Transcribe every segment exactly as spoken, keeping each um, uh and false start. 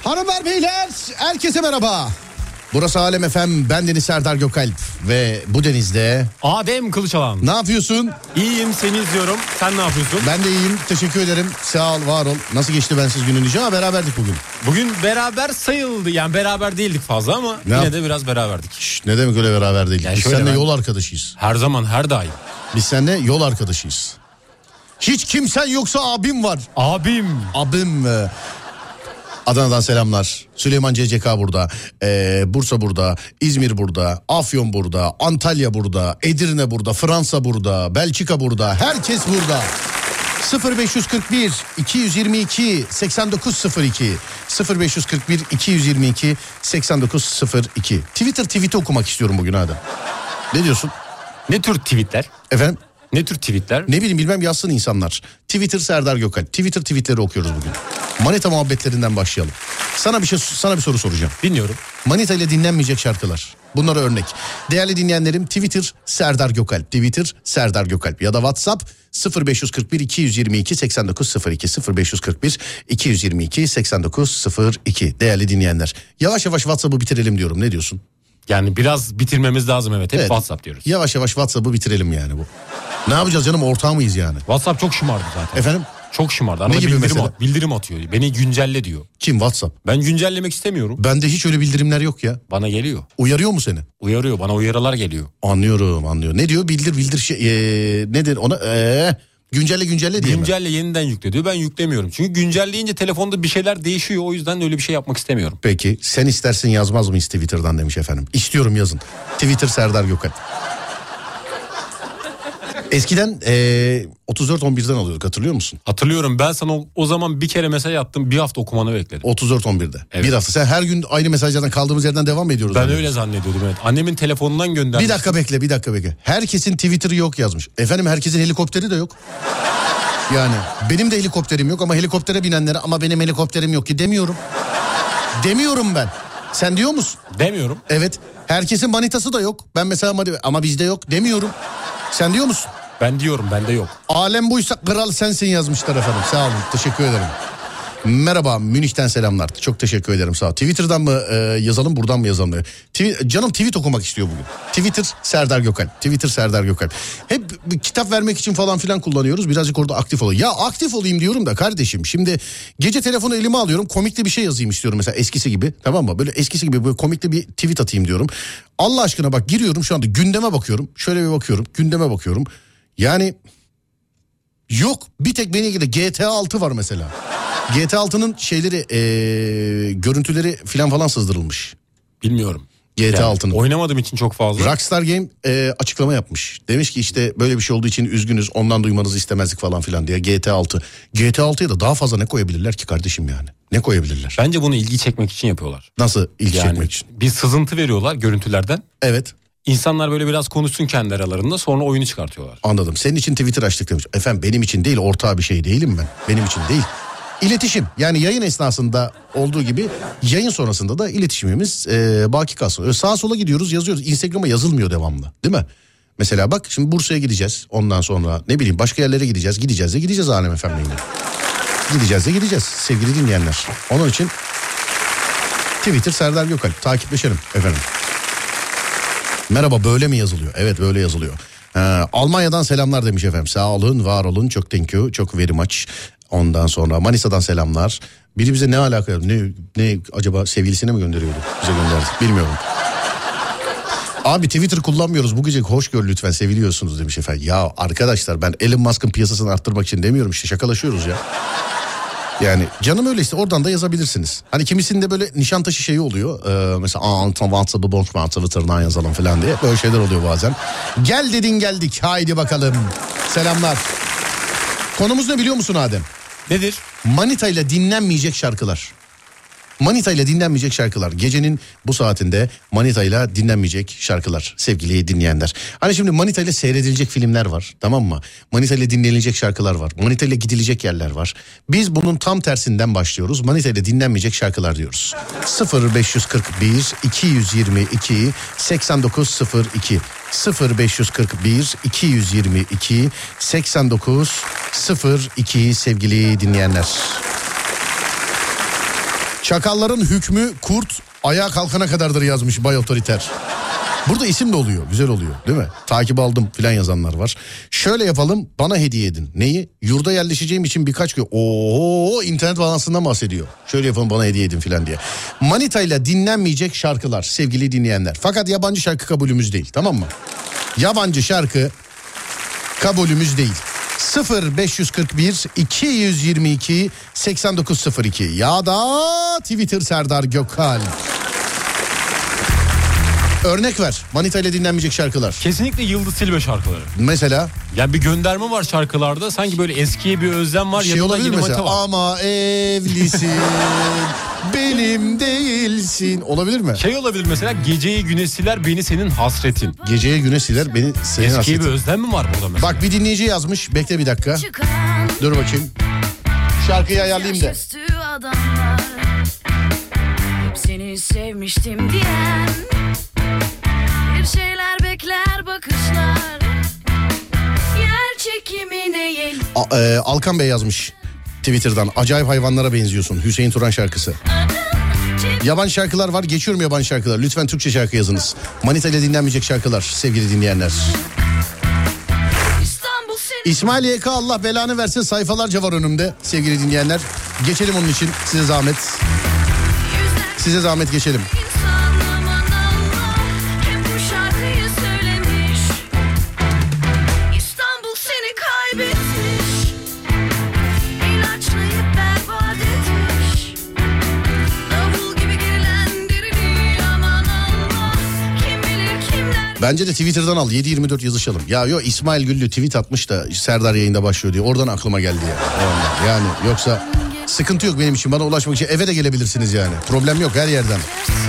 Hanımlar beyler herkese merhaba. Burası Alem F M, ben Deniz Serdar Gökalp ve bu denizde Adem Kılıçalan. Ne yapıyorsun? İyiyim, seni izliyorum. Sen ne yapıyorsun? Ben de iyiyim, teşekkür ederim. Sağ ol, var ol. Nasıl geçti bensiz günün diyeceğim ama beraberdik bugün. Bugün beraber sayıldı, yani beraber değildik fazla ama ne yine yap- de biraz beraberdik. Şş, ne demek öyle beraber değildik? Yani Biz şöyle seninle ben- yol arkadaşıyız. Her zaman, her daim. Biz seninle yol arkadaşıyız. Hiç kimsen yoksa abim var. Abim. Abim. e, Adana'dan selamlar. Süleyman C C K burada. Ee, Bursa burada. İzmir burada. Afyon burada. Antalya burada. Edirne burada. Fransa burada. Belçika burada. Herkes burada. sıfır beş kırk bir iki yüz yirmi iki seksen dokuz sıfır iki sıfır beş kırk bir iki yüz yirmi iki seksen dokuz sıfır iki. Twitter tweet'i okumak istiyorum bugün Adem. Ne diyorsun? Ne tür tweetler? Efendim? Ne tür tweetler? Ne bileyim bilmem yazsın insanlar. Twitter Serdar Gökalp. Twitter tweetleri okuyoruz bugün. Manita muhabbetlerinden başlayalım. Sana bir şey sana bir soru soracağım. Dinliyorum. Manita ile dinlenmeyecek şarkılar. Bunlara örnek. Değerli dinleyenlerim, Twitter Serdar Gökalp. Twitter Serdar Gökalp ya da WhatsApp sıfır beş kırk bir iki yüz yirmi iki seksen dokuz sıfır iki sıfır beş kırk bir iki yüz yirmi iki seksen dokuz sıfır iki. Değerli dinleyenler, yavaş yavaş WhatsApp'ı bitirelim diyorum. Ne diyorsun? Yani biraz bitirmemiz lazım, evet. Hep Evet. WhatsApp diyoruz. Yavaş yavaş WhatsApp'ı bitirelim yani bu. Ne yapacağız canım, ortağı mıyız yani? WhatsApp çok şımardı zaten. Efendim? Çok şımardı. Arada Ne gibi bildirim, mesela? at- bildirim atıyor. Beni güncelle diyor. Kim, WhatsApp? Ben güncellemek istemiyorum. Bende hiç öyle bildirimler yok ya. Bana geliyor. Uyarıyor mu seni? Uyarıyor. Bana uyarılar geliyor. Anlıyorum, anlıyorum. Ne diyor? Bildir bildir şey ee, nedir ona? Ee, güncelle güncelle diye mi? Güncelle, yeniden yükle diyor. Ben yüklemiyorum. Çünkü güncelleyince telefonda bir şeyler değişiyor. O yüzden öyle bir şey yapmak istemiyorum. Peki sen istersin yazmaz mıyız Twitter'dan demiş efendim. İstiyorum, yazın. Twitter Serdar Gökalp. Eskiden ee, otuz dört on birden alıyorduk, hatırlıyor musun? Hatırlıyorum, ben sana o, o zaman bir kere mesaj attım, bir hafta okumanı bekledim. otuz dört on birde. Evet. Bir hafta. Sen her gün aynı mesajlardan kaldığımız yerden devam mı ediyoruz? Ben zannediyorsun? öyle zannediyordum, evet. Annemin telefonundan göndermiş. Bir dakika bekle, bir dakika bekle. Herkesin Twitter'ı yok yazmış. Efendim, herkesin helikopteri de yok. Yani benim de helikopterim yok ama helikoptere binenlere ama benim helikopterim yok ki demiyorum. Demiyorum ben. Sen diyor musun? Demiyorum. Evet. Herkesin manitası da yok. Ben mesela mani- ama bizde yok demiyorum. Sen diyor musun? Ben diyorum, bende yok. Alem buysa kral sensin yazmışlar efendim. Sağ olun, teşekkür ederim. Merhaba, Münih'ten selamlar. Çok teşekkür ederim, sağ ol. Twitter'dan mı e, yazalım, buradan mı yazalım? Twi- Canım tweet okumak istiyor bugün. Twitter Serdar Gökalp. Twitter Serdar Gökalp. Hep kitap vermek için falan filan kullanıyoruz. Birazcık orada aktif olayım. Ya aktif olayım diyorum da kardeşim. Şimdi gece telefonu elime alıyorum. Komikli bir şey yazayım istiyorum mesela, eskisi gibi. Tamam mı? Böyle eskisi gibi böyle komikli bir tweet atayım diyorum. Allah aşkına bak, giriyorum şu anda gündeme bakıyorum. Şöyle bir bakıyorum. Gündeme bakıyorum. Yani yok, bir tek beni ilgili G T A altı var mesela. G T A altının şeyleri ee, görüntüleri filan falan sızdırılmış. Bilmiyorum. G T A Yani altının. oynamadığım için çok fazla. Rockstar Game e, açıklama yapmış. Demiş ki işte böyle bir şey olduğu için üzgünüz, ondan duymanızı istemezdik falan filan diye. G T A altı. G T A altıya da daha fazla ne koyabilirler ki kardeşim yani? Ne koyabilirler? Bence bunu ilgi çekmek için yapıyorlar. Nasıl ilgi Yani çekmek için? bir sızıntı veriyorlar görüntülerden. Evet. İnsanlar böyle biraz konuşsun kendi aralarında, sonra oyunu çıkartıyorlar. Anladım. Senin için Twitter açtık demiş. Efendim benim için değil, ortağı bir şey değilim ben. Benim için değil. İletişim, yani yayın esnasında olduğu gibi yayın sonrasında da iletişimimiz e, baki kalsın. Öyle sağa sola gidiyoruz, yazıyoruz. Instagram'a yazılmıyor devamlı, değil mi? Mesela bak şimdi Bursa'ya gideceğiz, ondan sonra ne bileyim başka yerlere gideceğiz. Gideceğiz de gideceğiz Alem F M'le. Gideceğiz de gideceğiz sevgili dinleyenler. Onun için Twitter Serdar Gökalp, takipleşelim efendim. Merhaba, böyle mi yazılıyor? Evet, böyle yazılıyor. Ee, Almanya'dan selamlar demiş efendim. Sağ olun, var olun, çok thank you, çok very much. Ondan sonra Manisa'dan selamlar. Biri bize ne alaka? Ne, ne acaba sevgilisine mi gönderiyordu? Bize gönderdi. Bilmiyorum. Abi Twitter kullanmıyoruz. Bu gece hoş gör lütfen, seviliyorsunuz demiş efendim. Ya arkadaşlar, ben Elon Musk'ın piyasasını arttırmak için demiyorum, işte şakalaşıyoruz ya. Yani canım öyle işte, oradan da yazabilirsiniz. Hani kimisinde böyle Nişantaşı şeyi oluyor. Ee, mesela aa WhatsApp'ı boş mu, Twitter'dan yazalım falan diye. Böyle şeyler oluyor bazen. Gel dedin geldik, haydi bakalım. Selamlar. Konumuz ne biliyor musun Adem? Nedir? Manita ile dinlenmeyecek şarkılar. Manita ile dinlenmeyecek şarkılar. Gecenin bu saatinde Manita ile dinlenmeyecek şarkılar sevgili dinleyenler. Hani şimdi Manita ile seyredilecek filmler var, tamam mı? Manita ile dinlenilecek şarkılar var. Manita ile gidilecek yerler var. Biz bunun tam tersinden başlıyoruz. Manita ile dinlenmeyecek şarkılar diyoruz. sıfır beş kırk bir iki yüz yirmi iki seksen dokuz sıfır iki sıfır beş kırk bir iki yüz yirmi iki seksen dokuz sıfır iki sevgili dinleyenler. Çakalların hükmü kurt ayağa kalkana kadardır yazmış Bay Otoriter. Burada isim de oluyor, güzel oluyor değil mi? Takip aldım filan yazanlar var. Şöyle yapalım, bana hediye edin. Neyi? Yurda yerleşeceğim için birkaç gün. Oo, internet bağlantısından bahsediyor. Şöyle yapalım, bana hediye edin filan diye. Manita ile dinlenmeyecek şarkılar sevgili dinleyenler. Fakat yabancı şarkı kabulümüz değil, tamam mı? Yabancı şarkı kabulümüz değil. sıfır beş kırk bir iki yüz yirmi iki seksen dokuz sıfır iki ya da Twitter Serdar Gökal. Örnek ver. Manita ile dinlenmeyecek şarkılar. Kesinlikle Yıldız Tilbe şarkıları. Mesela? Ya bir gönderme var şarkılarda. Sanki böyle eskiye bir özlem var. Şey ya da olabilir mesela. Var. Ama evlisin. Benim değilsin. Olabilir mi? Şey olabilir mesela. Geceyi güne siler beni senin hasretin. Geceyi güne siler beni senin eskiye hasretin. Eskiye bir özlem mi var burada mesela? Bak bir dinleyici yazmış. Bekle bir dakika. Dur bakayım. Şarkıyı ayarlayayım da. Seni sevmiştim diyen, bir şeyler bekler bakışlar, yer çekimine yel. A- e, Alkan Bey yazmış Twitter'dan. Acayip hayvanlara benziyorsun. Hüseyin Turan şarkısı. Yabancı şarkılar var. Geçiyorum yabancı şarkılar. Lütfen Türkçe şarkı yazınız. Manita ile dinlenmeyecek şarkılar sevgili dinleyenler. İsmail Y K Allah belanı versin sayfalarca var önümde sevgili dinleyenler. Geçelim onun için size zahmet. Size zahmet geçelim. İstanbul seni kaybetmiş, ilaçlayıp berbat etmiş, davul gibi gerilen derini aman Allah, kim bilir kimler. Bence de Twitter'dan al, yedi yirmi dört yazışalım. Ya yok, İsmail Güllü tweet atmış da Serdar yayında başlıyor diye, oradan aklıma geldi ya. Yani yoksa sıkıntı yok benim için, bana ulaşmak için eve de gelebilirsiniz yani. Problem yok her yerden.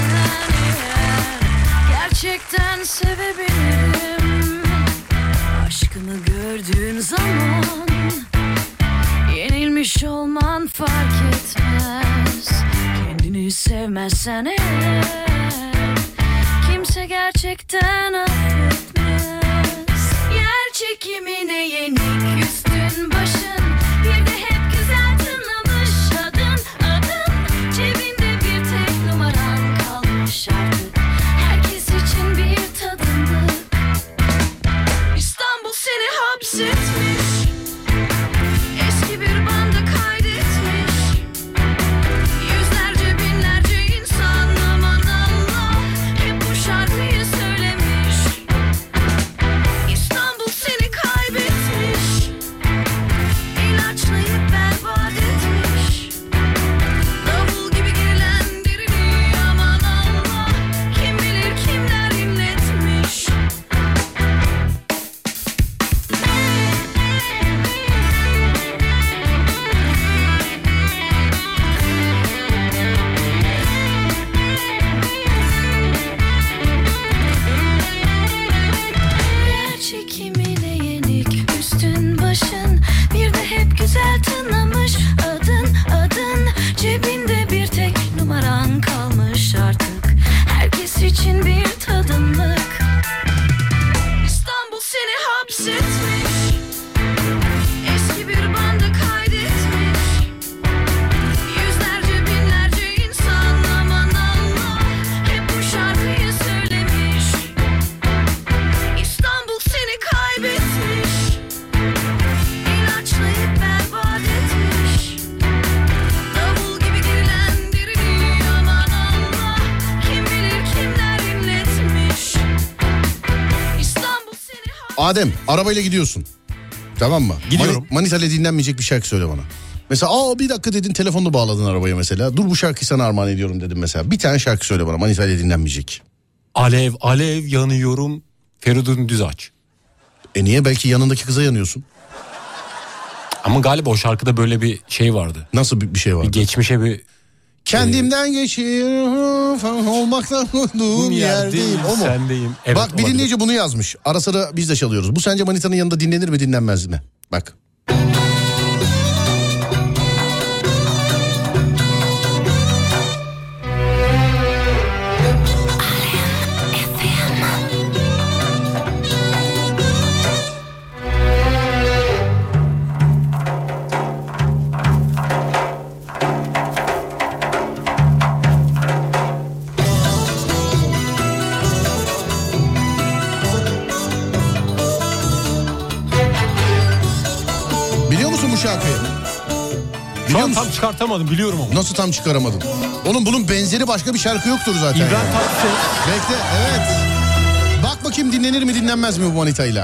Gerçekten sevebilirim. Aşkını gördüğün zaman yenilmiş olman fark etmez. Kendini sevmezsen eğer kimse gerçekten affetmez. Yer çekimine yenik üstün başın, bir de hep güzel tınlamış adın adın. Cebinde bir tek numaran kalmış artık, herkes için bir tadımlık. İstanbul seni hapsetmiş, eski bir banda kaydetmiş, yüzlerce binlerce insan aman Allah hep bu şarkıyı söylemiş. İstanbul seni kaybetmiş, ilaçlayıp berbat etmiş, davul gibi gerilen derini aman Allah kim bilir kimler inletmiş. Yer çekimine yenik üstün başın, bir de hep güzel tınlamış adın adın. Cebinde bir tek numaran kalmış artık, herkes için bir tadımlık. İstanbul seni hapsetmiş, eski bir banda kaydetmiş, yüzlerce binlerce insan aman Allah hep bu şarkıyı söylemiş. İstanbul seni kaybetmiş, ilaçlayıp berbat etmiş, davul gibi gerilen derini aman Allah kim bilir kimler inletmiş. İstanbul seni Adem, arabayla gidiyorsun. Tamam mı? Gidiyorum. Mani- Manita ile dinlenmeyecek bir şarkı söyle bana. Mesela aa bir dakika dedin, telefonla bağladın arabaya mesela. Dur bu şarkıyı sana armağan ediyorum dedim mesela. Bir tane şarkı söyle bana Manita ile dinlenmeyecek. Alev alev yanıyorum, Feridun Düzağaç. E niye? Belki yanındaki kıza yanıyorsun. Ama galiba o şarkıda böyle bir şey vardı. Nasıl bir, bir şey var? Bir geçmişe bir... Kendimden geçiyor falan olmaktan olduğum yerdeyim. O mu? Sendeyim. Evet, Bak bir olabilir. dinleyici bunu yazmış. Ara sıra biz de çalıyoruz. Bu sence Manita'nın yanında dinlenir mi dinlenmez mi? Bak. Biliyor Tam, musun? tam çıkartamadım biliyorum ama. Nasıl tam çıkaramadın? Oğlum bunun benzeri başka bir şarkı yoktur zaten. İbrahim yani. Tatlıses. Bekle, evet. Bak bakayım dinlenir mi dinlenmez mi bu manitayla?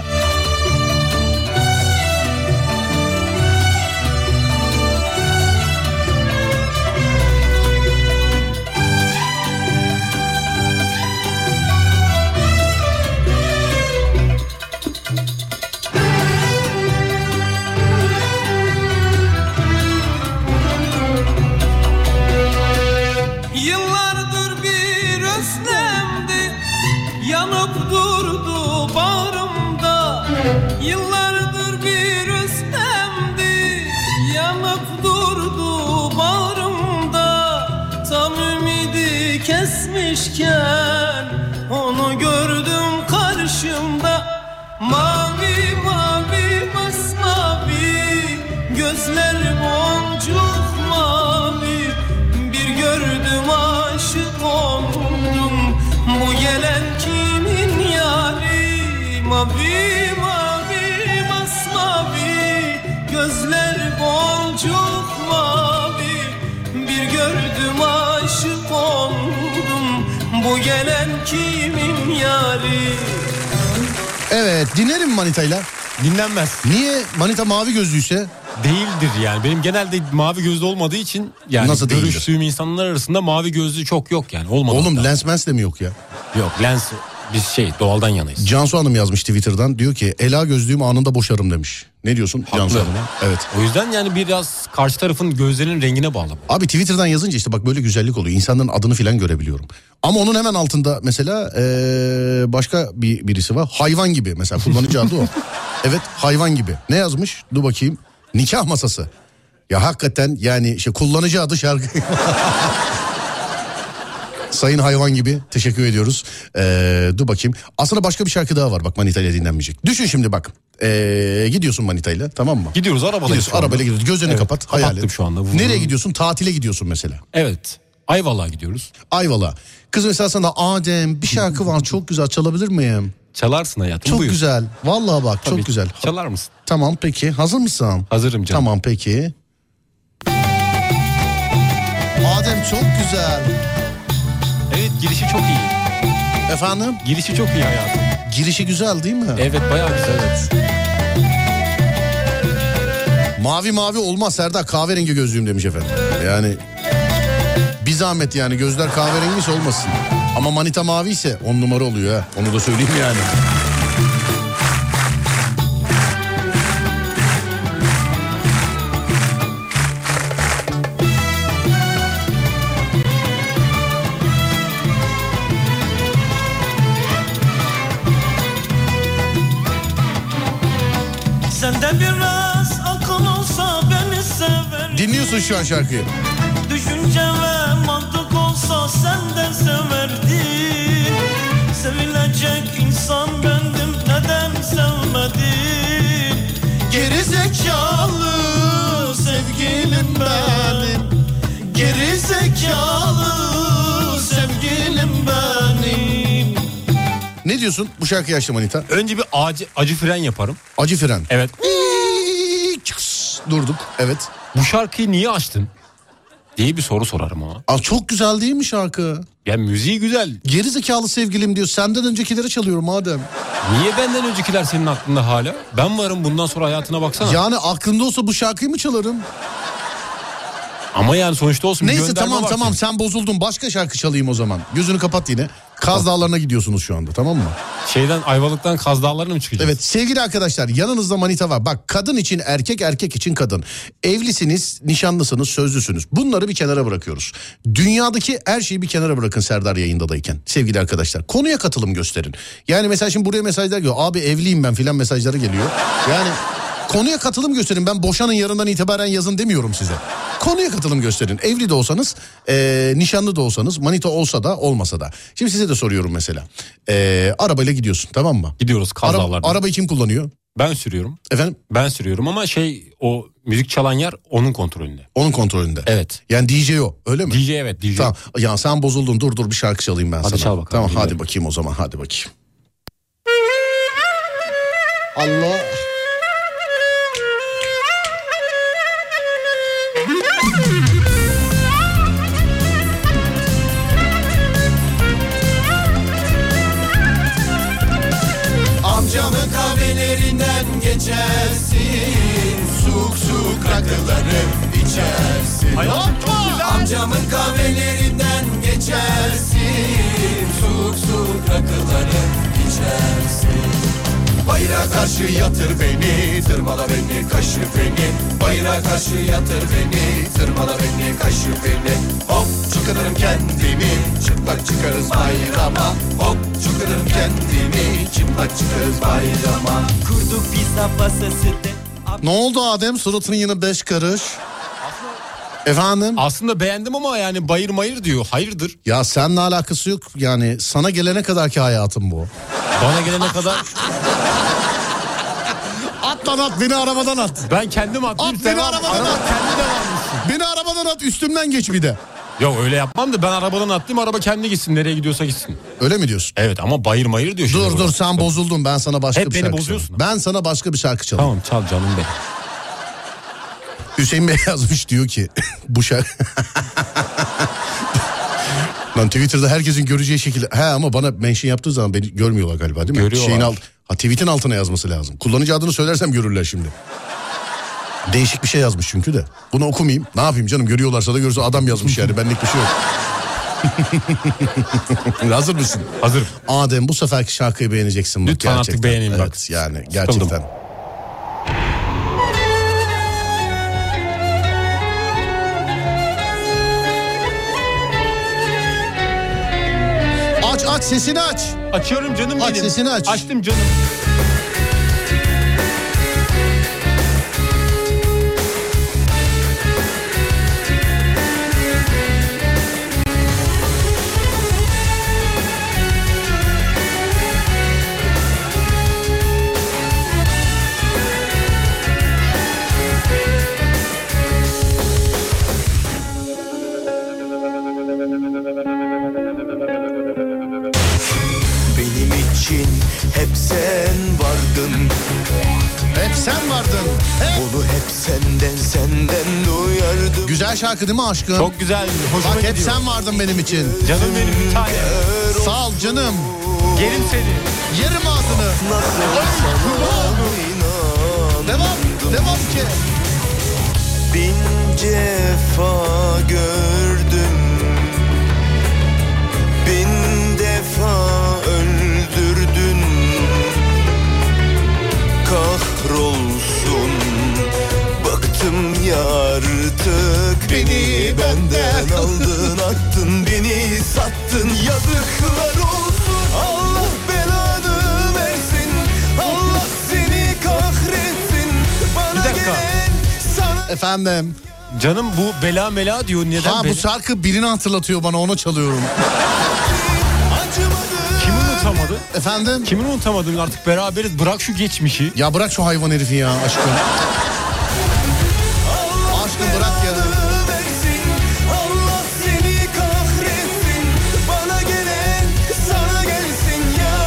Yıllardır bir özlemdi, yanıp durdu bağrımda. Yıllardır bir özlemdi, yanıp durdu bağrımda. Tam ümidi kesmişken onu gördüm karşımda. Mavi mavi masmavi, gözler boncuk mavi. Bir gördüm aşık oldum, bu gelen kimin yari? Mavi mavi masmavi, gözler boncuk mavi. Bir gördüm aşık oldum, bu gelen kimin yari? Evet, dinlerim manitayla. Dinlenmez. Niye? Manita mavi gözlüyse? Değildir yani. Benim genelde mavi gözlü olmadığı için yani Nasıl değildir? görüştüğüm insanlar arasında mavi gözlü çok yok yani. Olmadı. Oğlum hatta. lens mens de mi yok ya? Yok lens biz şey doğaldan yanayız. Cansu Hanım yazmış Twitter'dan. Diyor ki Ela gözlüğüm anında boşarım demiş. Ne diyorsun Haklı. Cansu Hanım'a? Evet. O yüzden yani biraz karşı tarafın gözlerinin rengine bağlı. Abi Twitter'dan yazınca işte bak böyle güzellik oluyor. İnsanların adını filan görebiliyorum. Ama onun hemen altında mesela ee, başka bir birisi var. Hayvan gibi mesela kullanıcı adı o. Evet hayvan gibi. Ne yazmış? Dur bakayım. Nikah masası. Ya hakikaten yani şey kullanıcı adı şarkı. Sayın hayvan gibi teşekkür ediyoruz. Ee, dur bakayım. Aslında başka bir şarkı daha var bak Manita ile dinlenmeyecek. Düşün şimdi bak. Ee, gidiyorsun Manita ile tamam mı? Gidiyoruz arabayla. Gidiyorsun arabayla gidiyorsun. Gözlerini Evet, kapat. Hayal kapattım et. şu anda. Nereye gidiyorsun? Tatile gidiyorsun mesela. Evet. Ayvalık'a gidiyoruz. Ayvalık'a. Kız mesela sana Adem bir şarkı var çok güzel çalabilir miyim? Çalarsın hayatım. Çok buyur. güzel. Vallahi bak Tabii. çok güzel. Çalar mısın? Tamam peki. Hazır mısın? Hazırım canım. Tamam peki. Adem çok güzel. Evet girişi çok iyi. Efendim? Girişi çok iyi hayatım. Girişi güzel değil mi? Evet bayağı güzel evet. Mavi mavi olmaz Serdar, kahverengi gözlüğüm demiş efendim. Yani bir zahmet yani gözler kahverengiyse olmasın. Ama manita mavi ise on numara oluyor ha. Onu da söyleyeyim yani. Sende biraz akıl olsa beni sever. Dinliyorsun şu an şarkıyı. Düşünce ve mantık olsa sen de severdin. Sevilecek insan bendim, neden sevmedin? Gerizekalı sevgilim benim. Gerizekalı sevgilim benim. Ne diyorsun bu şarkıyı açtı manita? Önce bir acı, acı fren yaparım. Acı fren. Evet. Durduk evet. Bu şarkıyı niye açtın? Diye bir soru sorarım ama. Aa, çok güzel değil mi şarkı? Ya müziği güzel. Geri zekalı sevgilim diyor. Senden öncekileri çalıyorum madem. Niye benden öncekiler senin aklında hala? Ben varım bundan sonra hayatına baksana. Yani aklımda olsa bu şarkıyı mı çalarım? Ama yani sonuçta olsun. bir Neyse gönderme tamam var tamam senin. sen bozuldun. Başka şarkı çalayım o zaman. Gözünü kapat yine. Kaz Dağları'na gidiyorsunuz şu anda tamam mı? Şeyden Ayvalık'tan Kaz Dağları'na mı çıkacağız? Evet sevgili arkadaşlar yanınızda manita var. Bak kadın için erkek, erkek için kadın. Evlisiniz, nişanlısınız, sözlüsünüz. Bunları bir kenara bırakıyoruz. Dünyadaki her şeyi bir kenara bırakın Serdar yayındadayken. Sevgili arkadaşlar konuya katılım gösterin. Yani mesela şimdi buraya mesajlar geliyor. Abi evliyim ben filan mesajları geliyor. Yani konuya katılım gösterin. Ben boşanın yarından itibaren yazın demiyorum size. Konuya katılım gösterin. Evli de olsanız, e, nişanlı da olsanız, manita olsa da olmasa da. Şimdi size de soruyorum mesela. E, arabayla gidiyorsun tamam mı? Gidiyoruz Kaz Ara, Dağları'na. arabayı kim kullanıyor? Ben sürüyorum. Efendim? Ben sürüyorum ama şey o müzik çalan yer onun kontrolünde. Onun kontrolünde. Evet. Yani D J o öyle mi? D J evet D J. Tamam. Ya sen bozuldun dur dur bir şarkı çalayım ben Hadi sana. çal bakalım, Tamam dinleyelim. hadi bakayım o zaman hadi bakayım. Allah. geçersin. Amcamın kahvelerinden geçersin. Soğuk soğuk rakıları içersin. Bayrağa karşı yatır beni, tırmala beni, kaşı beni. Bayrağa karşı yatır beni, tırmala beni, kaşı beni. Hop çıkarırım kendimi, çıplak çıkarız bayrama. Hop çıkarırım kendimi, çıplak çıkarız bayrama. Kurduk pizza pasası de. Ne oldu Adem? Suratın yine beş karış. Efendim? Aslında beğendim ama yani bayır mayır diyor. Hayırdır? Ya seninle alakası yok. Yani sana gelene kadarki hayatım bu. Bana gelene kadar At lan at, beni arabadan at. ben kendim atlayayım. At beni devam- arabadan Araba at. kendi devam etsin. Beni arabadan at, üstümden geç bir de. Yok öyle yapmam da ben arabadan atlayayım, araba kendi gitsin, nereye gidiyorsa gitsin. Öyle mi diyorsun? Evet ama bayır mayır diyor. şimdi Dur burada. dur sen bozuldun, ben sana başka Hep bir beni şarkı bozuyorsun. çalayım. Ben sana başka bir şarkı çalayım. Tamam çal canım benim. Hüseyin Bey yazmış, diyor ki bu şarkı... Lan Twitter'da herkesin göreceği şekilde... He ama bana mention yaptığı zaman beni görmüyorlar galiba, değil mi? Görüyorlar. Şeyin alt... Ha, tweet'in altına yazması lazım. Kullanıcı adını söylersem görürler şimdi. Değişik bir şey yazmış çünkü de. Bunu okumayayım. Ne yapayım canım, görüyorlarsa da görürse, adam yazmış yani, benlik bir şey yok. Hazır mısın? Hazırım. Adem, bu seferki şarkıyı beğeneceksin bak. Lütfen artık gerçekten. beğeneyim Evet, bak. yani gerçekten. Sıkıldım. Aç aç sesini aç. Açıyorum canım Aç benim. sesini aç. Açtım canım. Benim için hep sen vardın. Hep sen vardın. Hep. Bunu hep senden senden duyardım. Güzel şarkı değil mi aşkım? Çok güzel. Hoşuma Bak hep gidiyor. sen vardın benim için. Canım benim bir tane. Sağ ol canım. Yerim seni. Yerim ağzını. Nasıl sana inan. Devam. Devam ki. Bin cefa gördüm. Bin defa öldürdün. Kahrolsun. Bıktım ya artık. Beni benden aldın, attın, beni sattın. Yazıklar olsun. Allah belanı versin. Allah seni kahretsin. Bana Bir dakika. gelen sana... Efendim. Canım bu bela mela diyor. Neden Ha, bu bela? şarkı birini hatırlatıyor bana, onu çalıyorum. Kimi unutamadı? Efendim? Kimi unutamadın, artık beraberiz. Bırak şu geçmişi. Ya bırak şu hayvan herifi ya aşkım. Aşkım bırak ya. Allah seni kahretsin. Bana gelen sana gelsin ya.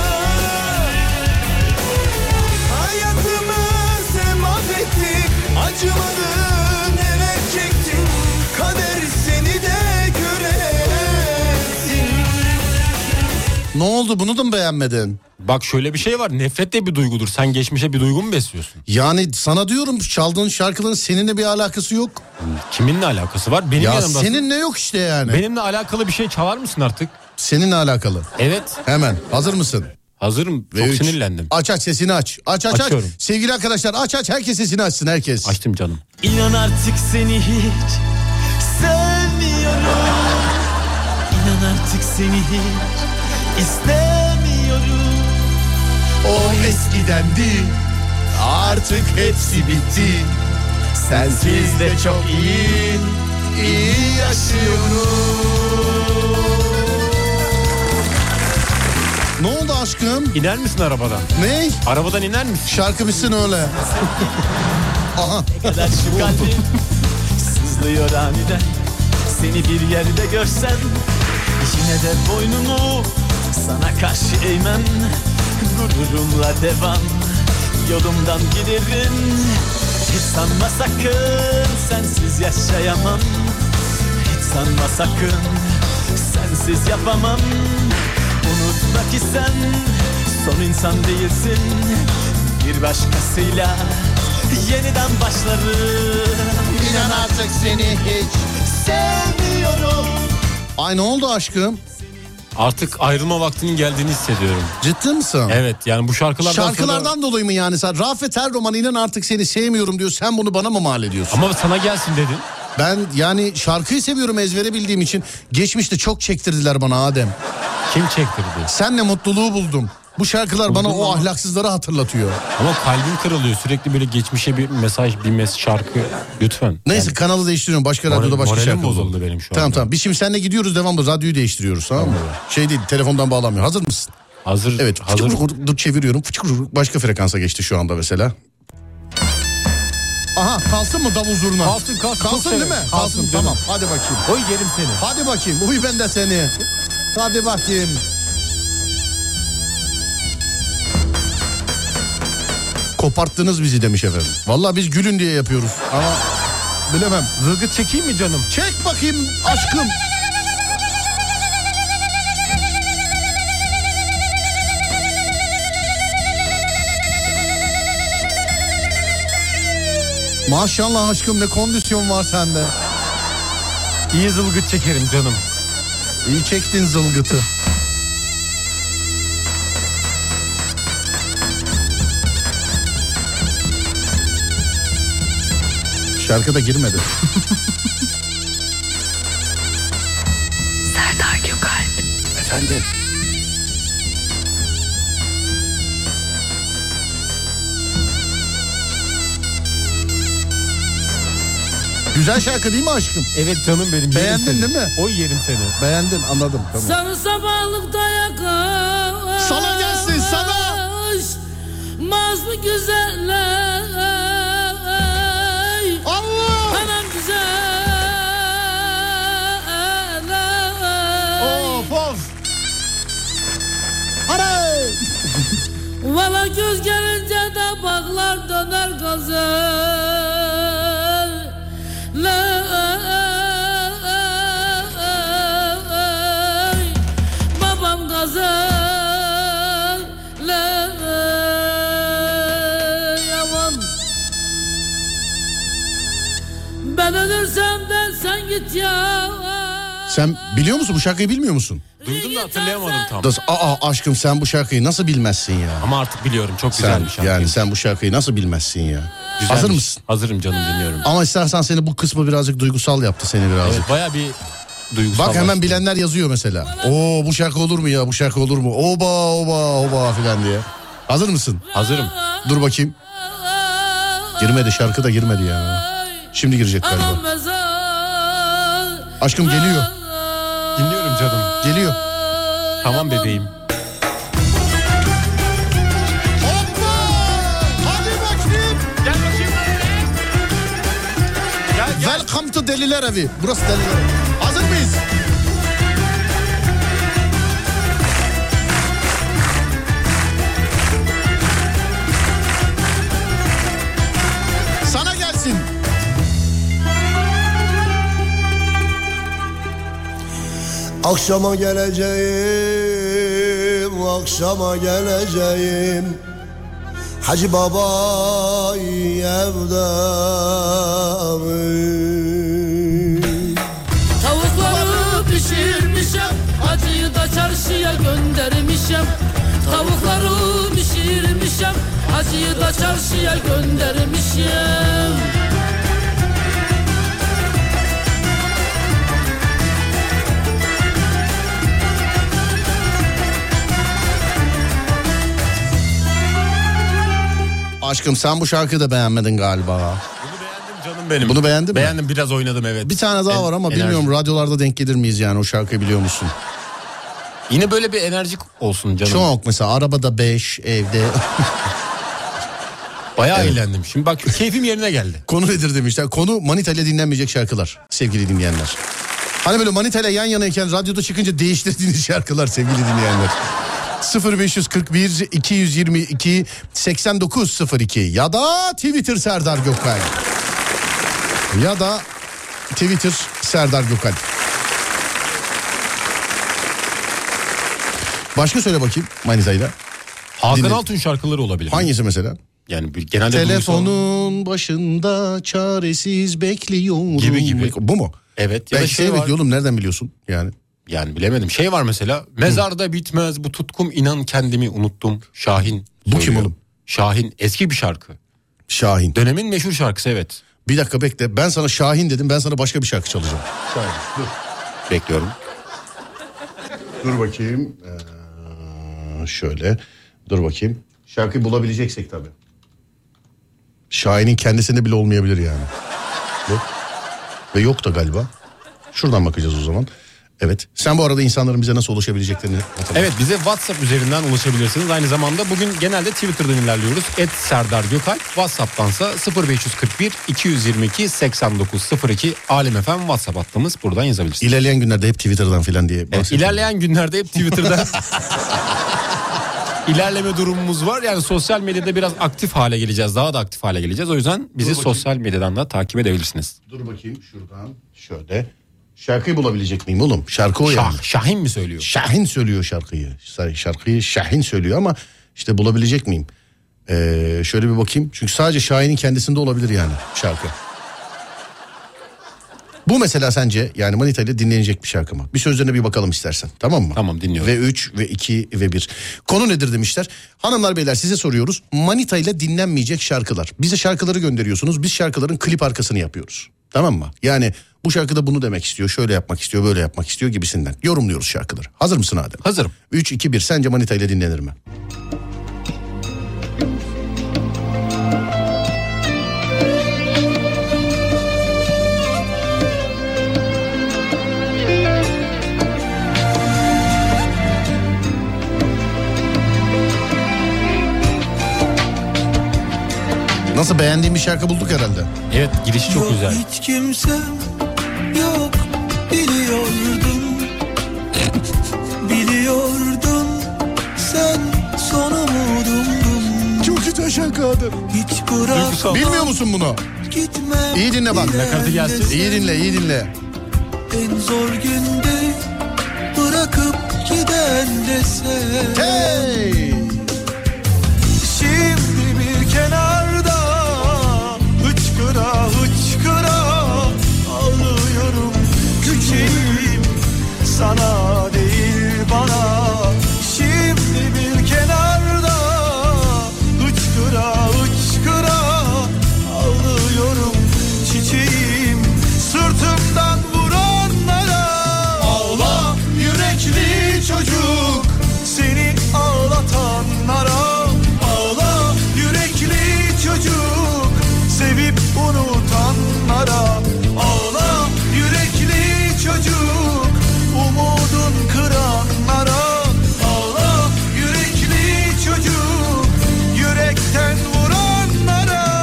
Hayatımı sen mahvettin. Acımadın, neler çektin. Kader seni de göresin. Ne oldu, bunu da mı beğenmedin? Bak şöyle bir şey var. Nefret de bir duygudur. Sen geçmişe bir duygu mu besliyorsun? Yani sana diyorum, çaldığın şarkıların seninle bir alakası yok. Kiminle alakası var? Benim Ya yanımda. seninle yok işte yani. Benimle alakalı bir şey çalar mısın artık? Seninle alakalı. Evet. Hemen hazır mısın? Hazırım. Ve Çok üç. sinirlendim. Aç aç sesini aç. Aç aç aç. Açıyorum. Sevgili arkadaşlar, aç aç, herkes sesini açsın, herkes. Açtım canım. İnan artık seni hiç sevmiyorum. İnan artık seni hiç istemiyorum. O eskidendi, artık hepsi bitti. Sensiz de çok iyi, iyi yaşıyorum. Ne oldu aşkım? İner misin arabadan? Ne? Arabadan iner misin? Şarkı bitsin öyle. Aha. Kadar şu kalbim sızlıyor aniden. Seni bir yerde görsem yine de boynumu sana karşı eğmem. Gururumla devam yolumdan giderim. Hiç sanma sakın sensiz yaşayamam. Hiç sanma sakın sensiz yapamam. Unutma ki sen son insan değilsin. Bir başkasıyla yeniden başlarım. İnan artık seni hiç sevmiyorum. Ay ne oldu aşkım? Artık ayrılma vaktinin geldiğini hissediyorum. Ciddi misin? Evet yani bu şarkılardan Şarkılardan sonra... dolayı mı yani sen? Rafet Erroman inan artık seni sevmiyorum diyor. Sen bunu bana mı mal ediyorsun? Ama sana gelsin dedin. Ben yani şarkıyı seviyorum ezbere bildiğim için. Geçmişte çok çektirdiler bana Adem. Kim çektirdi? Senle mutluluğu buldum. Bu şarkılar bana Buldum o ama- ahlaksızları hatırlatıyor. Ama kalbim kırılıyor. Sürekli böyle geçmişe bir mesaj, bir mes şarkı. Lütfen. Neyse Yani kanalı değiştiriyorum. Başka Moral- radyoda başka moralim şarkı bozuldu bozuldu benim şu Tamam anda. tamam. Biz şimdi seninle gidiyoruz devamlı. Radyoyu değiştiriyoruz tamam mı? Şey değil telefondan bağlanmıyor. Hazır mısın? hazır. Evet. hazır. Fıçık fıçık, dur çeviriyorum. Fıçık fıçık, başka frekansa geçti şu anda mesela. Aha kalsın mı davul zurna? Kalsın, kalsın. Çok Kalsın değil mi? severim. Kalsın, Kalsın tamam. canım. Hadi bakayım. Oy yerim seni. Hadi bakayım. Uy ben de seni. Hadi bakayım. Koparttınız bizi demiş efendim. Vallahi biz gülün diye yapıyoruz. Ama bilemem. Zılgıt çekeyim mi canım? Çek bakayım aşkım. Maşallah aşkım ne kondisyon var sende. İyi zılgıt çekerim canım. İyi çektin zılgıtı. Şarkı da girmedi. Serdar Gökalp. Efendim. Güzel şarkı değil mi aşkım? Evet canım benim. yerim Beğendin seni. değil mi? Oy yerim seni. Beğendin anladım tamam. Sarı sabahlıkta yakar. Sana gelsin, sana. Mazlı güzeller. Allah! Anam güzeller. Of of! Haray! Valla göz gelince de bağlar döner gazel. Babam gazel. Yaman. Ben ölürsem de sen git ya. Sen biliyor musun bu şarkıyı bilmiyor musun? Duydum da hatırlayamadım tam. Das, aa aşkım sen bu şarkıyı nasıl bilmezsin ya? Ama artık biliyorum. Çok güzel Sen bir şarkı. yani sen bu şarkıyı nasıl bilmezsin ya? Güzelmiş. Hazır mısın? Hazırım canım dinliyorum. Ama istersen seni bu kısmı birazcık duygusal yaptı seni birazcık. Evet baya bir duygusal. Bak hemen başladı. bilenler yazıyor mesela. Oo bu şarkı olur mu ya bu şarkı olur mu? Oba oba oba filan diye. Hazır mısın? Hazırım. Dur bakayım. Girmedi şarkı da girmedi ya. Şimdi girecek Anam galiba. mezar. Aşkım geliyor. Dinliyorum canım. Geliyor. Tamam bebeğim. Hoppa! Hadi bakayım. Gel bakayım. Gel gel. Welcome to Deliler Evi. Burası Deliler Evi. Hazır mıyız? Sana gelsin. Akşama geleceğim, akşama geleceğim. Hacı baba evde. Tavukları pişirmişem, acıyı da çarşıya göndermişem. Tavukları pişirmişem, acıyı da çarşıya göndermişem. Aşkım sen bu şarkıyı da beğenmedin galiba. Bunu beğendim canım benim. Bunu beğendin mi? Beğendim biraz oynadım evet. Bir tane daha En- var ama enerji. bilmiyorum radyolarda denk gelir miyiz yani o şarkıyı biliyor musun? Yine böyle bir enerjik olsun canım. Çok mesela arabada beş evde. Bayağı Evet. eğlendim. Şimdi bak keyfim yerine geldi. Konu nedir demişler. Konu Manita ile dinlenmeyecek şarkılar sevgili dinleyenler. Hani böyle Manita ile yan yanayken radyoda çıkınca değiştirdiğiniz şarkılar sevgili dinleyenler. sıfır beş kırk bir iki yüz yirmi iki seksen dokuz sıfır iki ya da Twitter Serdar Gökalp. Ya da Twitter Serdar Gökalp. Başka söyle bakayım Manita'yla. Hakan Dinle. Altun şarkıları olabilir. Hangisi mesela? Yani bir, genelde telefonun duygusal... başında çaresiz bekliyorum. Gibi gibi. Bu mu? Evet. Ya ben da şey, şey var. bekliyorum, nereden biliyorsun yani? Yani bilemedim. Şey var mesela. Mezarda Hı. bitmez bu tutkum, inan kendimi unuttum. Şahin. Bu söylüyor. kim oğlum? Şahin. Eski bir şarkı. Şahin. Dönemin meşhur şarkısı, evet. Bir dakika bekle. Ben sana Şahin dedim. Ben sana başka bir şarkı çalacağım. Şahin. Dur. Bekliyorum. Dur bakayım. Ee, şöyle. Dur bakayım. Şarkıyı bulabileceksek tabii. Şahin'in kendisinde bile olmayabilir yani. Yok. Ve yok da galiba. Şuradan bakacağız o zaman. Evet. Sen bu arada insanların bize nasıl ulaşabileceklerini hatırla. Evet, bize WhatsApp üzerinden ulaşabilirsiniz. Aynı zamanda bugün genelde Twitter'dan ilerliyoruz. et Serdar Gökalp. WhatsApp'tansa sıfır beş kırk bir iki yüz yirmi iki seksen dokuz sıfır iki Alem F M WhatsApp hattımız. Buradan yazabilirsiniz. İlerleyen günlerde hep Twitter'dan falan diye evet, ilerleyen günlerde hep Twitter'dan ilerleme durumumuz var. Yani sosyal medyada biraz aktif hale geleceğiz. Daha da aktif hale geleceğiz. O yüzden bizi sosyal medyadan da takip edebilirsiniz. Dur bakayım şuradan şöyle. Şarkıyı bulabilecek miyim oğlum? Şarkı o Şah, yani. Şahin mi söylüyor? Şahin söylüyor şarkıyı. Şarkıyı Şahin söylüyor ama işte bulabilecek miyim? Ee, şöyle bir bakayım. Çünkü sadece Şahin'in kendisinde olabilir yani şarkı. Bu mesela sence yani Manita ile dinlenecek bir şarkı mı? Bir sözlerine bir bakalım istersen, tamam mı? Tamam, dinliyorum. Ve üç ve iki ve bir. Konu nedir demişler. Hanımlar beyler, size soruyoruz. Manita ile dinlenmeyecek şarkılar. Bize şarkıları gönderiyorsunuz. Biz şarkıların klip arkasını yapıyoruz. Tamam mı? Yani bu şarkıda bunu demek istiyor, şöyle yapmak istiyor, böyle yapmak istiyor gibisinden. Yorumluyoruz şarkıları. Hazır mısın Adem? Hazırım. üç iki bir sence Manita ile dinlenir mi? Nasıl, beğendiğin bir şarkı bulduk herhalde. Evet, girişi çok yok güzel. Hiç kimse yok, biliyordum. Biliyordun sen son umudumdun. Çok güzel şarkı Adem. Hiç bırak. Bilmiyor musun bunu? Gitmem. İyi dinle bak. Nakaratı gelsin. İyi dinle, iyi dinle. En zor günde bırakıp giden de sen. Hey! Şimdi bir kenarda hıçkıra hıçkıra ağlıyorum. Küçüğüm sana değil bana. Şimdi bir kenarda hıçkıra hıçkıra ağlıyorum. Çiçeğim sırtımdan vuranlara. Ağla yürekli çocuk, seni ağlatanlara. Ağla yürekli çocuk, sevip unutanlara. Ağla yürekli çocuk, umudun kıranlara. Ağla yürekli çocuk, yürekten vuranlara.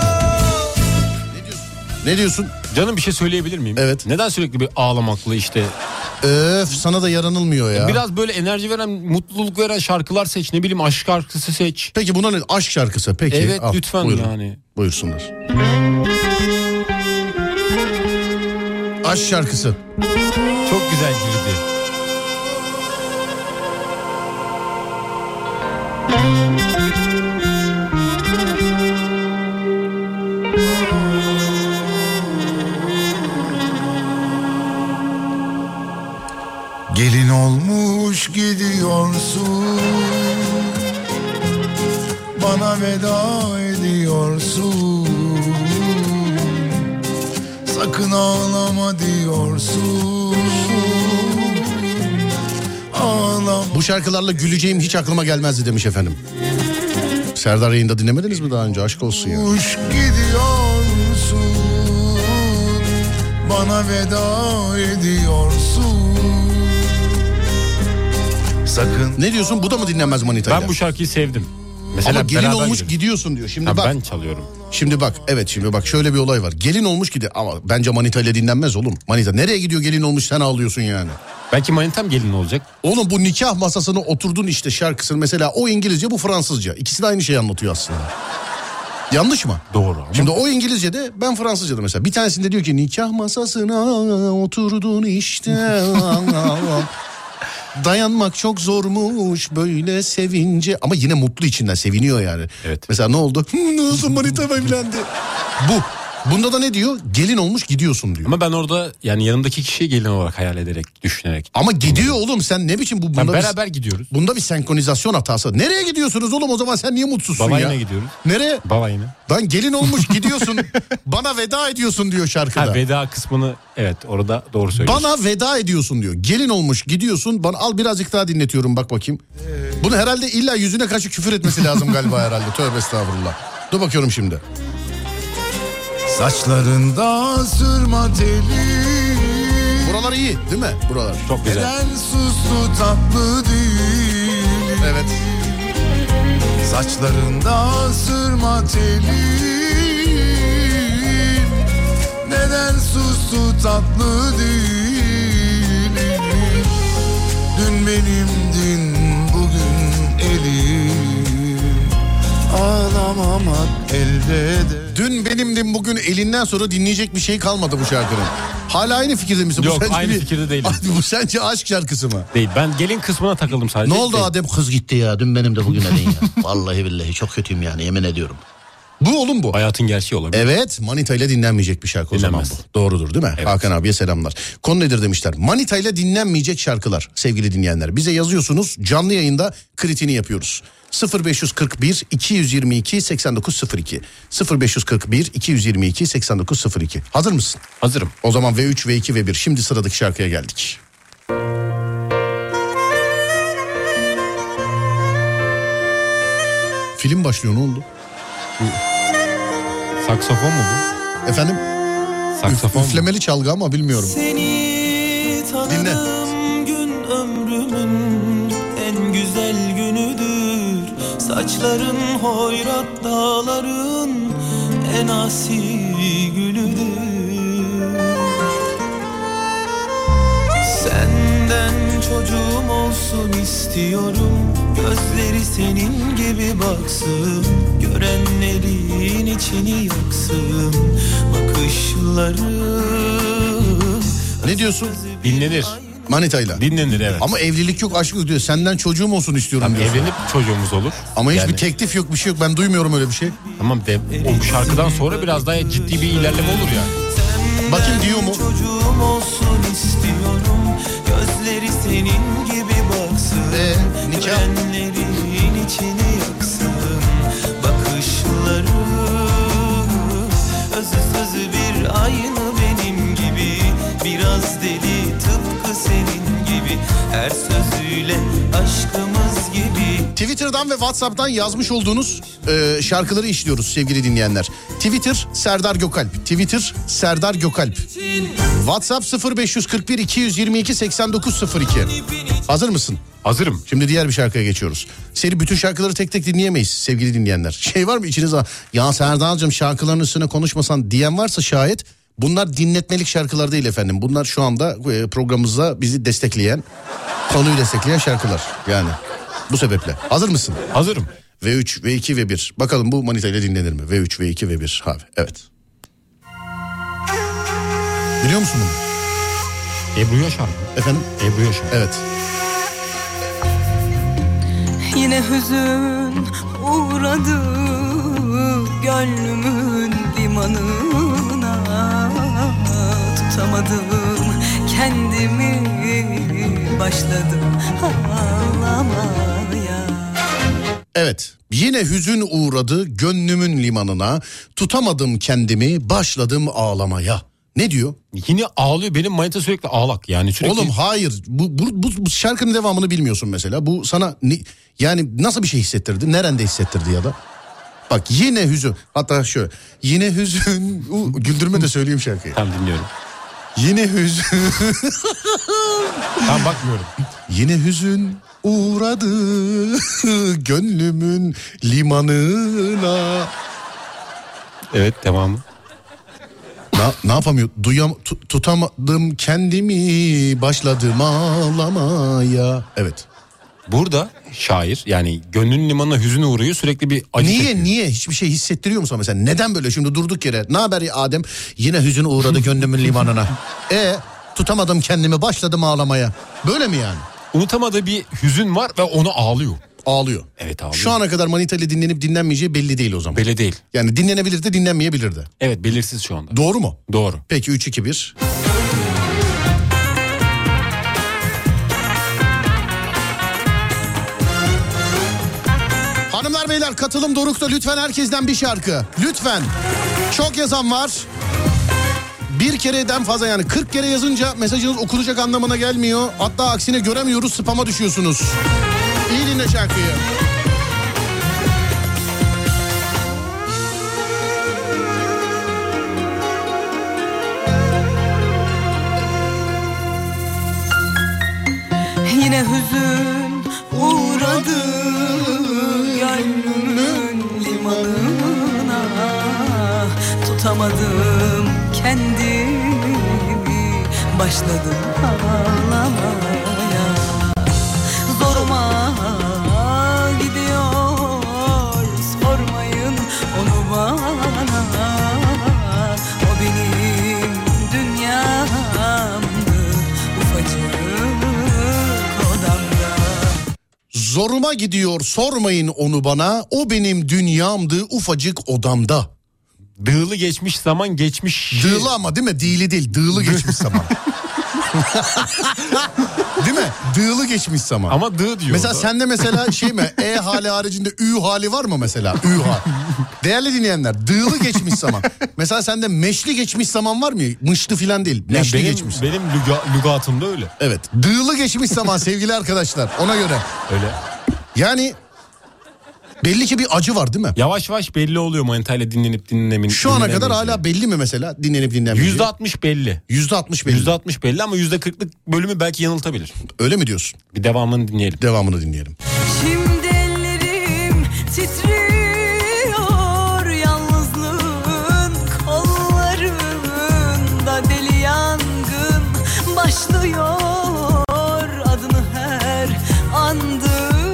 Ne diyorsun? Canım, bir şey söyleyebilir miyim? Evet. Neden sürekli bir ağlamaklı işte? Öf, sana da yaranılmıyor ya. Biraz böyle enerji veren, mutluluk veren şarkılar seç. Ne bileyim, aşk şarkısı seç. Peki buna ne? Aşk şarkısı. Peki. Evet, al, lütfen buyurun. yani. Buyursunlar. Aşk şarkısı. Çok güzel girdi. Gelin olmuş gidiyorsun, bana veda ediyorsun. Sakın ağlama diyorsun. Ağlama. Bu şarkılarla güleceğim hiç aklıma gelmezdi demiş efendim. Serdar yayında dinlemediniz mi daha önce? Aşk olsun ya. Olmuş gidiyorsun, bana veda ediyorsun. Sakın. Ne diyorsun? Bu da mı dinlenmez Manita'yla? Ben bu şarkıyı sevdim. Mesela Ama gelin beraber olmuş gidelim. gidiyorsun diyor. Şimdi Ha, bak. ben çalıyorum. Şimdi bak. Evet, şimdi bak şöyle bir olay var. Gelin olmuş gidiyor ama bence Manita ile dinlenmez oğlum. Manita nereye gidiyor, gelin olmuş, sen ağlıyorsun yani. Belki manitam gelin olacak. Oğlum bu nikah masasına oturdun işte şarkısını mesela, o İngilizce, bu Fransızca. İkisi de aynı şeyi anlatıyor aslında. Yanlış mı? Doğru ama. Şimdi o İngilizce'de, ben Fransızca'da mesela. Bir tanesinde diyor ki nikah masasına oturdun işte. Dayanmak çok zormuş böyle sevince. Ama yine mutlu içinden seviniyor yani. Evet. Mesela ne oldu? Nasıl manita evlendi? Bu. Bunda da ne diyor? Gelin olmuş gidiyorsun diyor. Ama ben orada yani yanımdaki kişiyi gelin olarak hayal ederek, düşünerek. Ama gidiyor oğlum, sen ne biçim bu? Bunda Yani bir- beraber gidiyoruz. Bunda bir senkronizasyon hatası. Nereye gidiyorsunuz oğlum o zaman, sen niye mutsuzsun Balayına ya? gidiyoruz. Nereye? Balayına. Lan gelin olmuş gidiyorsun. Bana veda ediyorsun diyor şarkıda. Ha, veda kısmını evet orada doğru söylüyorsun. Bana veda ediyorsun diyor. Gelin olmuş gidiyorsun. Bana al birazcık daha dinletiyorum, bak bakayım. Bunu herhalde illa yüzüne karşı küfür etmesi lazım galiba herhalde. Tövbe estağfurullah. Dur bakıyorum şimdi. Saçlarında sırma teli. Buralar iyi değil mi? Buralar. Çok güzel. Neden suslu tatlı değil. Evet. Saçlarında sırma teli. Neden suslu tatlı değil. Dün benimdin bugün elim. Ağlamamak elde de. Dün benimdim bugün elinden sonra dinleyecek bir şey kalmadı bu şarkının. Hala aynı fikirde misin? Yok, bu sence aynı bir- fikirde değilim. Bu sence aşk şarkısı mı? Değil. Ben gelin kısmına takıldım sadece. Ne oldu Değil. Adem? Kız gitti ya, dün benim de bugün edin ya. Vallahi billahi çok kötüyüm yani, yemin ediyorum. Bu oğlum bu. Hayatın gerçeği olabilir. Evet, Manita ile dinlenmeyecek bir şarkı o zaman Dinlenmez. bu. Doğrudur değil mi? Evet. Hakan abiye selamlar. Konu nedir demişler. Manita ile dinlenmeyecek şarkılar sevgili dinleyenler. Bize yazıyorsunuz, canlı yayında kritiğini yapıyoruz. sıfır beş kırk bir iki yüz yirmi iki seksen dokuz sıfır iki sıfır beş kırk bir iki yüz yirmi iki seksen dokuz sıfır iki. Hazır mısın? Hazırım. O zaman V üç, V iki, V bir. Şimdi sıradaki şarkıya geldik. Film başlıyor, ne oldu? Saksafon mu bu? Efendim? Saksafon mu? Üflemeli çalgı ama bilmiyorum. Seni tanıdığım Dinle. gün ömrümün en güzel günüdür. Saçların hoyrat, dağların en asi gülüdür. Senden çocuğum olsun istiyorum. Gözleri senin gibi baksın, görenlerin içini yaksın. Bakışları. Ne diyorsun? Dinlenir. Manitayla. Dinlenir evet. Ama evlilik yok, aşk yok diyor. Senden çocuğum olsun istiyorum Tabii diyor. evlenip çocuğumuz olur. Ama hiçbir Yani- teklif yok, bir şey yok. Ben duymuyorum öyle bir şey. Tamam de o şarkıdan sonra biraz daha ciddi bir ilerleme olur yani. Bakayım diyor mu? Çocuğum olsun istiyorum. Gözleri senin gibi baksın. Ee, nikah? Görenlerin içini yaksın. Bakışları özü sözü bir aynı benim gibi. Biraz deli tıpkı senin gibi. Her sözüyle aşkımız gibi. Twitter'dan ve WhatsApp'tan yazmış olduğunuz e, şarkıları işliyoruz sevgili dinleyenler. Twitter Serdar Gökalp. Twitter Serdar Gökalp. WhatsApp sıfır beş kırk bir iki yüz yirmi iki seksen dokuz sıfır iki. Hazır mısın? Hazırım. Şimdi diğer bir şarkıya geçiyoruz. Seni bütün şarkıları tek tek dinleyemeyiz sevgili dinleyenler. Şey var mı içinizde? Ya Serdar'cığım şarkıların üstüne konuşmasan diyen varsa şayet, bunlar dinletmelik şarkılar değil efendim. Bunlar şu anda e, programımızda bizi destekleyen, konuyu destekleyen şarkılar. Yani bu sebeple. Hazır mısın? Hazırım. V üç, V iki, V bir. Bakalım bu Manita ile dinlenir mi? V üç, V iki, V bir. Abi evet. Biliyor musun bunu? Ebru Yaşar mı? Efendim? Ebru Yaşar. Evet. Yine hüzün uğradı gönlümün limanına. Tutamadım kendimi, başladım ağlamaya. Evet. Yine hüzün uğradı gönlümün limanına. Tutamadım kendimi, başladım ağlamaya. Ne diyor? Yine ağlıyor. Benim manita sürekli ağlak. Yani sürekli... Oğlum hayır. Bu, bu, bu, bu şarkının devamını bilmiyorsun mesela. Bu sana ne, yani nasıl bir şey hissettirdi? Nerede hissettirdi ya da? Bak yine hüzün. Hatta şöyle. Yine hüzün. U, güldürme de söyleyeyim şarkıyı. Tamam dinliyorum. Yine hüzün. Tamam bakmıyorum. Yine hüzün uğradı gönlümün limanına. Evet devamı. Na, ne yapamıyor? Duyam, tu- tutamadım kendimi, başladım ağlamaya. Evet. Burada şair yani gönlünün limanına hüzün uğruyor, sürekli bir acı Niye çekiyor. niye hiçbir şey hissettiriyor mu sana mesela? Neden böyle şimdi durduk yere? Ne haber ya Adem? Yine hüzün uğradı gönlümün limanına. E tutamadım kendimi, başladım ağlamaya. Böyle mi yani? unutamadığı bir hüzün var ve onu ağlıyor. Ağlıyor. Evet, ağlıyor. Şu ana kadar Manita ile dinlenip dinlenmeyeceği belli değil o zaman. Belli değil. Yani dinlenebilir de dinlenmeyebilir de. Evet, belirsiz şu anda. Doğru mu? Doğru. Peki üç iki bir. Hanımlar beyler, katılım dorukta, lütfen herkesten bir şarkı. Lütfen. Çok yazan var. Bir kereden fazla, yani kırk kere yazınca mesajınız okunacak anlamına gelmiyor. Hatta aksine göremiyoruz, spama düşüyorsunuz. İyi dinle şarkıyı. Yine hüzün uğradı gönlümün limanına. Tutamadım kendimi, başladım ağlamaya. Zoruma gidiyor, sormayın onu bana. O benim dünyamdı, ufacık odamda. Zoruma gidiyor, sormayın onu bana. O benim dünyamdı, ufacık odamda. Dığılı geçmiş zaman geçmiş. Dığılı ama değil mi? Dili değil, dığılı geçmiş zaman. Değil mi? Dığılı geçmiş zaman. Ama dı diyor. Mesela sende mesela şey mi? E hali haricinde ü hali var mı mesela? Ü hali. Değerli dinleyenler, dığılı geçmiş zaman. Mesela sende meşli geçmiş zaman var mı? Mışlı falan değil. Yani meşli benim, geçmiş. Benim lüga, lügatımda öyle. Evet. Dığılı geçmiş zaman sevgili arkadaşlar. Ona göre. Öyle. Yani belli ki bir acı var değil mi? Yavaş yavaş belli oluyor manitayla dinlenip dinlememin. Şu ana kadar hala belli mi mesela dinlenip dinlenmeyeceği? yüzde altmış belli. yüzde altmış belli. yüzde altmış belli ama yüzde kırklık bölümü belki yanıltabilir. Öyle mi diyorsun? Bir devamını dinleyelim. Devamını dinleyelim. Şimdi ellerim titriyor, yalnızlığın kollarında deli yangın başlıyor. Adını her andığımda.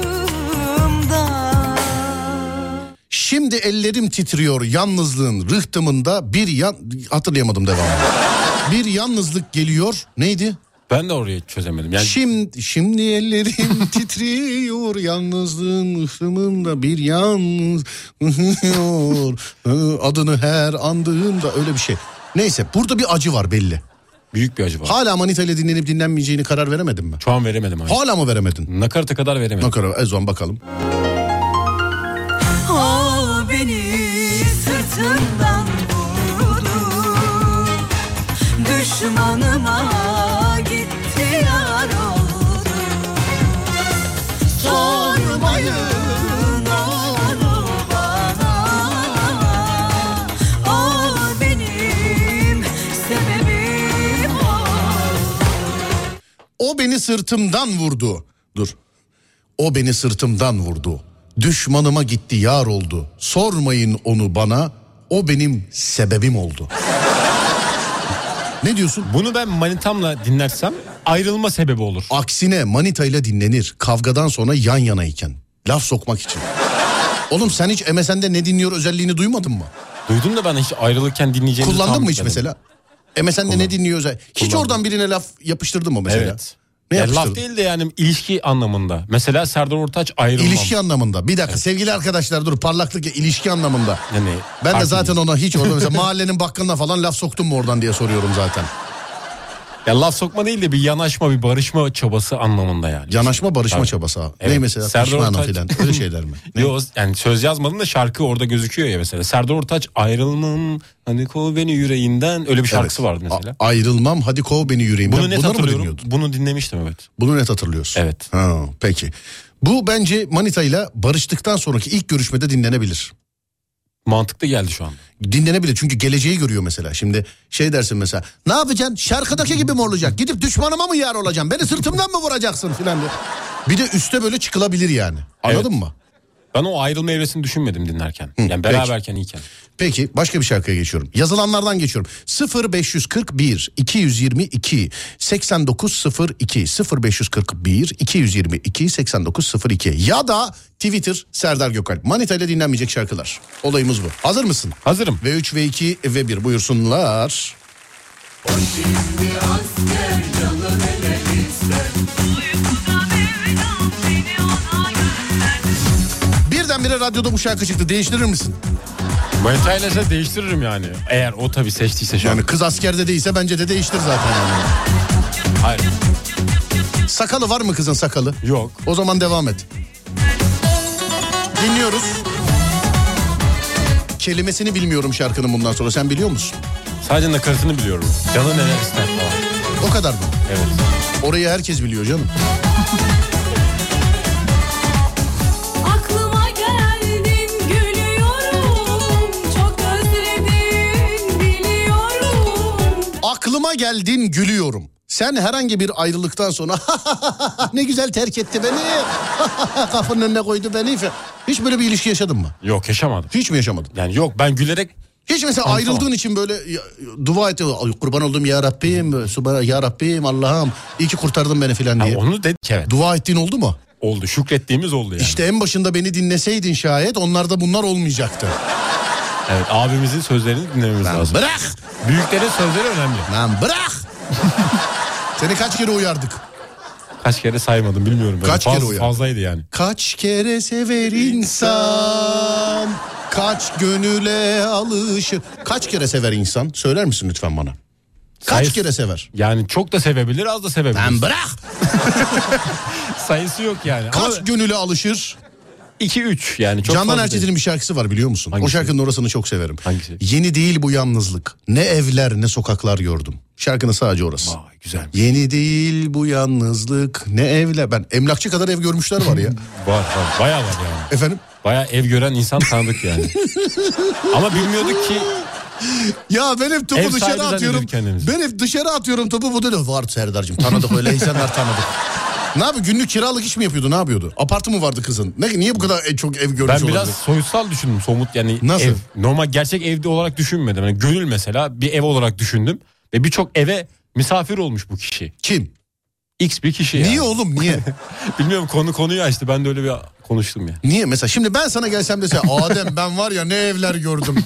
Şimdi ellerim titriyor yalnızlığın rıhtımında, bir yan... Hatırlayamadım devamını. Bir yalnızlık geliyor. Neydi? Ben de orayı çözemedim. Yani... Şimdi, şimdi ellerim titriyor yalnızlığın rıhtımında, bir yalnız adını her andığımda, öyle bir şey. Neyse, burada bir acı var belli. Büyük bir acı var. Hala Manita ile dinlenip dinlenmeyeceğini karar veremedin mi? Şu an veremedim. Abi. Hala mı veremedin? Nakarata kadar veremedim. Nakarat, o zaman bakalım. O beni sırtımdan vurdu, düşmanıma gitti yar oldu. Sormayın onu bana, o benim sebebim oldu. O beni sırtımdan vurdu. Dur. O beni sırtımdan vurdu. Düşmanıma gitti yar oldu. Sormayın onu bana. O benim sebebim oldu. Ne diyorsun? Bunu ben manitamla dinlersem ayrılma sebebi olur. Aksine Manita ile dinlenir. Kavgadan sonra yan yanayken. Laf sokmak için. Oğlum sen hiç M S N'de ne dinliyor özelliğini duymadın mı? Duydum da ben hiç ayrılırken dinleyeceğimizi Kullandın mı hiç tahmin etmedim. mesela? M S N'de ne dinliyor özel? Hiç Kullandım. oradan birine laf yapıştırdın mı mesela? Evet. Ne Yani yapıştırdın? laf değil de yani ilişki anlamında. Mesela Serdar Ortaç ayrılmam. İlişki anlamında. Bir dakika evet. Sevgili arkadaşlar, dur, parlaklık ya, ilişki anlamında. Yani, ben de zaten ona hiç orada mesela mahallenin bakkalına falan laf soktum mu oradan diye soruyorum zaten. Ya laf sokma değil de bir yanaşma, bir barışma çabası anlamında yani. Yanaşma, barışma Tabii. çabası. Evet. Ne mesela? Serdar Pişmanım Ortaç... filan. Öyle şeyler mi? Yok yani söz yazmadın da şarkı orada gözüküyor ya mesela. Serdar Ortaç ayrılmam hani kov beni yüreğinden, öyle bir şarkısı evet. vardı mesela. A- ayrılmam hadi kov beni yüreğimden. Bunu net Bunları hatırlıyorum. Bunu dinlemiştim evet. Bunu net hatırlıyorsun. Evet. Ha, peki. Bu bence Manita ile barıştıktan sonraki ilk görüşmede dinlenebilir. Mantıklı geldi şu an. Dinlenebilir çünkü geleceği görüyor mesela. Şimdi şey dersin mesela, ne yapacaksın, şarkıdaki gibi mi olacak, gidip düşmanıma mı yar olacaksın, beni sırtımdan mı vuracaksın filan diye. Bir de üste böyle çıkılabilir yani, anladın evet. mı? Ben o ayrılma evresini düşünmedim dinlerken. Hı, yani beraberken iyiyken. Peki başka bir şarkıya geçiyorum. Yazılanlardan geçiyorum. sıfır beş kırk bir iki yüz yirmi iki seksen dokuz sıfır iki sıfır beş kırk bir iki yüz yirmi iki seksen dokuz sıfır iki ya da Twitter Serdar Gökalp. Manita ile dinlenmeyecek şarkılar. Olayımız bu. Hazır mısın? Hazırım. ve üç ve iki ve bir buyursunlar. O şimdi asker canı ele ister. radyoda bu şarkı çıktı. Değiştirir misin? Manitayla ise değiştiririm yani. Eğer o tabii seçtiyse şu an. Yani kız askerde değilse bence de değiştir zaten yani. Hayır. Sakalı var mı kızın sakalı? Yok. O zaman devam et. Dinliyoruz. Kelimesini bilmiyorum şarkının bundan sonra. Sen biliyor musun? Sadece nakaratını biliyorum. Canı neler ister falan. O kadar mı? Evet. Orayı herkes biliyor canım. Aklıma geldin gülüyorum, çok özledim biliyorum. Aklıma geldin gülüyorum. Sen herhangi bir ayrılıktan sonra ne güzel terk etti beni. Kapının önüne koydu beni. Hiç böyle bir ilişki yaşadın mı? Yok, yaşamadım. Hiç mi yaşamadın? Yani yok, ben gülerek... Hiç mesela Anlatamam. ayrıldığın için böyle ya, dua et. Ay, kurban oldum ya Rabbim. Subhan ya Rabbim Allah'ım. İyi ki kurtardın beni filan diye. Ha, onu dedik evet. Dua ettiğin oldu mu? Oldu, şükrettiğimiz oldu yani. İşte en başında beni dinleseydin şayet onlarda bunlar olmayacaktı. Evet, abimizin sözlerini dinlememiz Lan lazım. bırak. Büyüklerin sözleri önemli. Lan bırak. Seni kaç kere uyardık? Kaç kere saymadım bilmiyorum. Böyle Kaç faz, kere uyardın? Fazlaydı yani. Kaç kere sever insan, kaç gönüle alışır. Kaç kere sever insan? Söyler misin lütfen bana? Kaç Sayıs- kere sever? Yani çok da sevebilir, az da sevebilir. Lan bırak. Sayısı yok yani. Kaç Ama gönüle alışır? iki üç yani. Çok Candan fazla Erçetin'in değil. bir şarkısı var biliyor musun? Hangisi? O şarkının orasını çok severim. Hangisi? Yeni değil bu yalnızlık. Ne evler ne sokaklar gördüm. Şarkının sadece orası. Vay, güzel. Yeni değil bu yalnızlık. Ne evler. Ben emlakçı kadar ev görmüşler var ya. Var var. Bayağı var yani. Efendim? Bayağı ev gören insan tanıdık yani. Ama bilmiyorduk ki. Ya ben hep topu Ev sahibi dışarı atıyorum. zannediyorduk kendimizi. Ben hep dışarı atıyorum topu, bu da var Serdar'cığım. Tanıdık öyle insanlar tanıdık. Ne yapıyor? Günlük kiralık iş mi yapıyordu? Ne yapıyordu? Apartı mı vardı kızın? Ne, niye bu kadar e, çok ev görmüş Ben olabilir? biraz soyutsal düşündüm, somut yani. Nasıl? Ev. Normal gerçek evde olarak düşünmedim. Yani gönül mesela bir ev olarak düşündüm. Ve birçok eve misafir olmuş bu kişi. Kim? X bir kişi Niye yani. oğlum niye? Bilmiyorum, konu konuyu açtı. Ben de öyle bir konuştum ya. Niye? Mesela şimdi ben sana gelsem dese Adem ben var ya ne evler gördüm.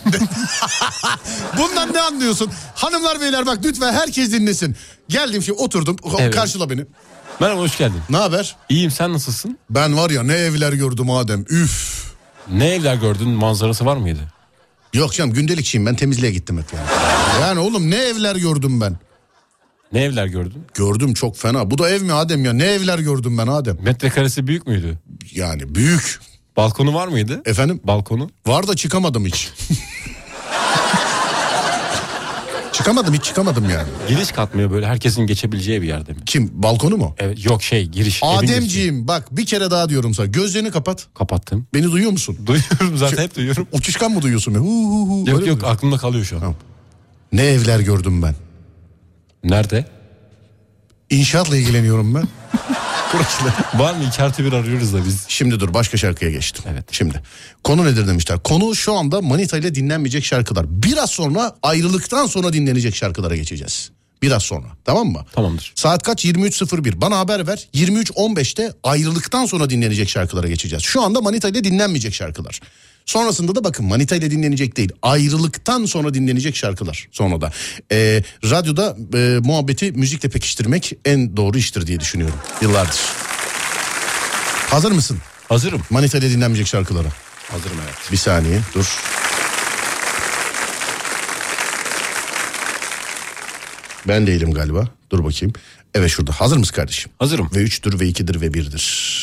Bundan ne anlıyorsun? Hanımlar beyler bak lütfen herkes dinlesin. Geldim şimdi oturdum, Evet. karşıla beni. Merhaba, hoş geldin. Ne haber? İyiyim, sen nasılsın? Ben var ya ne evler gördüm Adem. Üf. Ne evler gördün, manzarası var mıydı? Yok canım gündelikçiyim, ben temizliğe gittim hep yani. Yani oğlum ne evler gördüm ben. Ne evler gördün? Gördüm çok fena. Bu da ev mi Adem ya? Ne evler gördüm ben Adem. Metrekaresi büyük müydü? Yani büyük. Balkonu var mıydı? Efendim? Balkonu? Var da çıkamadım hiç. Çıkamadım hiç çıkamadım yani. Giriş katmıyor, böyle herkesin geçebileceği bir yerde mi? Kim? Balkonu mu? Evet, yok şey giriş. evin girişi. Ademciğim bak bir kere daha diyorum sana. Gözlerini kapat. Kapattım. Beni duyuyor musun? Duyuyorum zaten, hep duyuyorum. Uçuşkan mı duyuyorsun beni? Hu hu hu. Yok Öyle yok, mi? aklımda kalıyor şu an. Tamam. Ne evler gördüm ben. Nerede? İnşaatla ilgileniyorum ben. Burası. Var mı? İki artı bir arıyoruz da biz. Şimdi dur başka şarkıya geçtim. Evet. Şimdi konu nedir demişler. Konu şu anda Manita ile dinlenmeyecek şarkılar. Biraz sonra ayrılıktan sonra dinlenecek şarkılara geçeceğiz. Biraz sonra, tamam mı? Tamamdır. Saat kaç? yirmi üç sıfır bir. Bana haber ver. yirmi üç on beşte ayrılıktan sonra dinlenecek şarkılara geçeceğiz. Şu anda Manita ile dinlenmeyecek şarkılar. Sonrasında da bakın Manita ile dinlenecek değil. Ayrılıktan sonra dinlenecek şarkılar. Sonra da. Ee, radyoda e, muhabbeti müzikle pekiştirmek en doğru iştir diye düşünüyorum. Yıllardır. Hazır mısın? Hazırım. Manita ile dinlenmeyecek şarkılara. Hazırım evet. Bir saniye dur. Ben değilim galiba. Dur bakayım. Evet şurada. Hazır mısın kardeşim? Hazırım. Ve üçtür ve ikidir ve birdir.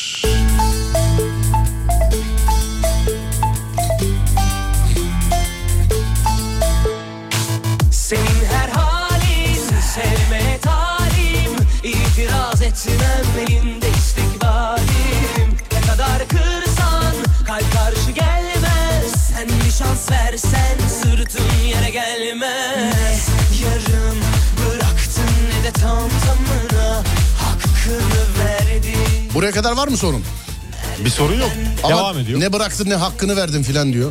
Senin her halin sevmeye talim, İtiraz etmem elinde istikbalim. Ne kadar kırsan kalp karşı gelmez. Sen bir şans versen sırtın yere gelmez. Yarım bıraktın ne de tam tamına hakkını verdin. Buraya kadar var mı sorun? Bir sorun yok. Ama Devam ediyor. ne bıraktın ne hakkını verdin filan diyor.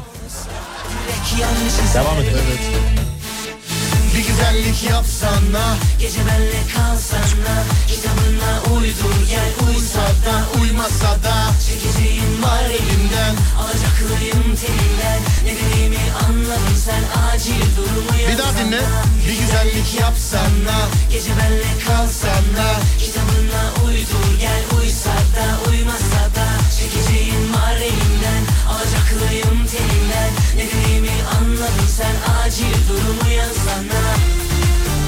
Devam edelim. Evet. Bir güzellik yapsana, gece benle kalsana, kitabına uydur gel, uysa da uymasa da, çekeceğim var elimden, alacaklıyım telinden, ne dediğimi anladın sen, acil durumu yazsana. Bir daha dinle. Bir güzellik yapsana, gece benle kalsana, kitabına uydur gel, uysa da uymasa da, çekeceğim var elimden, alacaklıyım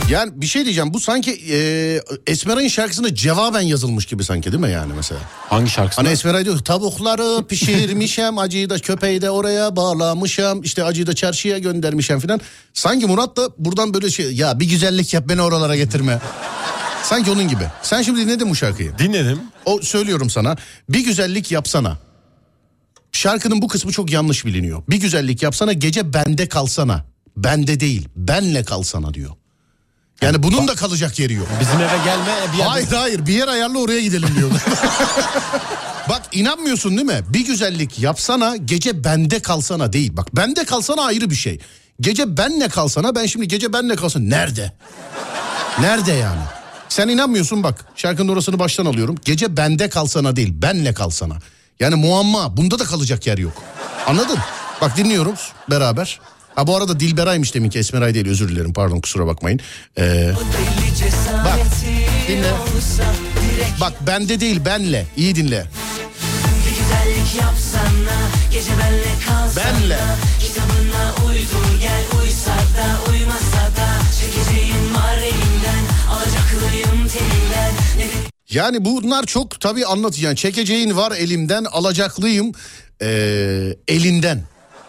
Yani bir şey diyeceğim, bu sanki e, Esmeray'ın şarkısına cevaben yazılmış gibi sanki, değil mi yani mesela? Hangi şarkısı? Hani Esmeray diyor tavukları pişirmişem, acıyı da köpeği de oraya bağlamışam, işte acıyı da çarşıya göndermişem filan. Sanki Murat da buradan böyle şey, ya bir güzellik yap beni oralara getirme. Sanki onun gibi. Sen şimdi dinledin bu şarkıyı. Dinledim. O söylüyorum sana, bir güzellik yapsana. Şarkının bu kısmı çok yanlış biliniyor. Bir güzellik yapsana, gece bende kalsana. Bende değil, benle kalsana diyor. Yani bunun da kalacak yeri yok. Bizim eve gelme. Bir yerde... Hayır hayır, bir yer ayarla oraya gidelim diyor. Bak inanmıyorsun değil mi? Bir güzellik yapsana, gece bende kalsana değil. Bak bende kalsana ayrı bir şey. Gece benle kalsana, ben şimdi gece benle kalsana. Nerede? Nerede yani? Sen inanmıyorsun bak. Şarkının orasını baştan alıyorum. Gece bende kalsana değil, benle kalsana. Yani muamma, bunda da kalacak yer yok. Anladın? Bak dinliyoruz beraber. Ha bu arada Dilberay'mış deminki, Esmeray değil, özür dilerim, pardon, kusura bakmayın. Ee, bak dinle. Bak bende değil, benle. İyi dinle. Benle. Kitabına uydur gel, uysa da uymasa da çekeceğim var elimden, alacaklıyım telinden. Yani bunlar çok tabii anlatıcı. Yani çekeceğin var elimden, alacaklıyım ee, elinden.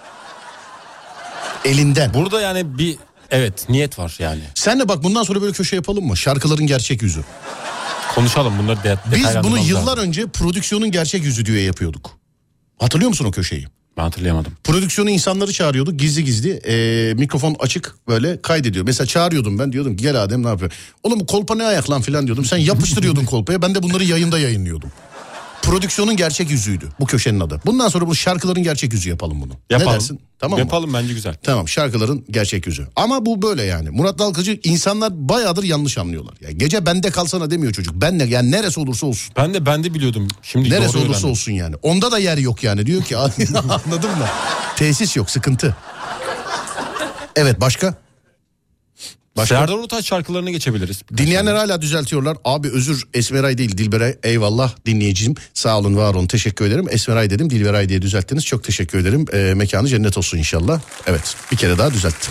Elinden. Burada yani bir evet niyet var yani. Senle bak bundan sonra böyle köşe yapalım mı? Şarkıların gerçek yüzü. Konuşalım bunları de, Biz bunu detaylandırmamız yıllar lazım. önce prodüksiyonun gerçek yüzü diye yapıyorduk. Hatırlıyor musun o köşeyi? Ben hatırlayamadım. Prodüksiyonu insanları çağırıyorduk gizli gizli, ee, mikrofon açık böyle kaydediyor. Mesela çağırıyordum ben, diyordum ki gel Adem ne yapıyor? Oğlum kolpa ne ayak lan filan diyordum. Sen yapıştırıyordun kolpaya, ben de bunları yayında yayınlıyordum. Prodüksiyonun gerçek yüzüydü bu köşenin adı. Bundan sonra bu şarkıların gerçek yüzü yapalım bunu. Yapalım. Ne dersin? Tamam mı? Yapalım, bence güzel. Tamam, şarkıların gerçek yüzü. Ama bu böyle yani. Murat Dalkıcı, insanlar bayağıdır yanlış anlıyorlar. Ya gece bende kalsana demiyor çocuk. Benle, yani neresi olursa olsun. Ben de ben de biliyordum. Şimdi Neresi doğru olursa öğrendim. olsun yani. Onda da yer yok yani. Diyor ki anladın mı? Tesis yok, sıkıntı. Evet, başka? Başka? Serdar Ortaç şarkılarına geçebiliriz. Dinleyenler hala düzeltiyorlar. Abi özür, Esmeray değil Dilberay. Eyvallah dinleyicim. Sağ olun, var olun, teşekkür ederim. Esmeray dedim, Dilberay diye düzelttiniz. Çok teşekkür ederim. Ee, mekanı cennet olsun inşallah. Evet, bir kere daha düzelttim.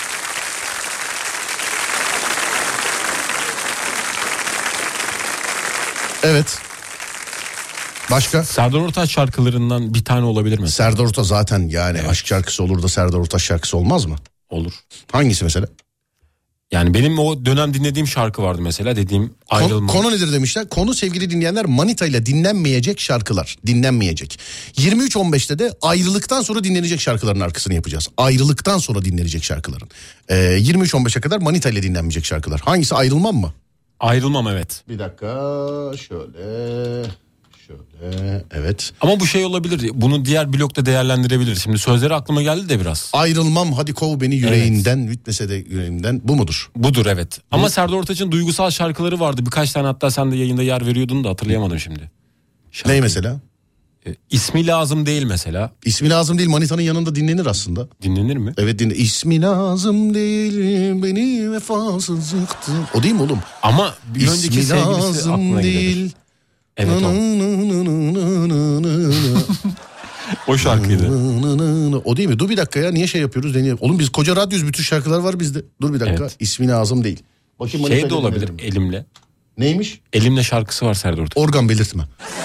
Evet. Başka? Serdar Ortaç şarkılarından bir tane olabilir mi? Serdar Ortaç zaten yani evet. Aşk şarkısı olur da Serdar Ortaç şarkısı olmaz mı? Olur. Hangisi mesela? Yani benim o dönem dinlediğim şarkı vardı mesela, dediğim ayrılma. Konu, konu nedir demişler? Konu sevgili dinleyenler, Manita ile dinlenmeyecek şarkılar. Dinlenmeyecek. yirmi üç on beşte de ayrılıktan sonra dinlenecek şarkıların arkasını yapacağız. Ayrılıktan sonra dinlenecek şarkıların. Ee, yirmi üç on beşe kadar Manita ile dinlenmeyecek şarkılar. Hangisi, ayrılmam mı? Ayrılmam, evet. Bir dakika şöyle... Şöyle, evet. Ama bu şey olabilir, bunu diğer blokta değerlendirebiliriz. Şimdi sözleri aklıma geldi de biraz. Ayrılmam, hadi kov beni yüreğinden, evet. Bitmese de yüreğimden, bu mudur? Budur, evet. Bu? Ama Serdar Ortaç'ın duygusal şarkıları vardı. Birkaç tane, hatta sen de yayında yer veriyordun da hatırlayamadım şimdi. Şarkı. Ney mesela? E, ismi lazım değil mesela. İsmi lazım değil, Manita'nın yanında dinlenir aslında. Dinlenir mi? Evet dinle. İsmi lazım değil, beni vefasız yıktı. O değil mi oğlum? Ama bir İsmi önceki sevgilisi aklına değil. gidebilir. Evet o. O şarkıydı. O değil mi? Dur bir dakika ya, niye şey yapıyoruz? Deneyelim. Oğlum biz koca radyoyuz, bütün şarkılar var bizde. Dur bir dakika. Evet. İsmi lazım değil. Bakayım, şey de olabilir, deneyelim. Elimle. Neymiş? Elimle şarkısı var Serdar Ortaç. Organ belirtme.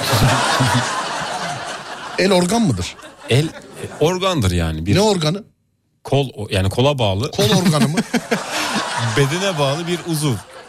El organ mıdır? El organdır yani. Bir ne organı? Kol, yani kola bağlı. Kol organı mı? Bedene bağlı bir uzuv.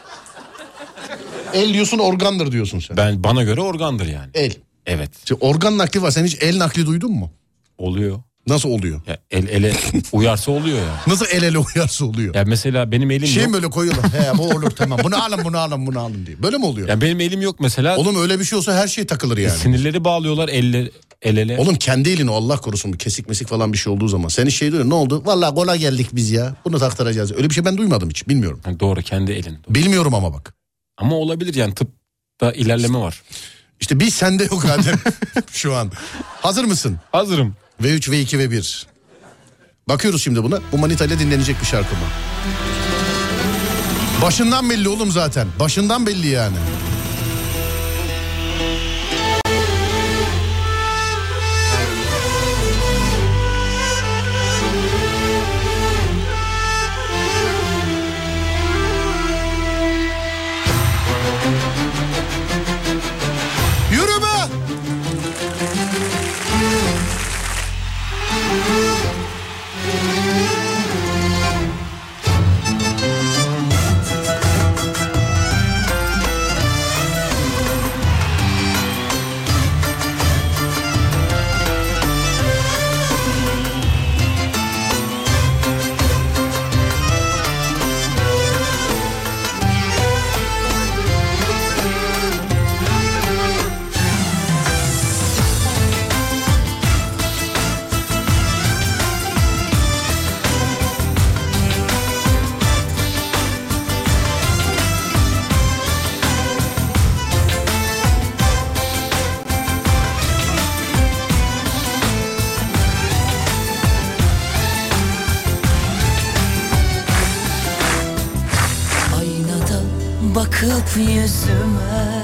El diyorsun, organdır diyorsun sen. Ben, bana göre organdır yani. El. Evet. Şimdi organ nakli var. Sen hiç el nakli duydun mu? Oluyor. Nasıl oluyor? Ya el ele uyarsa oluyor ya. Nasıl el ele uyarsa oluyor? Ya mesela benim elim şey yok. Şey böyle koyuyorlar. He bu olur tamam. Bunu alın bunu alın bunu alın diye. Böyle mi oluyor? Ya benim elim yok mesela. Oğlum öyle bir şey olsa her şey takılır yani. Sinirleri bağlıyorlar elle, el ele. Oğlum kendi elini, Allah korusun, bir kesik mesik falan bir şey olduğu zaman. Sen hiç şey diyorsun, ne oldu? Vallahi kola geldik biz ya. Bunu taktıracağız. Öyle bir şey ben duymadım hiç, bilmiyorum. Yani doğru, kendi elin. Doğru. Bilmiyorum ama bak. Ama olabilir yani, tıpta ilerleme var. İşte bir sende yok Adem şu an. Hazır mısın? Hazırım. V üç, V iki, V bir. Bakıyoruz şimdi buna. Bu Manita ile dinlenecek bir şarkı mı? Başından belli oğlum zaten. Başından belli yani. yüzüme,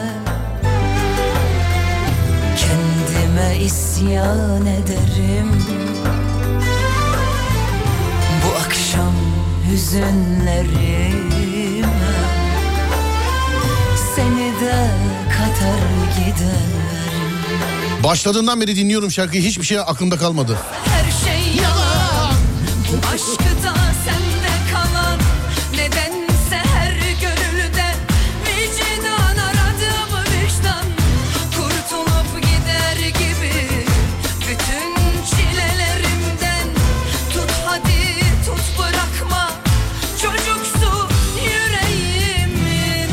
kendime isyan ederim. Bu akşam hüzünlerime seni de katar giderim. Başladığından beri dinliyorum şarkıyı, hiçbir şey aklımda kalmadı. Her şey yalan, bu aşkı da sende kalan. Nedense her gönülde vicdan aradım, vicdan kurtulup gider gibi. Bütün çilelerimden tut hadi tut, bırakma çocuksu yüreğimde.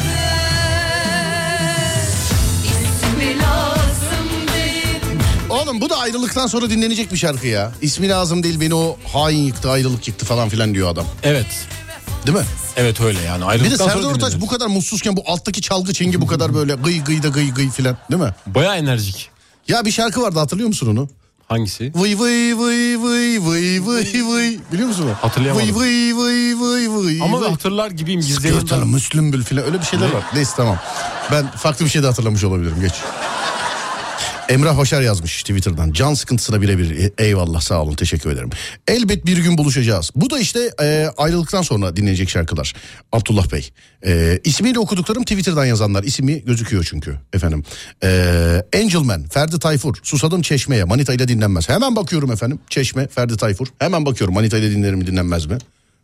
İsmi lazım değil. Oğlum bu da ayrılıktan sonra dinlenecek bir şarkı ya. İsmi lazım değil, beni o hain yıktı, ayrılık yıktı falan filan diyor adam. Evet. Değil mi? Evet öyle yani. Bir de Ayrılıktan Serdar sonra Ortaç dinlenir. bu kadar mutsuzken bu alttaki çalgı çengi bu kadar böyle gıy gıy da gıy gıy filan, değil mi? Bayağı enerjik. Ya bir şarkı vardı, hatırlıyor musun onu? Hangisi? Vıy vıy vıy vıy vıy vıy vıy. Biliyor musun onu? Hatırlayamadım. Vıy vıy vıy vıy vıy. Ama vıy. hatırlar gibiyim. Skırtalı Gizleyelim. Müslüm Bül filan, öyle bir şeyler Ne? var. Neyse tamam. Ben farklı bir şey de hatırlamış olabilirim, geç. Emrah Başar yazmış Twitter'dan. Can sıkıntısına birebir. E- Eyvallah, sağ olun, teşekkür ederim. Elbet bir gün buluşacağız. Bu da işte e, ayrılıktan sonra dinlenecek şarkılar. Abdullah Bey. E, ismiyle okuduklarım Twitter'dan yazanlar. İsmi gözüküyor çünkü efendim. E, Angelman, Ferdi Tayfur. Susadım Çeşme'ye, Manita ile dinlenmez. Hemen bakıyorum efendim. Çeşme, Ferdi Tayfur. Hemen bakıyorum, Manita ile dinlenir mi dinlenmez mi?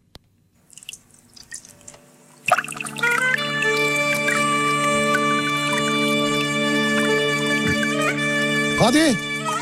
Hadi.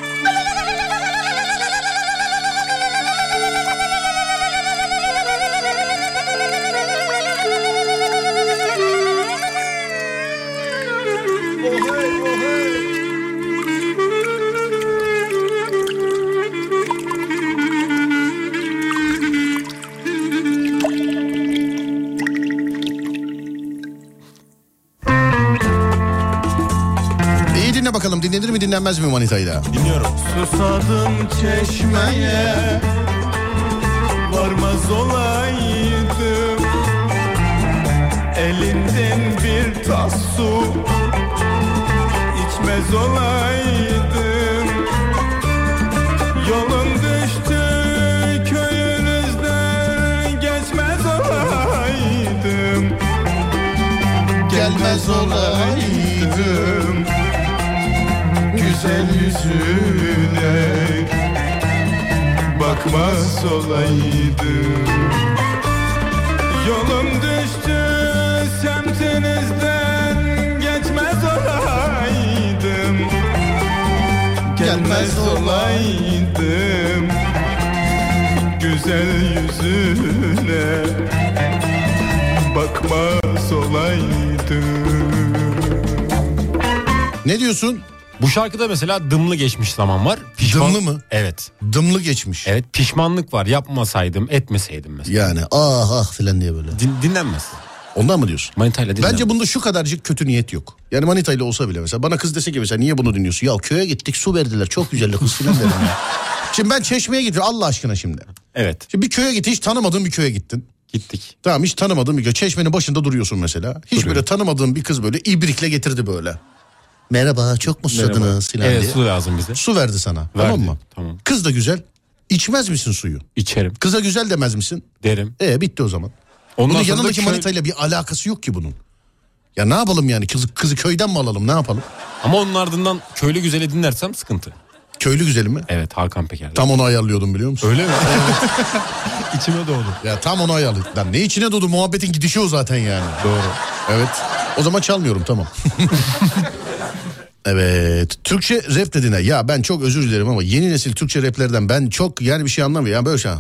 İyi dinle bakalım, dinlenir mi dinlenmez mi Manita'yla? Dinliyorum. Susadım çeşmeye, varmaz olaydım. Elinden bir tas su içmez olaydım. Yolun düştü köyünüzden, geçmez olaydım. Gelmez olaydım güzel yüzüne, bakmaz olaydım. Yolum düştü semtinizden, geçmez olaydım. Gelmez olaydım güzel yüzüne, bakmaz olaydım. Ne diyorsun? Bu şarkıda mesela dımlı geçmiş zaman var. Dımlı mı? Evet. Dımlı geçmiş. Evet, pişmanlık var. Yapmasaydım, etmeseydim mesela. Yani ah ah filan diye böyle. Din, dinlenmez. Ondan mı diyorsun? Manitayla dinlenmez. Bence bunda şu kadarcık kötü niyet yok. Yani manitayla olsa bile mesela bana kız dese ki mesela niye bunu dinliyorsun? Ya köye gittik, su verdiler, çok güzeldi kız filan derim ya. Şimdi ben Çeşme'ye gidiyorum Allah aşkına şimdi. Evet. Şimdi bir köye gittin, hiç tanımadığın bir köye gittin. Gittik. Tamam, hiç tanımadığın bir köy. Çeşmenin başında duruyorsun mesela. Hiç Duruyorum. böyle tanımadığın bir kız böyle ibrikle getirdi böyle. Merhaba, çok mu susadınız filan Evet, diye. su lazım bize. Su verdi sana. Verdi, Tamam mı? tamam. Kız da güzel. İçmez misin suyu? İçerim. Kıza güzel demez misin? Derim. E bitti o zaman. Ondan Bunun sonra da yanındaki köy- manitayla bir alakası yok ki bunun. Ya ne yapalım yani, kızı, kızı köyden mi alalım, ne yapalım? Ama onun ardından köylü güzeli dinlersem sıkıntı. Köylü güzeli mi? Evet, Hakan Peker. Tam onu ayarlıyordum biliyor musun? Öyle mi? İçime doğdu. Ya tam onu ayarladım. Lan ne içine doğdu, muhabbetin gidişi o zaten yani. Doğru. Evet. O zaman çalmıyorum, tamam. Evet. Türkçe rap dediğine ya ben çok özür dilerim ama yeni nesil Türkçe raplerden ben çok yani bir şey anlamıyorum. Yani böyle şey.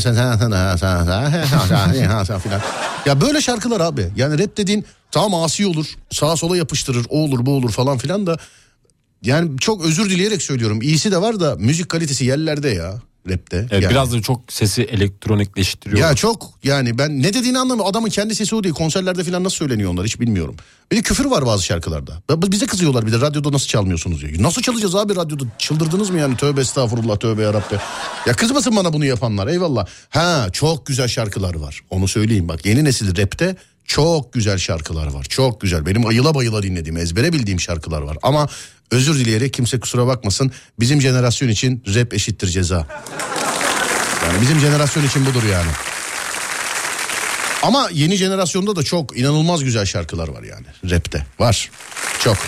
Filan. Ya böyle şarkılar abi. Yani rap dediğin tamam asi olur. Sağa sola yapıştırır. O olur bu olur falan filan da. Yani çok özür dileyerek söylüyorum. İyisi de var da müzik kalitesi yerlerde ya. Rapte. Evet, yani. biraz da çok sesi elektronikleştiriyor. Ya çok yani ben ne dediğini anlamıyorum. Adamın kendi sesi o değil. Konserlerde falan nasıl söyleniyor onlar hiç bilmiyorum. Bir de küfür var bazı şarkılarda. Bize kızıyorlar bir de, radyoda nasıl çalmıyorsunuz diyor. Nasıl çalacağız abi radyoda? Çıldırdınız mı yani? Tövbe estağfurullah, tövbe yarabbi. Ya kızmasın bana bunu yapanlar, eyvallah. Ha çok güzel şarkılar var. Onu söyleyeyim bak, yeni nesil rapte Çok güzel şarkılar var. Çok güzel. Benim ayıla bayıla dinlediğim, ezbere bildiğim şarkılar var. Ama özür dileyerek kimse kusura bakmasın. Bizim jenerasyon için rap eşittir ceza. Yani bizim jenerasyon için budur yani. Ama yeni jenerasyonda da çok inanılmaz güzel şarkılar var yani. Rap'te var. Çok.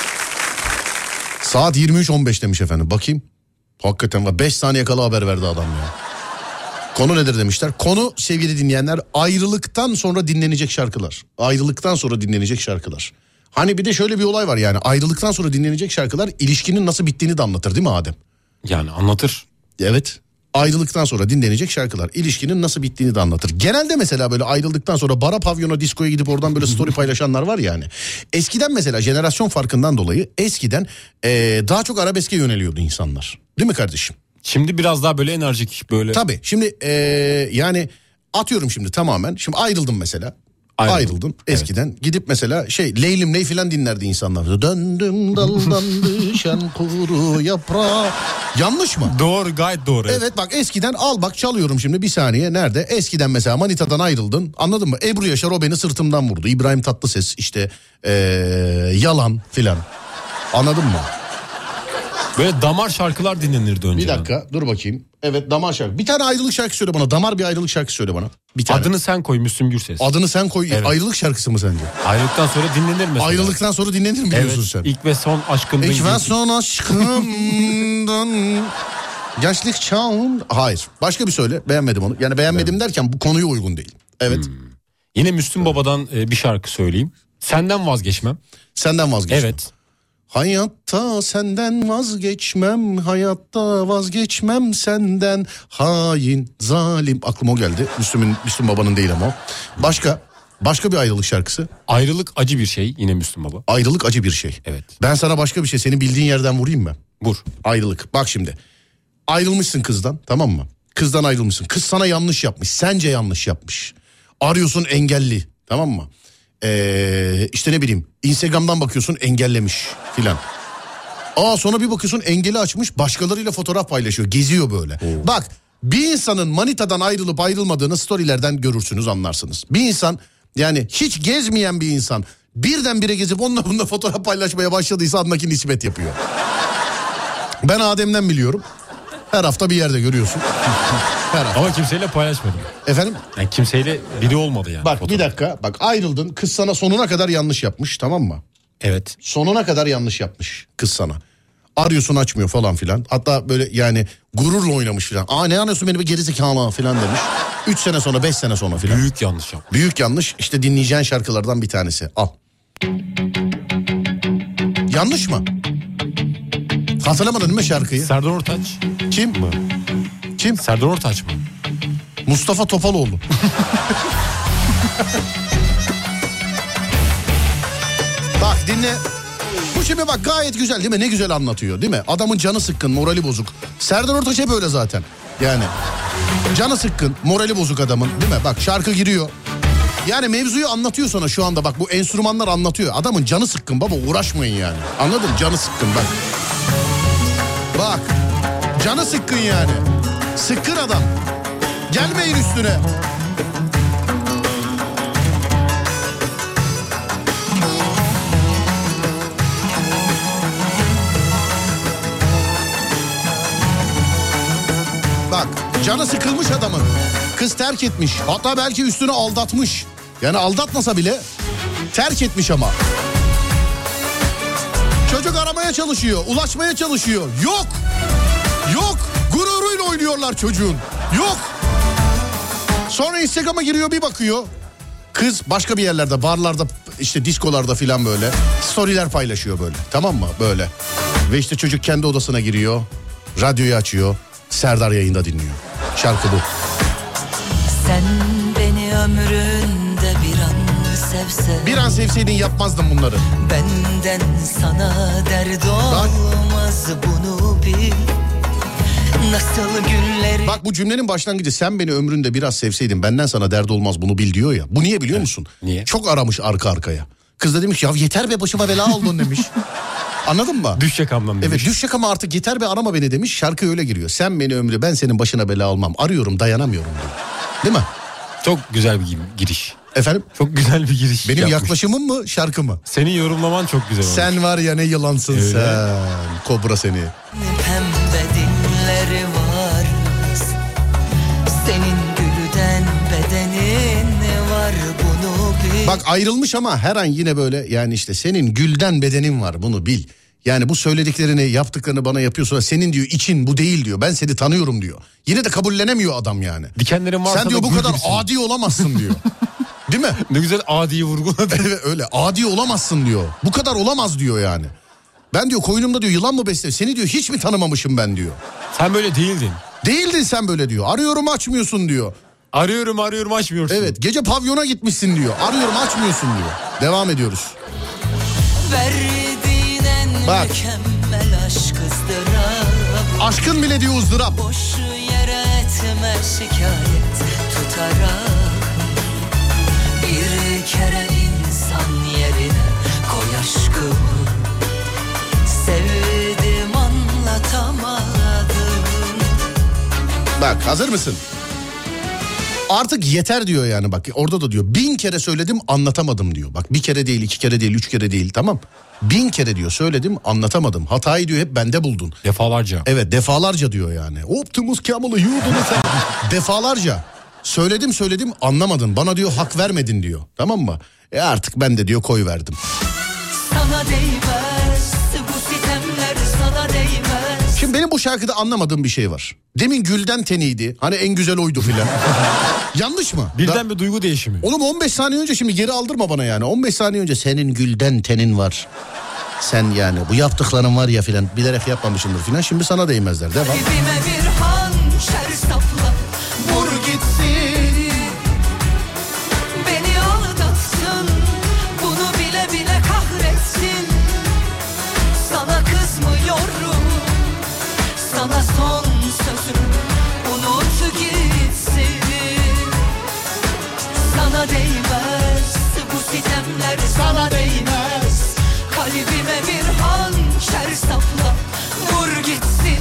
Saat yirmi üç on beş demiş efendim. Bakayım. Hakikaten var. beş saniye kala haber verdi adam ya. Konu nedir demişler. Konu sevgili dinleyenler, ayrılıktan sonra dinlenecek şarkılar. Ayrılıktan sonra dinlenecek şarkılar. Hani bir de şöyle bir olay var yani. Ayrılıktan sonra dinlenecek şarkılar ilişkinin nasıl bittiğini de anlatır değil mi Adem? Yani anlatır. Evet. Ayrılıktan sonra dinlenecek şarkılar ilişkinin nasıl bittiğini de anlatır. Genelde mesela böyle ayrıldıktan sonra bara, pavyona, diskoya gidip oradan böyle story paylaşanlar var yani. Eskiden mesela jenerasyon farkından dolayı eskiden ee, daha çok arabeske yöneliyordu insanlar. Değil mi kardeşim? Şimdi biraz daha böyle enerjik böyle. Tabii şimdi ee, yani atıyorum şimdi tamamen. Şimdi ayrıldım mesela. Ayrıldım. Ayrıldın eskiden evet. Gidip mesela şey Leylim Ley filan dinlerdi insanlar. Döndüm daldan düşen kuru yaprağı. Yanlış mı? Doğru, gayet doğru. Evet bak eskiden al bak çalıyorum şimdi bir saniye nerede? Eskiden mesela manitadan ayrıldın, anladın mı? Ebru Yaşar o beni sırtımdan vurdu. İbrahim Tatlıses işte ee, yalan filan. Anladın mı? Böyle damar şarkılar dinlenirdi önceden. Bir dakika dur bakayım. Evet damar şarkı. Bir tane ayrılık şarkı söyle bana. Damar bir ayrılık şarkı söyle bana. Bir tane. Adını sen koy Müslüm Gürses. Adını sen koy. Evet. Ayrılık şarkısı mı sence? Ayrılıktan sonra dinlenir mesela. Ayrılıktan sonra dinlenir mi diyorsun evet, sen? İlk ve son aşkımdan. İlk ve son aşkımdan. Gençlik çağın. Hayır. Başka bir söyle. Beğenmedim onu. Yani beğenmedim evet. Derken bu konuya uygun değil. Evet. Hmm. Yine Müslüm Baba'dan bir şarkı söyleyeyim. Senden vazgeçmem. Senden vazgeçmem. Evet. Hayatta senden vazgeçmem, hayatta vazgeçmem senden, hain, zalim. Aklıma o geldi. Müslüm'ün, Müslüm Baba'nın değil ama o. Başka, başka bir ayrılık şarkısı. Ayrılık acı bir şey, yine Müslüm Baba. Ayrılık acı bir şey. Evet. Ben sana başka bir şey, senin bildiğin yerden vurayım mı? Vur. Ayrılık. Bak şimdi. Ayrılmışsın kızdan, tamam mı? Kızdan ayrılmışsın. Kız sana yanlış yapmış, sence yanlış yapmış. Arıyorsun engelli, tamam mı? Ee, işte ne bileyim Instagram'dan bakıyorsun engellemiş filan. Aa sonra bir bakıyorsun engeli açmış, başkalarıyla fotoğraf paylaşıyor, geziyor böyle. Oo. Bak bir insanın manitadan ayrılıp ayrılmadığını storylerden görürsünüz, anlarsınız. Bir insan yani hiç gezmeyen bir insan birdenbire gezip onunla bununla fotoğraf paylaşmaya başladıysa andaki nispet yapıyor. Ben Adem'den biliyorum. Her hafta bir yerde görüyorsun. Her hafta. Ama kimseyle paylaşmadım. Efendim? Yani kimseyle biri olmadı yani. Bak fotoğraf. Bir dakika. Bak ayrıldın. Kız sana sonuna kadar yanlış yapmış, tamam mı? Evet. Sonuna kadar yanlış yapmış kız sana. Arıyorsun açmıyor falan filan. Hatta böyle yani gururla oynamış filan. Aa ne anlıyorsun beni bir gerizekalı filan demiş. Üç sene sonra beş sene sonra filan. Büyük yanlış yapmış. Büyük yanlış. İşte dinleyeceğin şarkılardan bir tanesi. Al. Yanlış mı? Hatırlamadın değil mi şarkıyı? Serdar Ortaç. Kim? Mı? Kim? Serdar Ortaç mı? Mustafa Topaloğlu. Bak dinle. Bu şimdi bak gayet güzel değil mi? Ne güzel anlatıyor değil mi? Adamın canı sıkkın, morali bozuk. Serdar Ortaç hep öyle zaten. Yani canı sıkkın, morali bozuk adamın değil mi? Bak şarkı giriyor. Yani mevzuyu anlatıyor sana şu anda, bak bu enstrümanlar anlatıyor. Adamın canı sıkkın baba, uğraşmayın yani. Anladın? Canı sıkkın bak. Bak canı sıkkın yani. Sıkkın adam. Gelmeyin üstüne. Bak canı sıkılmış adamın. Kız terk etmiş. Hatta belki üstüne aldatmış. Yani aldatmasa bile terk etmiş ama. Çocuk aramaya çalışıyor, ulaşmaya çalışıyor. Yok. Yok. Gururuyla oynuyorlar çocuğun. Yok. Sonra Instagram'a giriyor, bir bakıyor. Kız başka bir yerlerde, barlarda, işte diskolarda filan böyle storyler paylaşıyor böyle. Tamam mı? Böyle. Ve işte çocuk kendi odasına giriyor. Radyoyu açıyor. Serdar yayında dinliyor. Şarkı bu. Sen beni ömründe bir an sevsen, bir an sevseydin yapmazdın bunları. Benden sana dert olmaz, bunu bil. Nasıl günleri... Bak bu cümlenin başlangıcı, sen beni ömründe biraz sevseydin benden sana dert olmaz bunu bil diyor ya. Bu niye biliyor musun? Niye? Çok aramış arka arkaya. Kız da demiş ya yeter be, başıma bela oldun demiş. Anladın mı? Düş yakamdan demiş. Evet düş yakama artık, yeter be arama beni demiş. Şarkı öyle giriyor. Sen beni ömrü, ben senin başına bela olmam. Arıyorum, dayanamıyorum diyor. Değil mi? Çok güzel bir giriş. Efendim? Çok güzel bir giriş Benim yapmış. yaklaşımım mı şarkı mı? Senin yorumlaman çok güzel olmuş. Sen var ya ne yılansın Öyle. sen. Kobra seni. Pembe dinleri var. Senin gülden bedenin var, bunu bil. Bak ayrılmış ama her an yine böyle yani işte senin gülden bedenin var, bunu bil. Yani bu söylediklerini yaptıklarını bana yapıyorsa senin diyor için bu değil diyor. Ben seni tanıyorum diyor. Yine de kabullenemiyor adam yani. Dikenlerin varsa sen diyor da bu kadar güldürsün. adi olamazsın diyor. Değil mi? Ne güzel adiyi vurguladı. Evet öyle adi olamazsın diyor. Bu kadar olamaz diyor yani. Ben diyor koynumda diyor yılan mı besliyor? Seni diyor hiç mi tanımamışım ben diyor. Sen böyle değildin. Değildin sen böyle diyor. Arıyorum açmıyorsun diyor. Arıyorum arıyorum açmıyorsun. Evet gece pavyona gitmişsin diyor. Arıyorum açmıyorsun diyor. Devam ediyoruz. Verdiğin en Bak. mükemmel aşk ızdırap. Aşkın bile diyor ızdırap. Boş yere etme şikayet tutarak. Bir kere insan yerine koy aşkımı. Sevdim anlatamadım. Bak hazır mısın? Artık yeter diyor yani bak orada da diyor. Bin kere söyledim anlatamadım diyor. Bak bir kere değil, iki kere değil, üç kere değil tamam. Bin kere diyor söyledim anlatamadım. Hatayı diyor hep bende buldun. Defalarca. Evet defalarca diyor yani. Optimus Camel'ı yurdunu sen. Defalarca. Söyledim söyledim anlamadın. Bana diyor hak vermedin diyor. Tamam mı? E artık ben de diyor koy verdim. Sana değmez bu sitemler, sana değmez. Şimdi benim bu şarkıda anlamadığım bir şey var. Demin gülden teniydi. Hani en güzel oydu filan. Yanlış mı? Birden Da... bir duygu değişimi. Oğlum on beş saniye önce şimdi geri aldırma bana yani. on beş saniye önce senin gülden tenin var. Sen yani bu yaptıkların var ya filan bilerek yapmamışsındır filan. Şimdi sana değmezler. Devam. Dibime bir hançer sapla, vur gitsin. Beni aldatsın, bunu bile bile kahretsin. Sana kızmıyorum, sana son sözüm, unut gitsin. Sana değmez bu sitemler, sana değmez. Kalbime bir hançer sapla, vur gitsin.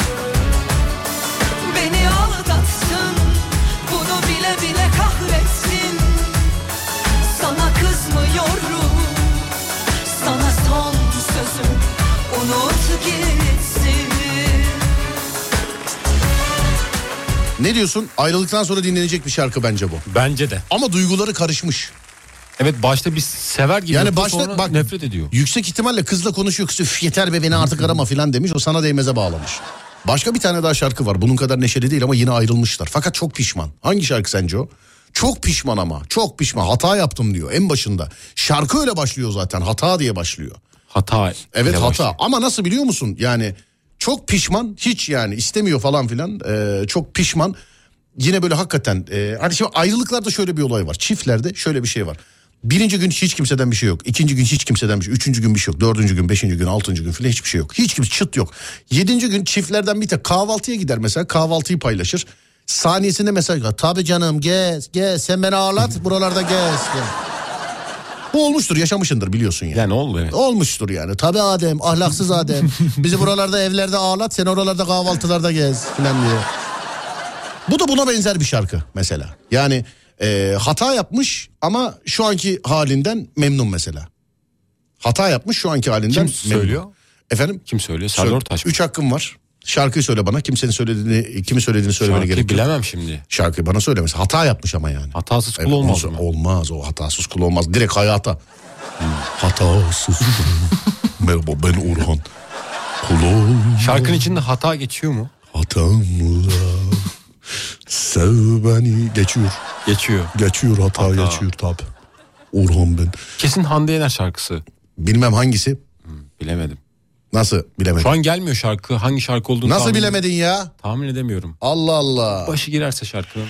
Beni aldatsın, bunu bile bile kahretsin. Sana kızmıyorum, sana son sözüm, unut gitsin. Ne diyorsun? Ayrılıktan sonra dinlenecek bir şarkı bence bu. Bence de. Ama duyguları karışmış. Evet başta bir sever gibi. Yani yapıyor, başta sonra bak nefret ediyor. Yüksek ihtimalle kızla konuşuyor. Kız "Üf, yeter be beni artık arama filan demiş. O sana değmeze bağlamış. Başka bir tane daha şarkı var. Bunun kadar neşeli değil ama yine ayrılmışlar. Fakat çok pişman. Hangi şarkı sence o? Çok pişman ama. Çok pişman. Hata yaptım diyor en başında. Şarkı öyle başlıyor zaten. Hata diye başlıyor. Hata. Evet ile hata. başlıyor. Ama nasıl biliyor musun? Yani çok pişman. Hiç yani istemiyor falan filan. Ee, çok pişman. Yine böyle hakikaten. E, hani şimdi ayrılıklarda şöyle bir olay var. Çiftlerde şöyle bir şey var. Birinci gün hiç kimseden bir şey yok. İkinci gün hiç kimseden bir şey. Üçüncü gün bir şey yok. Dördüncü gün, beşinci gün, altıncı gün falan hiçbir şey yok. Hiç kimse çıt yok. Yedinci gün çiftlerden bir tek kahvaltıya gider mesela. Kahvaltıyı paylaşır. Saniyesinde mesaj var. Tabii canım gez gez sen beni ağırlat buralarda gez. gez. Bu olmuştur yaşamışındır biliyorsun yani. Yani oldu evet. Olmuştur yani. Tabii Adem ahlaksız Adem. Bizi buralarda evlerde ağırlat sen oralarda kahvaltılarda gez falan diye. Bu da buna benzer bir şarkı mesela. Yani e, hata yapmış ama şu anki halinden memnun mesela. Hata yapmış şu anki halinden Kim memnun. söylüyor? Efendim? Kim söylüyor? Serdar Ortaç mı? Üç hakkım var. Şarkıyı söyle bana. Kimsenin söylediğini, kimi söylediğini söylemene Şarkıyı gerek yok. bilemem şimdi. Şarkıyı bana söylemez. Hata yapmış ama yani. Hatasız kul Evet, olmaz o- mı? Olmaz o hatasız kul olmaz. Direkt hayata. Hmm. Hatasız kul. Merhaba ben Orhan. Kul ol. Şarkının içinde hata geçiyor mu? Hatamla sev beni. Geçiyor. Geçiyor. Geçiyor hata, Hata. geçiyor tabi. Orhan ben. Kesin Hande Yener şarkısı. Bilmem hangisi. Bilemedim. Nasıl bilemedim? Şu an gelmiyor şarkı. Hangi şarkı olduğunu Nasıl tahmin, bilemedin ya? tahmin edemiyorum. Allah Allah. Başı girerse şarkının.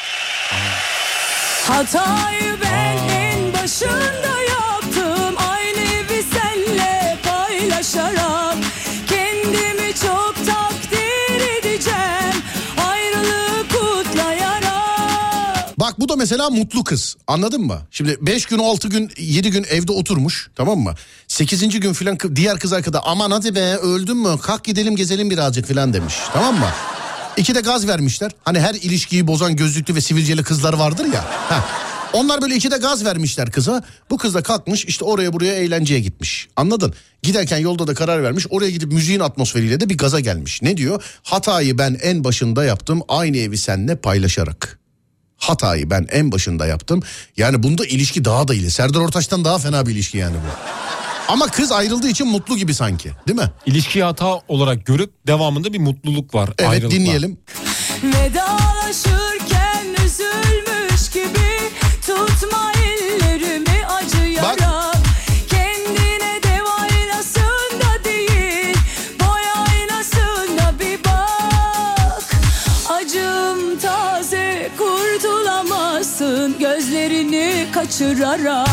Hatayı ben en başında yaptım. Aynı bir senle paylaşarak kendimi çok takdir edeceğim. Ayrılığı kutlayarak. Bak bu da mesela mutlu kız. Anladın mı? Şimdi beş gün, altı gün, yedi gün evde oturmuş. Tamam mı? sekizinci gün filan kı- diğer kız arkada aman hadi be öldün mü? Kalk gidelim gezelim birazcık filan demiş. Tamam mı? İki de gaz vermişler. Hani her ilişkiyi bozan gözlüklü ve sivilceli kızlar vardır ya. Heh. Onlar böyle ikide gaz vermişler kıza. Bu kız da kalkmış işte oraya buraya eğlenceye gitmiş. Anladın? Giderken yolda da karar vermiş. Oraya gidip müziğin atmosferiyle de bir gaza gelmiş. Ne diyor? Hatayı ben en başında yaptım. Aynı evi seninle paylaşarak. Hatayı ben en başında yaptım. Yani bunda ilişki daha da iyi. Serdar Ortaç'tan daha fena bir ilişki yani bu. Ama kız ayrıldığı için mutlu gibi sanki, değil mi? İlişkiyi hata olarak görüp devamında bir mutluluk var. Evet, ayrılık dinleyelim. Var. Vedalaşırken üzülmüş gibi tutma ellerimi acıyarak. Bak. Kendine dev aynasında değil, boy aynasında bir bak. Acım taze, kurtulamazsın gözlerini kaçırarak.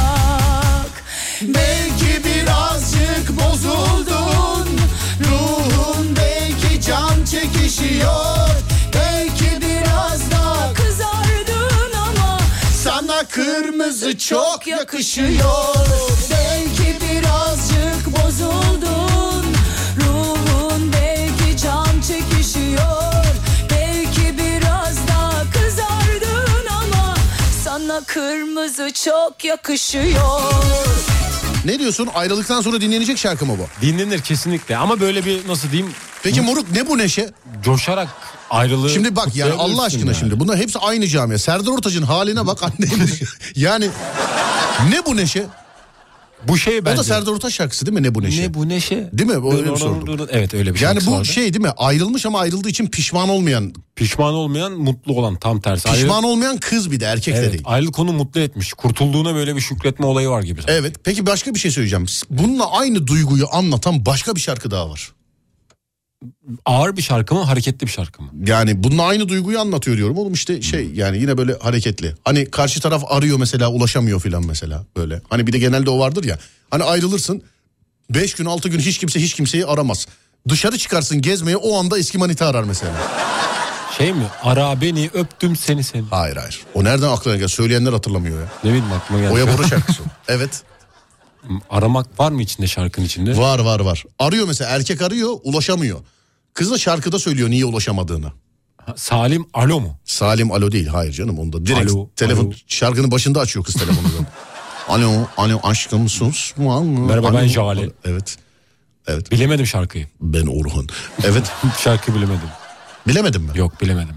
Belki birazcık bozuldun, ruhun belki can çekişiyor. Belki biraz da Kızardın ama sana kırmızı çok yakışıyor. belki birazcık bozuldun, ruhun belki can çekişiyor. Belki biraz da kızardın ama sana kırmızı çok yakışıyor. Ne diyorsun? Ayrılıktan sonra dinlenecek şarkı mı bu? Dinlenir kesinlikle ama böyle bir nasıl diyeyim... Peki moruk ne bu neşe? Coşarak ayrılığı... Şimdi bak yani Allah aşkına yani. şimdi bunlar hepsi aynı camia. Serdar Ortaç'ın haline bak anne. Yani ne bu neşe? Bu şey bence... O da Serdar Ortaç şarkısı değil mi? Ne bu neşe? Ne bu neşe? Değil mi? O öyle bir sordum. Evet öyle bir Yani şarkısı bu vardı. şey değil mi? Ayrılmış ama ayrıldığı için pişman olmayan. Pişman olmayan, mutlu olan, tam tersi. Pişman Ayrılık... olmayan kız bir de erkek de Evet, değil. ayrılık onu mutlu etmiş. Kurtulduğuna böyle bir şükretme olayı var gibi. Evet. Peki başka bir şey söyleyeceğim. Bununla aynı duyguyu anlatan başka bir şarkı daha var. Ağır bir şarkı mı, hareketli bir şarkı mı? Yani bununla aynı duyguyu anlatıyor diyorum oğlum işte şey yani yine böyle hareketli. Hani karşı taraf arıyor mesela ulaşamıyor filan mesela böyle. Hani bir de genelde o vardır ya. Hani ayrılırsın beş gün altı gün hiç kimse hiç kimseyi aramaz. Dışarı çıkarsın gezmeye o anda eski manita arar mesela. Şey mi? Ara beni öptüm seni seni. Hayır hayır. O nereden aklına geldi? Söyleyenler hatırlamıyor ya. Ne bileyim aklıma geldi. Oya Bora şarkısı. Evet. Aramak var mı içinde, şarkının içinde? Var var var. Arıyor mesela erkek arıyor ulaşamıyor. Kız da şarkıda söylüyor niye ulaşamadığını. Ha, Salim alo mu? Salim alo değil hayır canım onda. Direkt Alo, telefon alo. şarkının başında açıyor kız telefonu. Alo alo aşkım sus. Merhaba, ben Jale. Evet. Evet. Bilemedim şarkıyı. Ben Orhun. Evet. Şarkıyı bilemedim. Bilemedim mi? Yok bilemedim.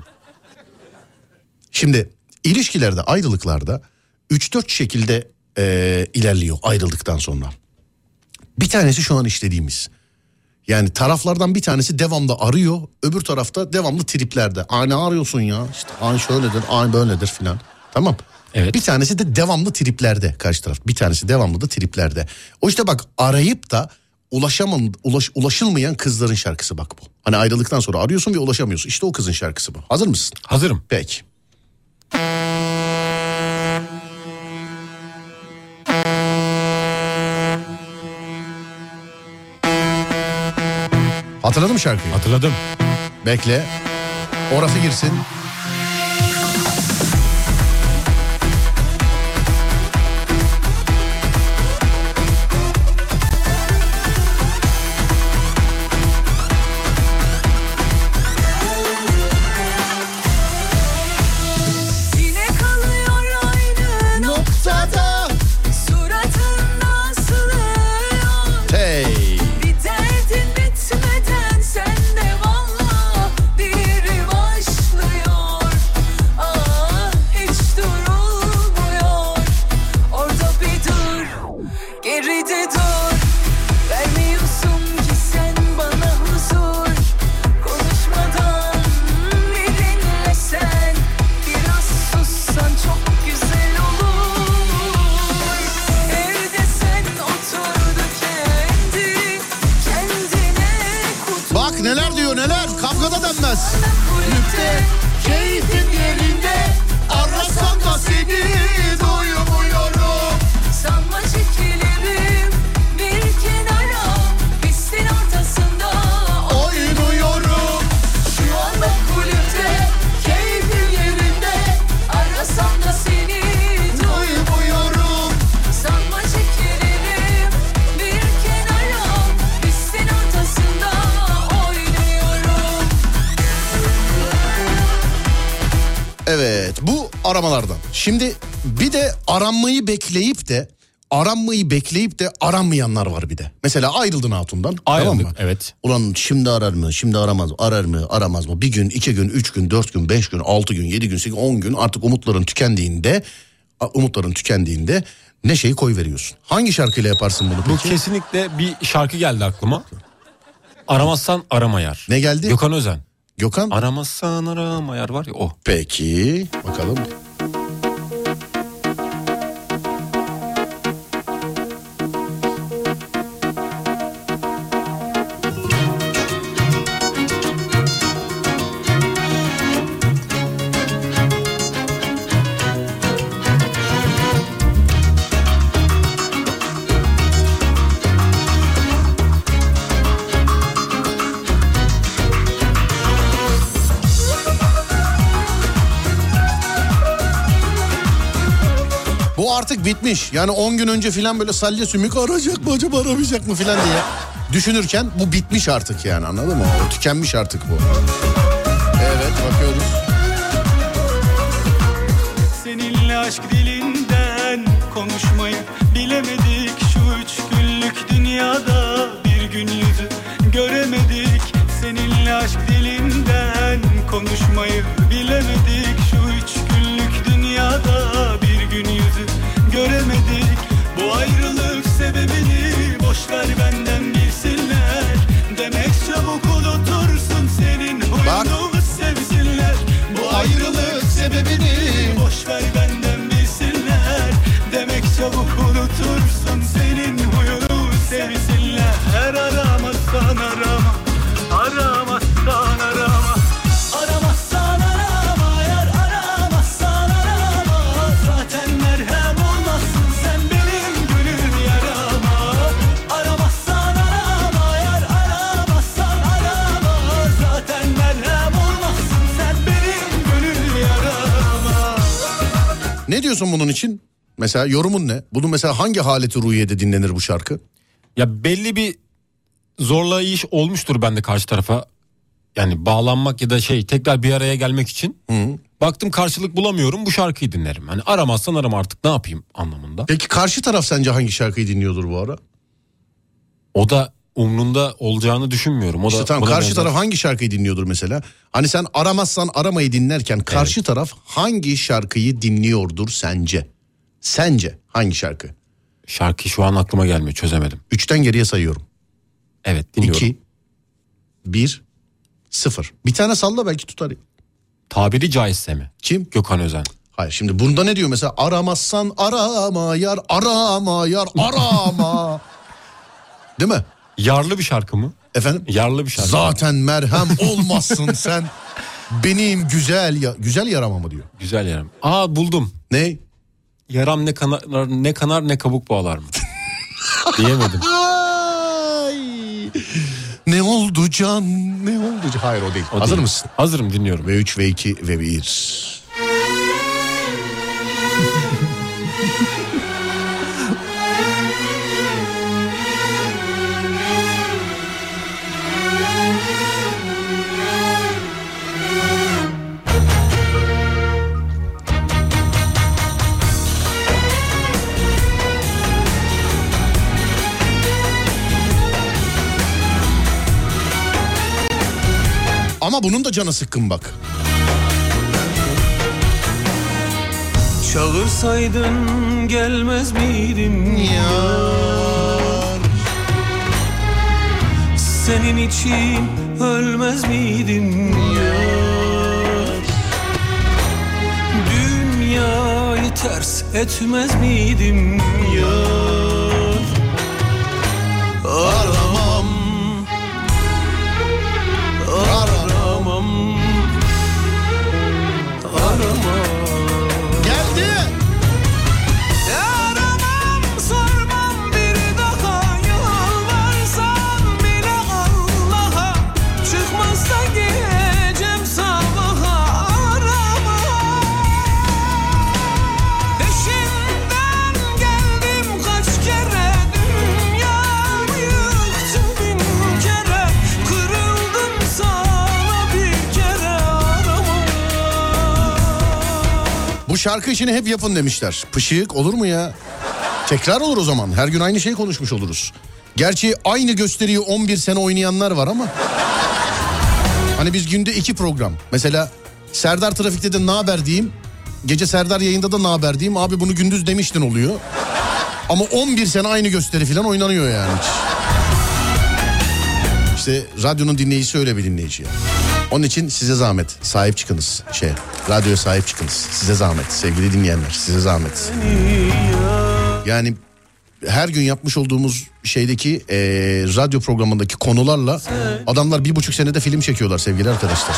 Şimdi ilişkilerde ayrılıklarda üç dört şekilde e, ilerliyor ayrıldıktan sonra. Bir tanesi şu an işlediğimiz. Yani taraflardan bir tanesi devamlı arıyor. Öbür tarafta devamlı triplerde. Aa ne arıyorsun ya? İşte ay şöyledir, ay böyledir filan. Tamam. Evet. Bir tanesi de devamlı triplerde karşı taraf. Bir tanesi devamlı da triplerde. O işte bak arayıp da ulaşamam, ulaş, ulaşılmayan kızların şarkısı bak bu. Hani ayrılıktan sonra arıyorsun ve ulaşamıyorsun. İşte o kızın şarkısı bu. Hazır mısın? Hazırım. Peki. Hatırladın mı şarkıyı? Hatırladım. Bekle. Orası girsin. Yine kalıyor aynı noktada suratında asılıyor. Hey. Bir derdin bitmeden sende valla biri başlıyor. Ah hiç durulmuyor. Orada bir dur, geride dur. Vermiyorsun ki sen bana huzur. Konuşmadan bir dinlesen, biraz sussan çok güzel olur. Evde sen oturdu kendi kendine kutu. Bak neler diyor neler. Kavgada denmez. Kulüpte keyfin yerinde, arasam da seni duymuyorum. sanma çekilirim bir kenara, pistin ortasında Oynuyorum şu anda kulüpte keyfin yerinde, arasam da seni duymuyorum. sanma çekilirim bir kenara, pistin ortasında oynuyorum. Evet bu aramalardan. Şimdi Bir de aranmayı bekleyip de aranmayı bekleyip de aranmayanlar var bir de. Mesela ayrıldın hatundan. Ayrıldık, tamam mı? evet. Ulan şimdi arar mı? Şimdi aramaz mı? Arar mı? Aramaz mı? Bir gün, iki gün, üç gün, dört gün, beş gün, altı gün, yedi gün, sekiz, on gün artık umutların tükendiğinde umutların tükendiğinde neşeyi koyveriyorsun. Hangi şarkıyla yaparsın bunu Bu peki? kesinlikle bir şarkı geldi aklıma. Aramazsan aramayar. Ne geldi? Gökhan Özen. Gökhan? Aramazsan aramayar var ya o. Peki bakalım. Bu artık bitmiş. Yani on gün önce filan böyle salya sümük arayacak mı acaba aramayacak mı filan diye düşünürken bu bitmiş artık yani, anladın mı? O tükenmiş artık bu. Evet, bakıyoruz. Seninle aşk dilinden konuşmayı bilemedik. Şu üç günlük dünyada bir gün yüzü göremedik. Seninle aşk dilinden konuşmayı bilemedik. Şu üç günlük dünyada bir gün yüzü göremedik. Bu ayrılık sebebini boşver benden bilsinler. Demek çabuk unutursun, senin huyunu sevsinler. Bu ayrılık sebebini boşver benden bilsinler. Demek çabuk unutursun, senin huyunu sevsinler. Her aramazsan arama, aramazsan arama. Aramazsan arama, yar aramazsan arama. Zaten merhem olmazsın sen benim gönül yarama. Aramazsan arama, yar aramazsan arama. Zaten merhem olmazsın sen benim gönül yarama. Ne diyorsun bunun için? Mesela yorumun ne? Bunun mesela hangi haleti ruhiyede dinlenir bu şarkı? Ya belli bir zorlayış olmuştur bende karşı tarafa. Yani bağlanmak ya da şey tekrar bir araya gelmek için. Hı. Baktım karşılık bulamıyorum, bu şarkıyı dinlerim. Hani aramazsan arama artık, ne yapayım anlamında. Peki karşı taraf sence hangi şarkıyı dinliyordur bu ara? O da umrunda olacağını düşünmüyorum. O İşte da tamam, buna karşı benzer. taraf hangi şarkıyı dinliyordur mesela? Hani sen aramazsan aramayı dinlerken karşı Evet. taraf hangi şarkıyı dinliyordur sence? Sence hangi şarkı? Şarkı şu an aklıma gelmiyor, çözemedim. Üçten geriye sayıyorum. Evet, dinliyorum. İki, bir, sıfır. Bir tane salla, belki tutar. Tabiri caizse mi? Kim? Gökhan Özen. Hayır, şimdi bunda ne diyor mesela? Aramazsan arama yar, arama yar, arama. Değil mi? Yarlı bir şarkı mı? Efendim? Yarlı bir şarkı. Zaten merhem olmazsın sen benim güzel ya güzel yarama mı diyor? Güzel yaram. Aa, buldum. Ne? Yaram ne kanar ne kanar ne kabuk bağlar mı? Diyemedim. Ay, ne oldu can, ne oldu can? Hayır, o değil. O Hazır değil. mısın? Hazırım, dinliyorum. Ve üç ve iki ve bir. Ama bunun da canı sıkkın bak. Çağırsaydın gelmez miydim yar? Senin için ölmez miydim yar? Dünyayı ters etmez miydim yar? Aramam, aramam, aramam. Geldi. Aramam, sormam bir daha, yalvarsam bile Allah'a. Çıkmazsa gecem sabaha, aramam. Peşinden geldim kaç şarkı işini hep yapın demişler. Pışık olur mu ya? Tekrar olur o zaman. Her gün aynı şeyi konuşmuş oluruz. Gerçi aynı gösteriyi on bir sene oynayanlar var ama. Hani biz günde iki program. Mesela Serdar Trafik'te de ne haber diyeyim. Gece Serdar yayında da ne haber diyeyim. Abi bunu gündüz demiştin oluyor. Ama on bir sene aynı gösteri falan oynanıyor yani. İşte radyonun dinleyicisi öyle bir dinleyici ya. Onun için size zahmet. Sahip çıkınız. Şey, radyoya sahip çıkınız. Size zahmet sevgili dinleyenler. Size zahmet. Yani her gün yapmış olduğumuz şeydeki e, radyo programındaki konularla adamlar bir buçuk senede film çekiyorlar sevgili arkadaşlar.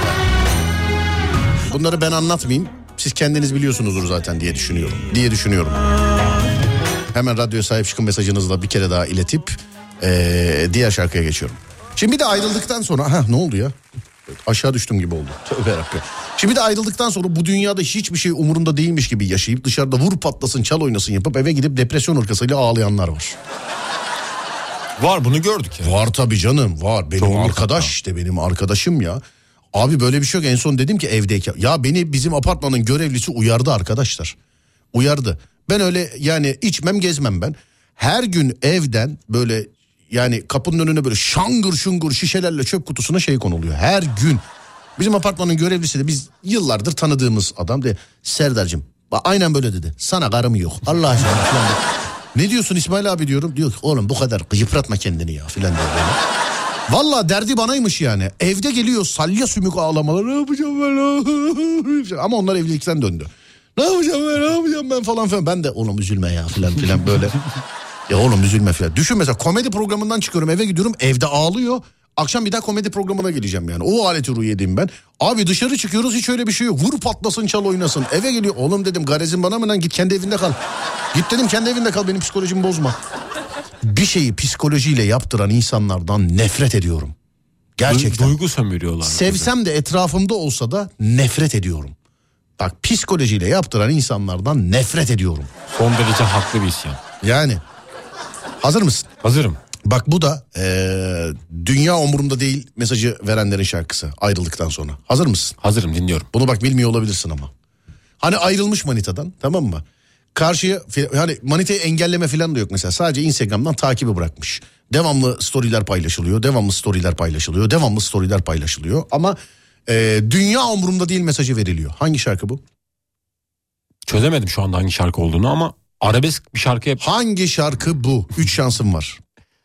Bunları ben anlatmayayım. Siz kendiniz biliyorsunuzdur zaten diye düşünüyorum. Diye düşünüyorum. Hemen radyoya sahip çıkın mesajınızı da bir kere daha iletip e, diğer şarkıya geçiyorum. Şimdi bir de ayrıldıktan sonra... Ha ne oldu ya? Aşağı düştüm gibi oldu. Tövbe yarabbim. Şimdi de ayrıldıktan sonra bu dünyada hiçbir şey umurunda değilmiş gibi yaşayıp dışarıda vur patlasın çal oynasın yapıp eve gidip depresyon hırkasıyla ağlayanlar var. Var, bunu gördük ya. Var tabii canım, var. Benim Çoğunluk arkadaş hatta. işte benim arkadaşım ya. Abi böyle bir şey yok. En son dedim ki evdeyken. Ya beni bizim apartmanın görevlisi uyardı arkadaşlar. Uyardı. Ben öyle yani içmem gezmem ben. Her gün evden böyle yani kapının önüne böyle şangır şungur şişelerle çöp kutusuna şey konuluyor. Her gün. Bizim apartmanın görevlisi de biz yıllardır tanıdığımız adam de Serdar'cığım aynen böyle dedi. Sana karım yok. Allah aşkına falan. Ne diyorsun İsmail abi diyorum. Diyor ki oğlum bu kadar yıpratma kendini ya filan diyor böyle. Valla derdi banaymış yani. Evde geliyor salya sümük ağlamalar. Ne yapacağım ben? Ama onlar evlilikten döndü. Ne yapacağım ben? Ne yapacağım ben falan filan. Ben de oğlum üzülme ya filan filan böyle. Ya oğlum üzülme filan. Düşün mesela komedi programından çıkıyorum eve gidiyorum evde ağlıyor. Akşam bir daha komedi programına geleceğim yani. O aleti ruh yedim ben. Abi dışarı çıkıyoruz hiç öyle bir şey yok. Vur patlasın çal oynasın. Eve geliyor. Oğlum dedim garezin bana mı lan git kendi evinde kal. Git dedim kendi evinde kal benim psikolojimi bozma. Bir şeyi psikolojiyle yaptıran insanlardan nefret ediyorum. Gerçekten. Duygu sömürüyorlar. Sevsem de etrafımda olsa da nefret ediyorum. Bak psikolojiyle yaptıran insanlardan nefret ediyorum. Son derece haklı bir isyan. Yani. Hazır mısın? Hazırım. Bak bu da ee, dünya umurumda değil mesajı verenlerin şarkısı ayrıldıktan sonra. Hazır mısın? Hazırım, dinliyorum. Bunu bak bilmiyor olabilirsin ama. Hani ayrılmış manitadan, tamam mı? Karşıya hani manitayı engelleme falan da yok mesela. Sadece Instagram'dan takibi bırakmış. Devamlı storyler paylaşılıyor. Devamlı storyler paylaşılıyor. Devamlı storyler paylaşılıyor. Ama ee, dünya umurumda değil mesajı veriliyor. Hangi şarkı bu? Çözemedim şu anda hangi şarkı olduğunu ama arabesk bir şarkı yap. Hangi şarkı bu? Üç şansım var.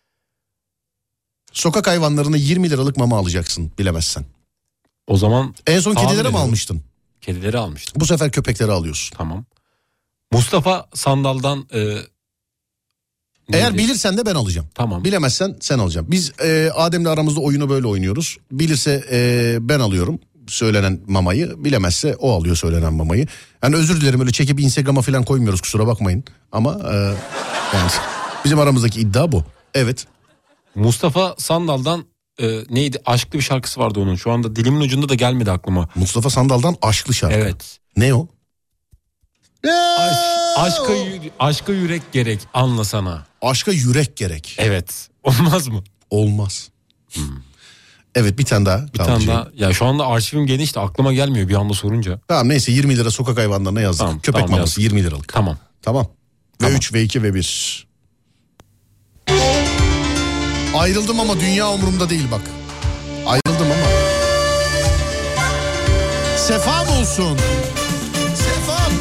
Sokak hayvanlarına yirmi liralık mama alacaksın bilemezsen. O zaman... En son kedilere mi ediyorum. almıştın? Kedileri almıştım. Bu sefer köpekleri alıyorsun. Tamam. Mustafa Sandal'dan... E, Eğer bilirsen de ben alacağım. Tamam. Bilemezsen sen alacaksın. Biz e, Adem'le aramızda oyunu böyle oynuyoruz. Bilirse e, ben alıyorum söylenen mamayı. Bilemezse o alıyor söylenen mamayı. Yani özür dilerim öyle çekip Instagram'a falan koymuyoruz kusura bakmayın. Ama e, yani bizim aramızdaki iddia bu. Evet. Mustafa Sandal'dan e, neydi? Aşklı bir şarkısı vardı onun. Şu anda dilimin ucunda da gelmedi aklıma. Mustafa Sandal'dan aşklı şarkı. Evet. Ne o? Aş, aşka, aşka yürek gerek anlasana. Aşka yürek gerek. Evet. Olmaz mı? Olmaz. Hmm. Evet bir tane daha. Bir tane daha. Ya şu anda arşivim geniş de aklıma gelmiyor bir anda sorunca. Tamam neyse yirmi lira sokak hayvanlarına yazdık. Tamam, Köpek tamam, maması yazdık. yirmi liralık. Tamam. Tamam. Tamam. Ve üç ve iki ve bir. Ayrıldım ama dünya umurumda değil bak. Ayrıldım ama. Sefam olsun. Sefam.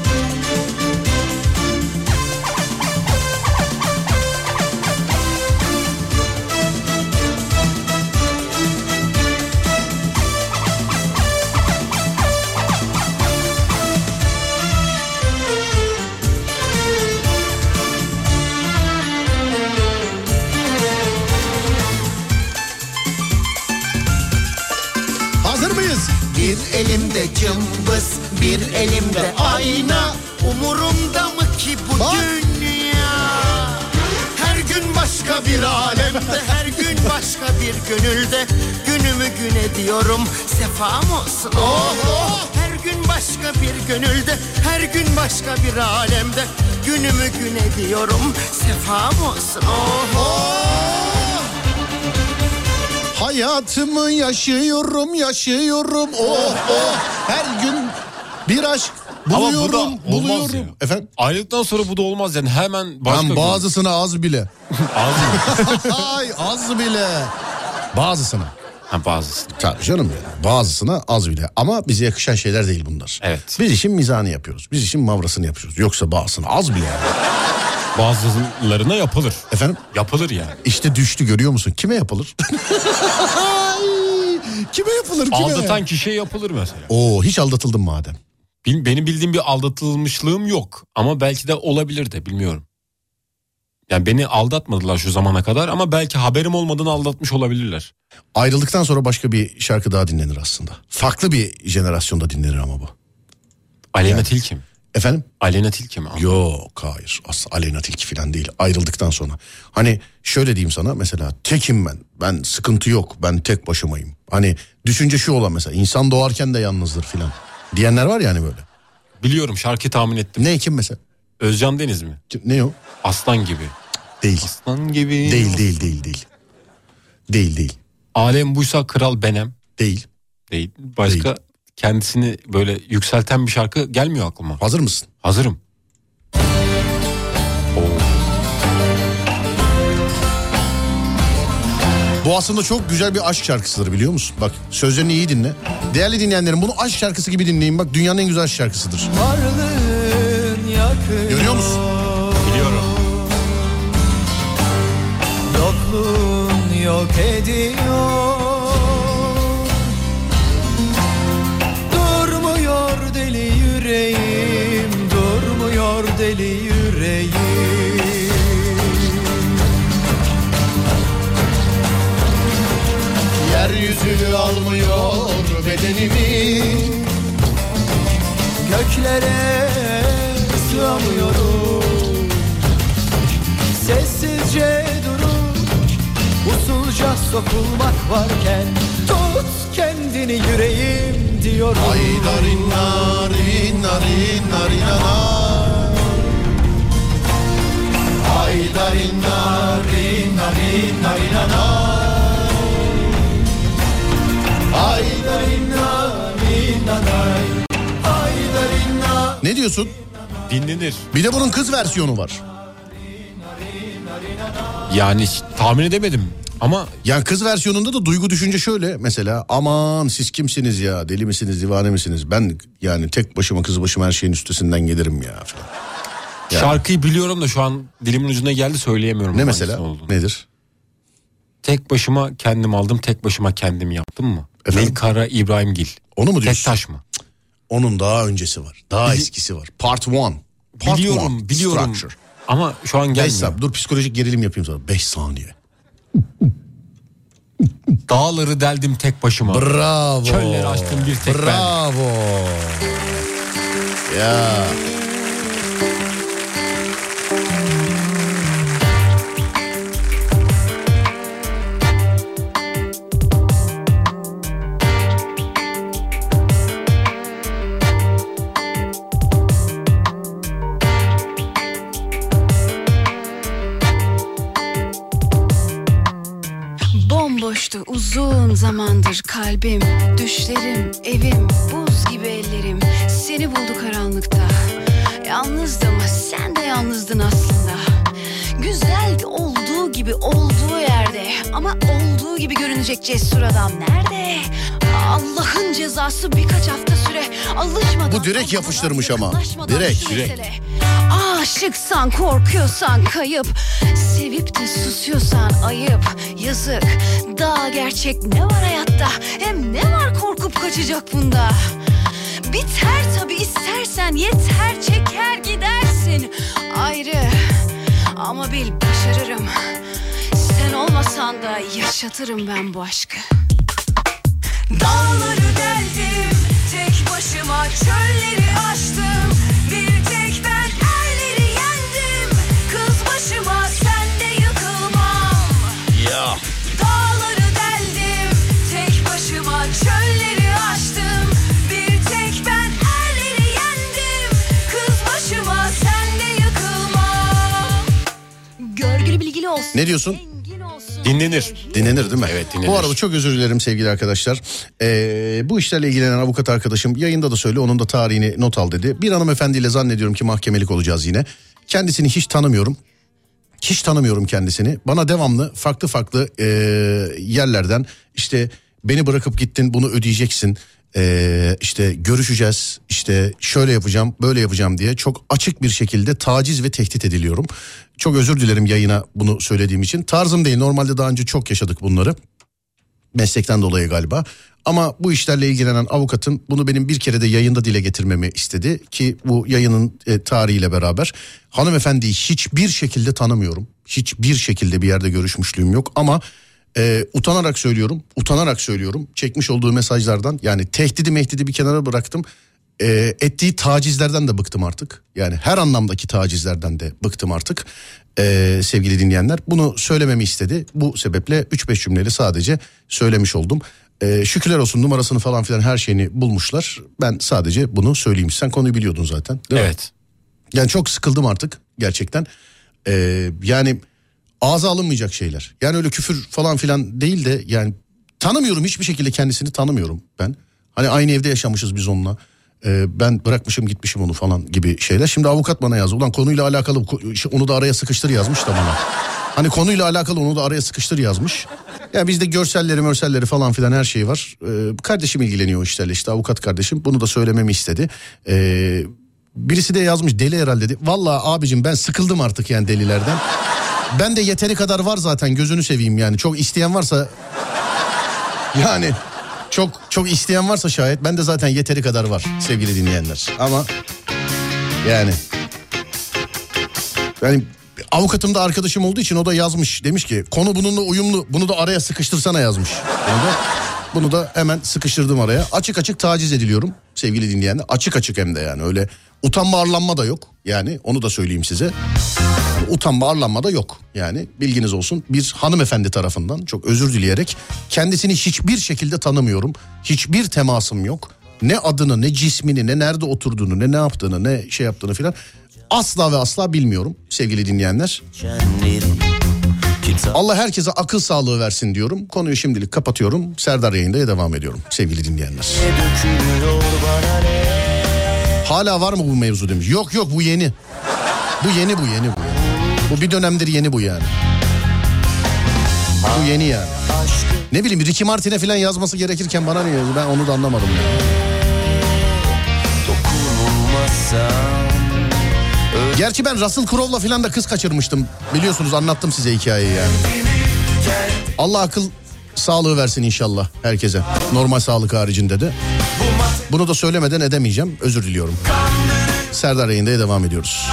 Hazır mıyız? Bir elimde cımbız, bir elimde ayna. Umurumda mı ki bu Bak. dünya? Her gün başka bir alemde, her gün başka bir gönülde. Günümü gün ediyorum, sefam olsun. Oh, oh. Her gün başka bir gönülde, her gün başka bir alemde. Günümü gün ediyorum, sefam olsun. Oh, oh. Hayatımı yaşıyorum, yaşıyorum. Oh oh. Her gün bir aşk Buluyorum, Ama bu da olmaz buluyorum. ya. Efendim? Ayrılıktan sonra bu da olmaz yani hemen başka Ben bir- bazısına az bile. Az mı? Ay az bile. Bazısına. Ha, bazısı. Tabii canım ya. Bazısına az bile. Ama bize yakışan şeyler değil bunlar. Evet. Biz işin mizahını yapıyoruz. Biz işin mavrasını yapıyoruz. Yoksa bazısına az bile. Bazılarına yapılır. Efendim? Yapılır yani. İşte düştü görüyor musun? Kime yapılır? Kime yapılır kime? Aldatan kişiye yapılır mesela. Oo hiç aldatıldım madem. Benim bildiğim bir aldatılmışlığım yok. Ama belki de olabilir de bilmiyorum. Yani beni aldatmadılar şu zamana kadar ama belki haberim olmadan aldatmış olabilirler. Ayrıldıktan sonra başka bir şarkı daha dinlenir aslında. Farklı bir jenerasyonda dinlenir ama bu. Aleyna Yani. Tilki mi? Efendim? Aleyna Tilki mi? Yok hayır aslında Aleyna Tilki falan değil ayrıldıktan sonra. Hani şöyle diyeyim sana mesela tekim ben ben sıkıntı yok ben tek başımayım. Hani düşünce şu olan mesela insan doğarken de yalnızdır filan diyenler var yani böyle. Biliyorum şarkıyı tahmin ettim. Ne kim mesela? Özcan Deniz mi? Ne o? Aslan gibi. Değil. Aslan gibi. Değil değil değil değil. Değil değil. Alem buysa kral benem. Değil. Değil. Başka Değil. kendisini böyle yükselten bir şarkı gelmiyor aklıma. Hazır mısın? Hazırım. Bu aslında çok güzel bir aşk şarkısıdır biliyor musun? Bak sözlerini iyi dinle. Değerli dinleyenlerim bunu aşk şarkısı gibi dinleyin. Bak dünyanın en güzel aşk şarkısıdır. Varlığın yakıyor. Görüyor musun? Biliyorum. Yokluğun yok ediyor. Durmuyor deli yüreğim, durmuyor deli yüreğim. Yeryüzü almıyor bedenimi. Göklere sığamıyorum. Sessizce durup usulca sokulmak varken tut kendini yüreğim diyorum. Ay darin narin narin narinana. Ay darin narin narin narinana. Ay darin narin narin. Ay darin narin. Ne diyorsun? Dinlenir. Bir de bunun kız versiyonu var. Yani hiç tahmin edemedim. Ama Yani kız versiyonunda da duygu düşünce şöyle mesela aman siz kimsiniz ya deli misiniz divane misiniz ben yani tek başıma kız başıma her şeyin üstesinden gelirim ya falan. Ya. şarkıyı biliyorum da şu an dilimin ucuna geldi söyleyemiyorum. Ne hangisi mesela olduğunu. nedir? Tek başıma kendim aldım tek başıma kendim yaptım mı? Efendim? Nilkara İbrahimgil. Onu mu Tek diyorsun? taş mı? Onun daha öncesi var daha Bili- eskisi var part one. Part Biliyorum one. biliyorum. Structure. Ama şu an Beş gelmiyor. saniye. Dur psikolojik gerilim yapayım sana. Beş saniye. Dağları deldim tek başıma. Bravo. Çölleri aştım bir tek ben. Bravo. Ya. Bomboştu uzun zamandır kalbim, düşlerim, evim, buz gibi ellerim. Seni buldu karanlıkta. Yalnızdım, sen de yalnızdın aslında. Güzeldi olduğu gibi olduğu yerde. Ama olduğu gibi görünecek cesur adam nerede? Allah'ın cezası birkaç hafta süre. Alışmadan. Bu direkt yapıştırmış ama. Direkt, direkt. Aşıksan, korkuyorsan kayıp, sevip de susuyorsan ayıp, yazık. Daha gerçek ne var hayatta? Hem ne var korkup kaçacak bunda? Biter tabii istersen, yeter çeker gidersin ayrı. Ama bil başarırım. Sen olmasan da yaşatırım ben bu aşkı. Dağları deldim tek başıma, çölleri aştım bir tek ben, erleri yendim kız başıma, sen de yıkılmam. Ya. Dağları deldim tek başıma, çölleri aştım bir tek ben, erleri yendim kız başıma, sen de yıkılmam. Görgülü bilgili olsun. Ne diyorsun? Zengin olsun, Dinlenir. Dinlenir değil mi? Evet, dinlenir. Bu arada çok özür dilerim sevgili arkadaşlar. Ee, bu işlerle ilgilenen avukat arkadaşım yayında da söyle, onun da tarihini not al dedi. Bir hanımefendiyle zannediyorum ki mahkemelik olacağız yine. Kendisini hiç tanımıyorum. Hiç tanımıyorum kendisini. Bana devamlı farklı farklı e, yerlerden işte beni bırakıp gittin, bunu ödeyeceksin. E, işte görüşeceğiz, işte şöyle yapacağım, böyle yapacağım diye çok açık bir şekilde taciz ve tehdit ediliyorum. Çok özür dilerim yayına bunu söylediğim için. Tarzım değil, normalde daha önce çok yaşadık bunları. Meslekten dolayı galiba. Ama bu işlerle ilgilenen avukatım bunu benim bir kere de yayında dile getirmemi istedi. Ki bu yayının e, tarihiyle beraber hanımefendiyi hiçbir şekilde tanımıyorum. Hiçbir şekilde bir yerde görüşmüşlüğüm yok ama e, utanarak söylüyorum. Utanarak söylüyorum. Çekmiş olduğu mesajlardan, yani tehdidi mehdidi bir kenara bıraktım. E, ettiği tacizlerden de bıktım artık. Yani her anlamdaki tacizlerden de bıktım artık. E, sevgili dinleyenler, bunu söylememi istedi. Bu sebeple üç beş cümleyle sadece söylemiş oldum. Ee, şükürler olsun, numarasını falan filan her şeyini bulmuşlar. Ben sadece bunu söyleyeyim. Sen konuyu biliyordun zaten, değil mi? Evet. Yani çok sıkıldım artık gerçekten. Ee, yani ağza alınmayacak şeyler. Yani öyle küfür falan filan değil de yani tanımıyorum, hiçbir şekilde kendisini tanımıyorum ben. Hani aynı evde yaşamışız biz onunla. Ee, ben bırakmışım gitmişim onu falan gibi şeyler. Şimdi avukat bana yazdı. Ulan konuyla alakalı onu da araya sıkıştır yazmış da bana. Hani konuyla alakalı onu da araya sıkıştır yazmış. Yani bizde görselleri mörselleri falan filan her şey var. Ee, kardeşim ilgileniyor o işlerle, işte avukat kardeşim. Bunu da söylememi istedi. Ee, birisi de yazmış, deli herhalde dedi. Vallahi abicim ben sıkıldım artık yani delilerden. Ben de yeteri kadar var zaten, gözünü seveyim yani. Çok isteyen varsa yani çok çok isteyen varsa şayet, ben de zaten yeteri kadar var sevgili dinleyenler. Ama yani yani avukatım da arkadaşım olduğu için o da yazmış, demiş ki konu bununla uyumlu, bunu da araya sıkıştırsana yazmış. Bunu da, bunu da hemen sıkıştırdım araya. Açık açık taciz ediliyorum sevgili dinleyenler, açık açık hem de, yani öyle utanma arlanma da yok, yani onu da söyleyeyim size. Yani utanma arlanma da yok, yani bilginiz olsun. Bir hanımefendi tarafından çok özür dileyerek, kendisini hiçbir şekilde tanımıyorum, hiçbir temasım yok. Ne adını, ne cismini, ne nerede oturduğunu, ne ne yaptığını, ne şey yaptığını filan asla ve asla bilmiyorum sevgili dinleyenler. Allah herkese akıl sağlığı versin diyorum. Konuyu şimdilik kapatıyorum. Serdar yayındaya devam ediyorum sevgili dinleyenler. Hala var mı bu mevzu demiş. Yok yok, bu yeni. Bu yeni, bu yeni bu. Bu bir dönemdir yeni bu yani. Bu yeni yani. Ne bileyim, Ricky Martin'e falan yazması gerekirken bana niye yazdı, ben onu da anlamadım yani. Gerçi ben Russell Crowe'la falan da kız kaçırmıştım. Biliyorsunuz, anlattım size hikayeyi yani. Allah akıl sağlığı versin inşallah herkese. Normal sağlık haricinde de. Bunu da söylemeden edemeyeceğim. Özür diliyorum. Serdar yayındaya devam ediyoruz.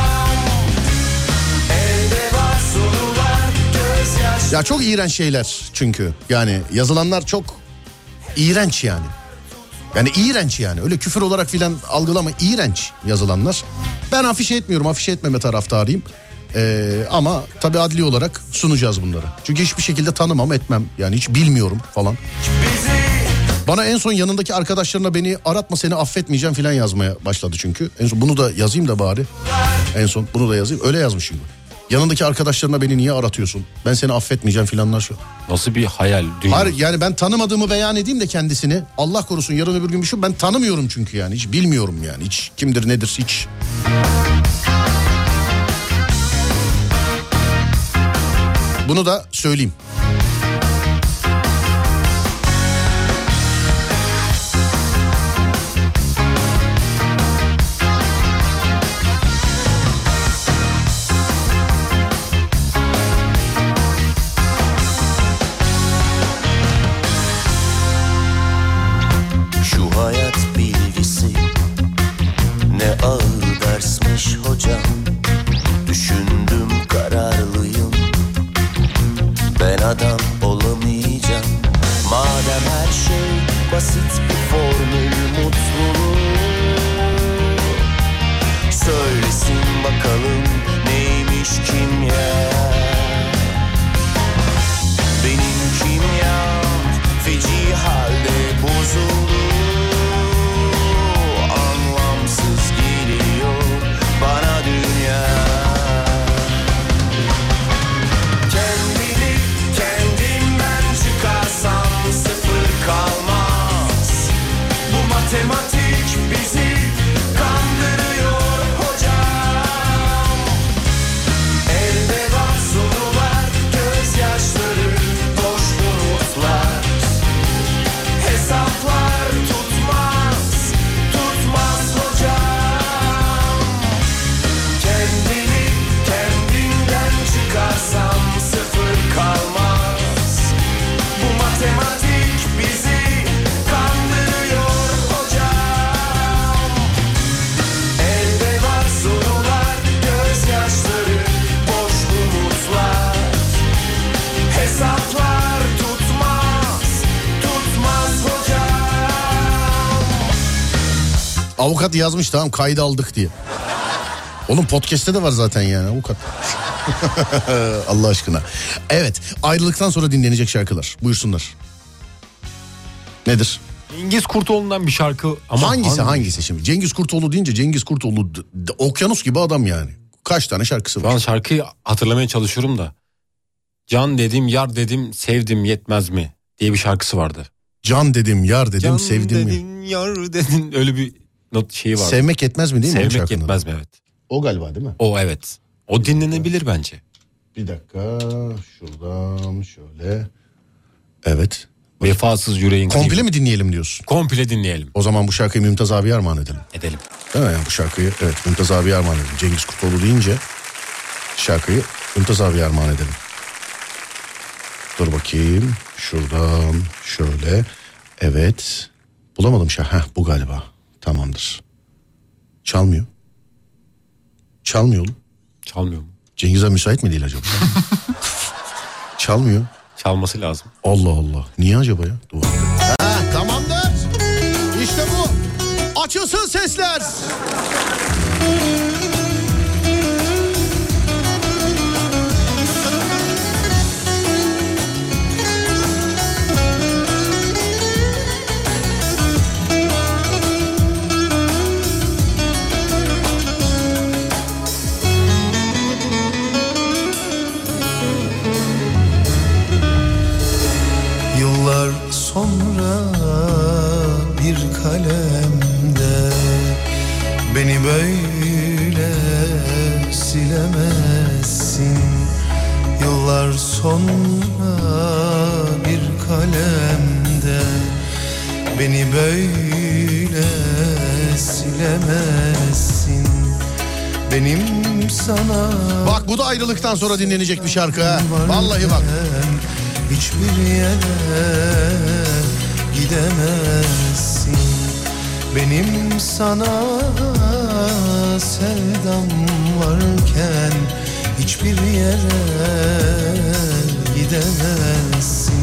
Ya çok iğrenç şeyler çünkü. Yani yazılanlar çok iğrenç yani. Yani iğrenç yani. Öyle küfür olarak filan algılama. İğrenç yazılanlar. Ben afişe etmiyorum. Afişe etmeme taraftarıyım. Ee, ama tabii adli olarak sunacağız bunları. Çünkü hiçbir şekilde tanımam etmem. Yani hiç bilmiyorum falan. Bana en son yanındaki arkadaşlarına beni aratma, seni affetmeyeceğim filan yazmaya başladı çünkü. En son bunu da yazayım da bari. En son bunu da yazayım. Öyle yazmış şimdi. Yanındaki arkadaşlarına beni niye aratıyorsun? Ben seni affetmeyeceğim filanlar şu. Nasıl bir hayal dünya? Hayır, yani ben tanımadığımı beyan edeyim de kendisini. Allah korusun yarın öbür gün bir şey. Ben tanımıyorum çünkü yani. Hiç bilmiyorum yani. Hiç kimdir nedir hiç. Bunu da söyleyeyim. hocam, düşündüm kararlıyım. Ben adam olamayacağım. Madem her şey basit bir formül mutluluğu, söylesin bakalım neymiş kimya. Benim kimyam feci halde bozuldu. Anlamsız geliyor bana dünya. Kendini Avukat yazmış tamam kaydı aldık diye. Oğlum podcast'te de var zaten yani avukat. Allah aşkına. Evet, ayrılıktan sonra dinlenecek şarkılar. Buyursunlar. Nedir? Cengiz Kurtoğlu'ndan bir şarkı ama hangisi hangisi? hangisi şimdi? Cengiz Kurtoğlu deyince Cengiz Kurtoğlu d- d- okyanus gibi adam yani. Kaç tane şarkısı var? Ben şarkıyı hatırlamaya çalışıyorum da. Can dedim, yar dedim, sevdim yetmez mi diye bir şarkısı vardı. Can dedim, yar dedim, Can sevdim mi? dedin, yar dedin, öyle bir not şeyi vardı. Sevmek yetmez mi değil mi? Sevmek yetmez mi, evet. O galiba değil mi? O evet. O dinlenebilir bence. Bir dakika şuradan şöyle. Evet. Vefasız yüreğin. Komple kıymet. mi dinleyelim diyorsun? Komple dinleyelim. O zaman bu şarkıyı Mümtaz abiye armağan edelim. Edelim. Değil mi? Yani bu şarkıyı evet Mümtaz abiye armağan edelim. Cengiz Kurtoğlu deyince şarkıyı Mümtaz abiye armağan edelim. Dur bakayım. Şuradan şöyle. Evet. Bulamadım şarkı. Heh bu galiba. Tamamdır. Çalmıyor. Çalmıyor oğlum. Çalmıyor mu? Cengiz abi müsait mi değil acaba? Çalmıyor. Çalması lazım. Allah Allah. Niye acaba ya? Dur. Ha, tamamdır. İşte bu. Açılsın sesler. Yıllar sonra bir kalemde beni böyle silemezsin. Yıllar sonra bir kalemde beni böyle silemezsin. Benim sana... Bak bu da ayrılıktan sonra dinlenecek bir şarkı ha. Vallahi bak. Hiçbir yere gidemezsin. Benim sana sevdam varken hiçbir yere gidemezsin.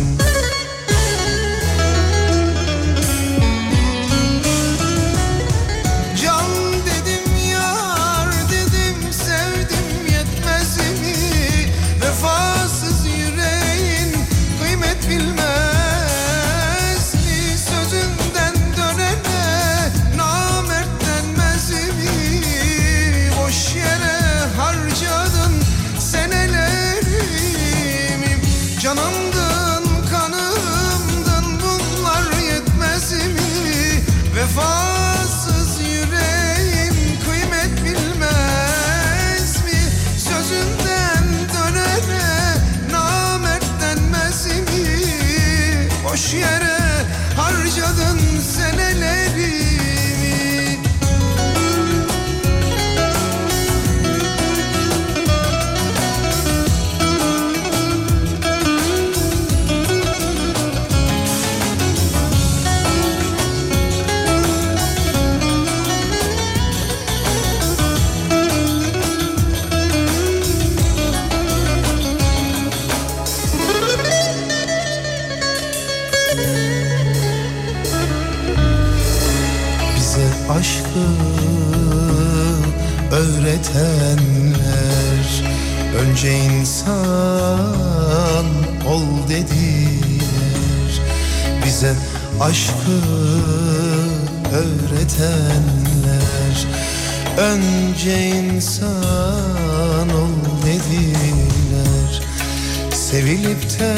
Can dedim, yar dedim, sevdim yetmez mi? Vefasız yüreğin kıymet bilmez mi? Sözünden dönene namert denmez mi? Boş yere harcadın senelerimi. Canımdın, kanımdın, bunlar yetmez mi? Vefasız yüreğin kıymet bilmez mi? Sözünden dönene namert denmez mi? Boş yere harcadın senelerimi. Bize aşkı öğretenler önce insan ol dediler. Bize aşkı öğretenler önce insan ol dediler. Sevilip de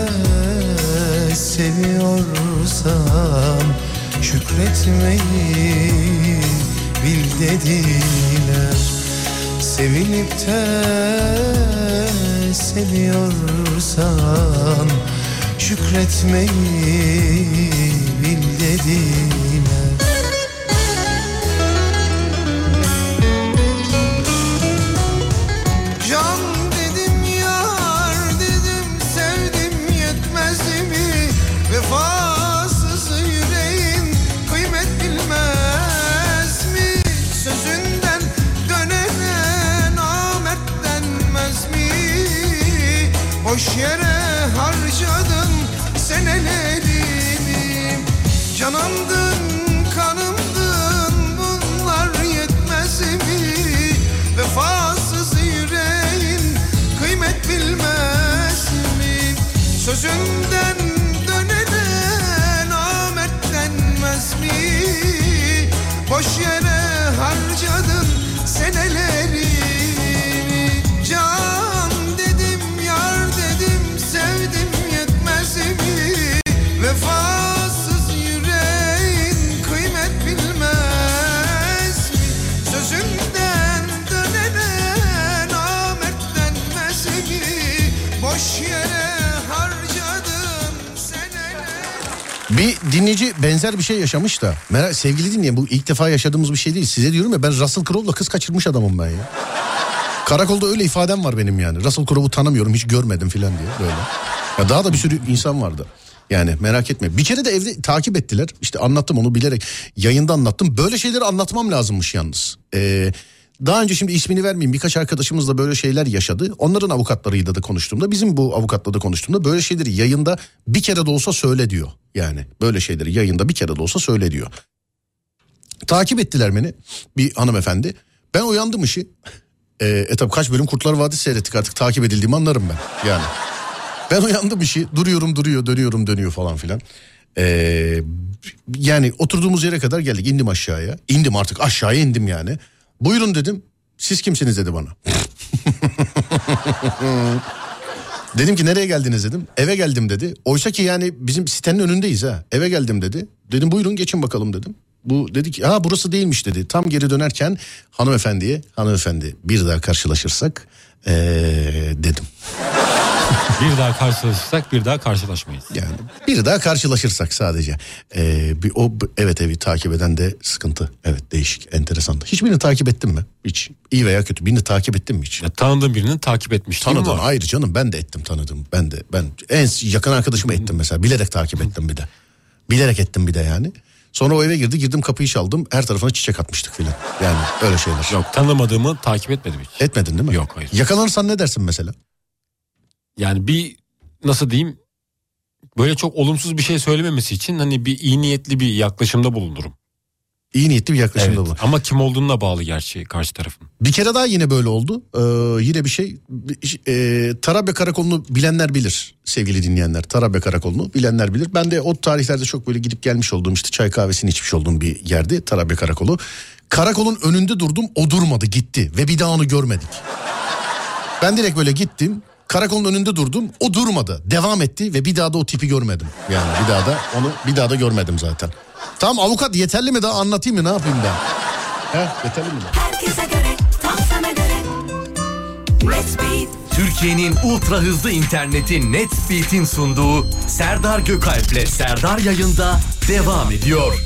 seviyorsan şükretmeyi bil dediler. Sevilip de seviyorsan şükretmeyi bil dediler. Can dedim, yar dedim, sevdim yetmez mi? Vefasız yüreğin kıymet bilmez mi? Sözünden dönene namert denmez mi? Boş yere harcadın senelerimi. Canımdın, kanımdın, Sözünden dönene namert denmez mi? Boş yere harcadın seneleri. Can dedim, yar dedim, sevdim yetmez mi? Vefasız yüreğin kıymet bilmez mi? Sözünden dönene namert denmez mi? Boş yere harcadım seneler. Bir dinleyici benzer bir şey yaşamış da. Merak, sevgili dinleyen, bu ilk defa yaşadığımız bir şey değil. Size diyorum ya, ben Russell Crowe'la kız kaçırmış adamım ben ya. Karakolda öyle ifadem var benim yani. Russell Crowe'u tanımıyorum, hiç görmedim filan diye böyle. Ya daha da bir sürü insan vardı. Yani merak etme. Bir kere de evde takip ettiler. İşte anlattım onu bilerek. Yayında anlattım. Böyle şeyleri anlatmam lazımmış yalnız. Ee, daha önce şimdi ismini vermeyeyim. Birkaç arkadaşımızla böyle şeyler yaşadı. Onların avukatlarıyla da konuştuğumda, bizim bu avukatla da konuştuğumda böyle şeyleri yayında bir kere de olsa söyle diyor. Yani böyle şeyleri yayında bir kere de olsa söyle diyor. Takip ettiler beni bir hanımefendi. Ben uyandım işi. Ee, e tabi kaç bölüm Kurtlar Vadisi seyrettik, artık takip edildiğimi anlarım ben yani. Ben uyandım işi, duruyorum duruyor, dönüyorum dönüyor falan filan. Ee, yani oturduğumuz yere kadar geldik, indim aşağıya. İndim artık, aşağıya indim yani. Buyurun dedim, siz kimsiniz dedi bana. Dedim ki nereye geldiniz dedim. Eve geldim dedi. Oysa ki yani bizim sitenin önündeyiz ha. Eve geldim dedi. Dedim buyurun geçin bakalım dedim. Bu dedi ki ha burası değilmiş dedi. Tam geri dönerken hanımefendiye, hanımefendi bir daha karşılaşırsak ee, dedim. Bir daha karşılaşırsak bir daha karşılaşmayız. Yani bir daha karşılaşırsak sadece. Ee, bir, o evet evi takip eden de sıkıntı. Evet, değişik, enteresan. Hiç birini takip ettin mi? Hiç. İyi veya kötü birini takip ettin mi hiç? Ya, tanıdığın birini takip etmiştim. Tanıdığın ayrı canım, ben de ettim tanıdığım. Ben de ben en yakın arkadaşımı ettim mesela. Bilerek takip ettim bir de. Bilerek ettim bir de yani. Sonra o eve girdi, girdim kapıyı çaldım, her tarafına çiçek atmıştık filan. Yani öyle şeyler. Yok, tanımadığımı takip etmedim hiç. Etmedin değil mi? Yok, hayır. Yakalanırsan ne dersin mesela? Yani bir nasıl diyeyim, böyle çok olumsuz bir şey söylememesi için hani bir iyi niyetli bir yaklaşımda bulunurum. İyi niyetli bir yaklaşımda evet, bulun. Ama kim olduğuna bağlı gerçi karşı tarafın. Bir kere daha yine böyle oldu. Ee, yine bir şey. E, Tarabya Karakolu'nu bilenler bilir sevgili dinleyenler. Tarabya Karakolu'nu bilenler bilir. Ben de o tarihlerde çok böyle gidip gelmiş olduğum, işte çay kahvesini içmiş olduğum bir yerdi Tarabya Karakolu. Karakolun önünde durdum, o durmadı, gitti ve bir daha onu görmedik. Ben direkt böyle gittim. Karakolun önünde durdum, o durmadı, devam etti ve bir daha da o tipi görmedim. Yani bir daha da onu bir daha da görmedim zaten. Tamam avukat, yeterli mi, daha anlatayım mı, ne yapayım ben? He, yeterli mi? Herkese göre, tam sana göre. Netspeed. Türkiye'nin ultra hızlı interneti Netspeed'in sunduğu Serdar Gökalp'le Serdar Yayında devam ediyor.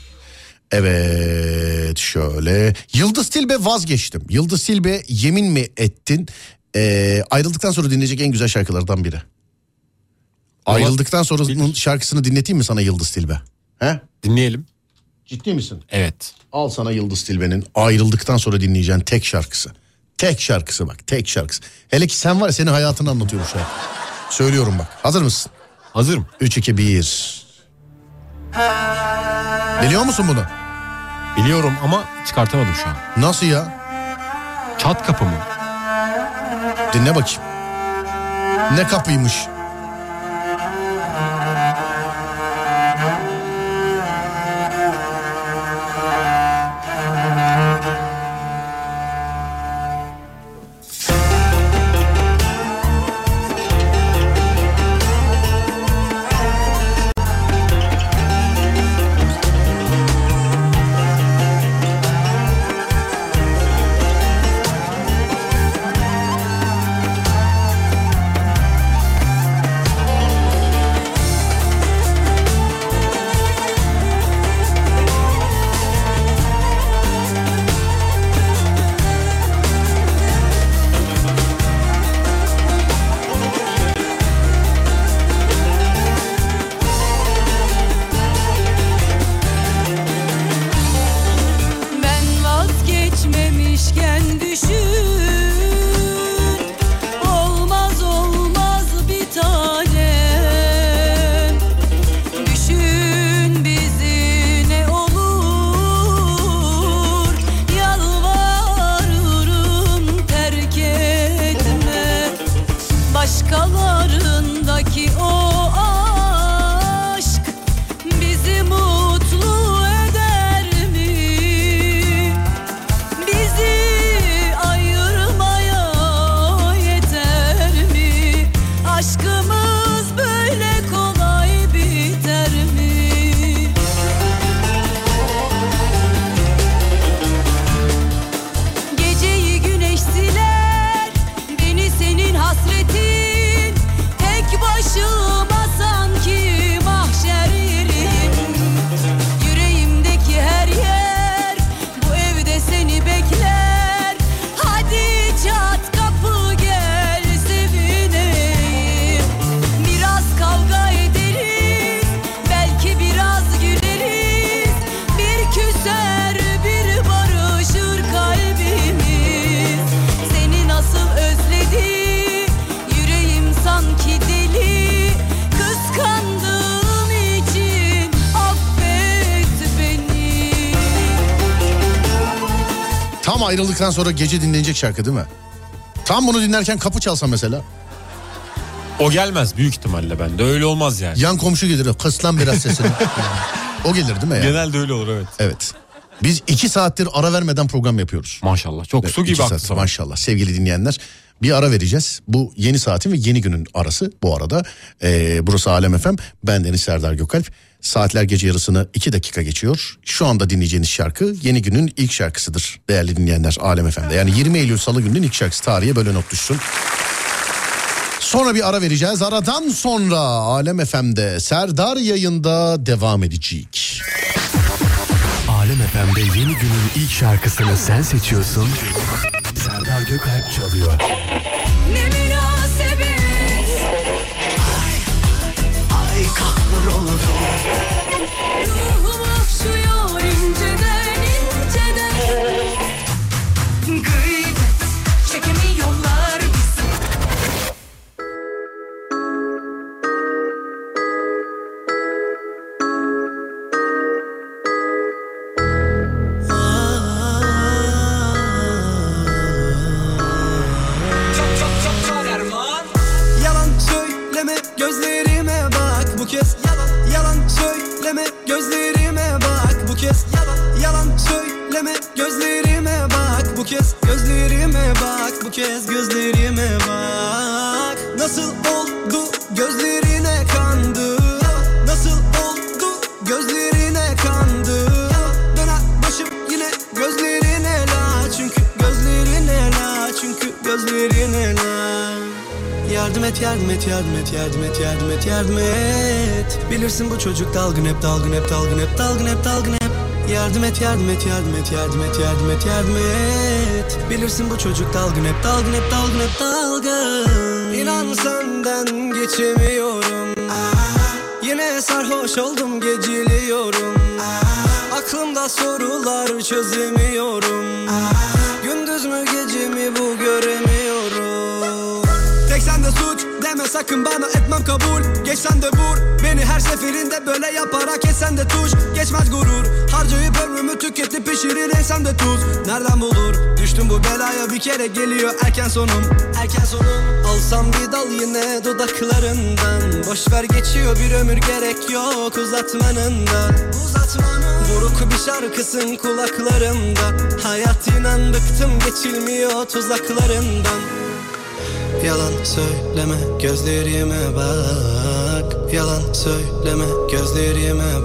Evet, şöyle. Yıldız Tilbe vazgeçtim. Yıldız Tilbe yemin mi ettin? Ee, ayrıldıktan sonra dinleyecek en güzel şarkılardan biri. Ayrıldıktan sonranın şarkısını dinleteyim mi sana Yıldız Tilbe? He? Dinleyelim. Ciddi misin? Evet. Al sana Yıldız Tilbe'nin ayrıldıktan sonra dinleyeceğin tek şarkısı. Tek şarkısı bak, tek şarkısı. Hele ki sen var ya, senin hayatını anlatıyor bu şarkı. Söylüyorum bak. Hazır mısın? Hazırım. üç iki bir. Biliyor musun bunu? Biliyorum ama çıkartamadım şu an. Nasıl ya? Çat kapı mı? Dinle bakayım. Ne kapıymış? Tam ayrıldıktan sonra gece dinlenecek şarkı değil mi? Tam bunu dinlerken kapı çalsa mesela. O gelmez büyük ihtimalle bende. Öyle olmaz yani. Yan komşu gelir. Kıs lan biraz sesini. O gelir değil mi? Yani? Genelde öyle olur evet. Evet. Biz iki saattir ara vermeden program yapıyoruz. Maşallah. Çok evet, su gibi aktı zaman. Maşallah sevgili dinleyenler. Bir ara vereceğiz. Bu yeni saatin ve yeni günün arası bu arada. Ee, burası Alem F M. Ben Deniz Serdar Gökalp. Saatler gece yarısını iki dakika geçiyor. Şu anda dinleyeceğiniz şarkı yeni günün ilk şarkısıdır değerli dinleyenler Alem F M'de. Yani yirmi Eylül Salı gününün ilk şarkısı, tarihe böyle not düşsün. Sonra bir ara vereceğiz. Aradan sonra Alem F M'de Serdar yayında devam edecek. Alem F M'de yeni günün ilk şarkısını sen seçiyorsun. Serdar Gökalp çalıyor. Ne münasebet. Ay, ay kahrolurum. Ruhum okşuyor inceden inceden. Gıybet çekemiyorlar bizi. Gözlerime bak bu kez yalan, yalan söyleme gözlerime bak bu kez yalan, yalan söyleme gözlerime bak bu kez gözlerime bak bu kez gözlerime bak. Nasıl oldu gözlerine kandı, nasıl oldu gözlerine kandı. Döner başım yine gözlerine la, çünkü gözlerine la, çünkü gözlerine la. Yardım et, yardım et, yardım et, yardım et, yardım et, yardım et. Bilirsin bu çocuk dalgın hep, dalgın hep, dalgın hep, dalgın hep, dalgın hep. Yardım et, yardım et, yardım et, yardım et, yardım et, yardım et. Bilirsin bu çocuk dalgın hep, dalgın hep, dalgın hep, dalgın. İnan senden geçemiyorum. Yine sarhoş oldum, geciliyorum. Aklımda sorular çözemiyorum. Gündüz mü gece mi bu göremiyorum. Tek sende suç deme sakın bana, etmem kabul. Geç sen de vur beni her seferinde, böyle yaparak etsen de tuş. Geçmez gurur, harcayıp ömrümü tüketip pişirir ensem de tuz. Nereden bulur düştüm bu belaya, bir kere geliyor erken sonum, erken sonum. Alsam bir dal yine dudaklarından, boşver geçiyor bir ömür, gerek yok uzatmanın da, uzatmanın. Buruk bir şarkısın kulaklarımda, hayat inan bıktım geçilmiyor tuzaklarından. Yalan söyleme gözlerime bak, yalan söyleme gözlerime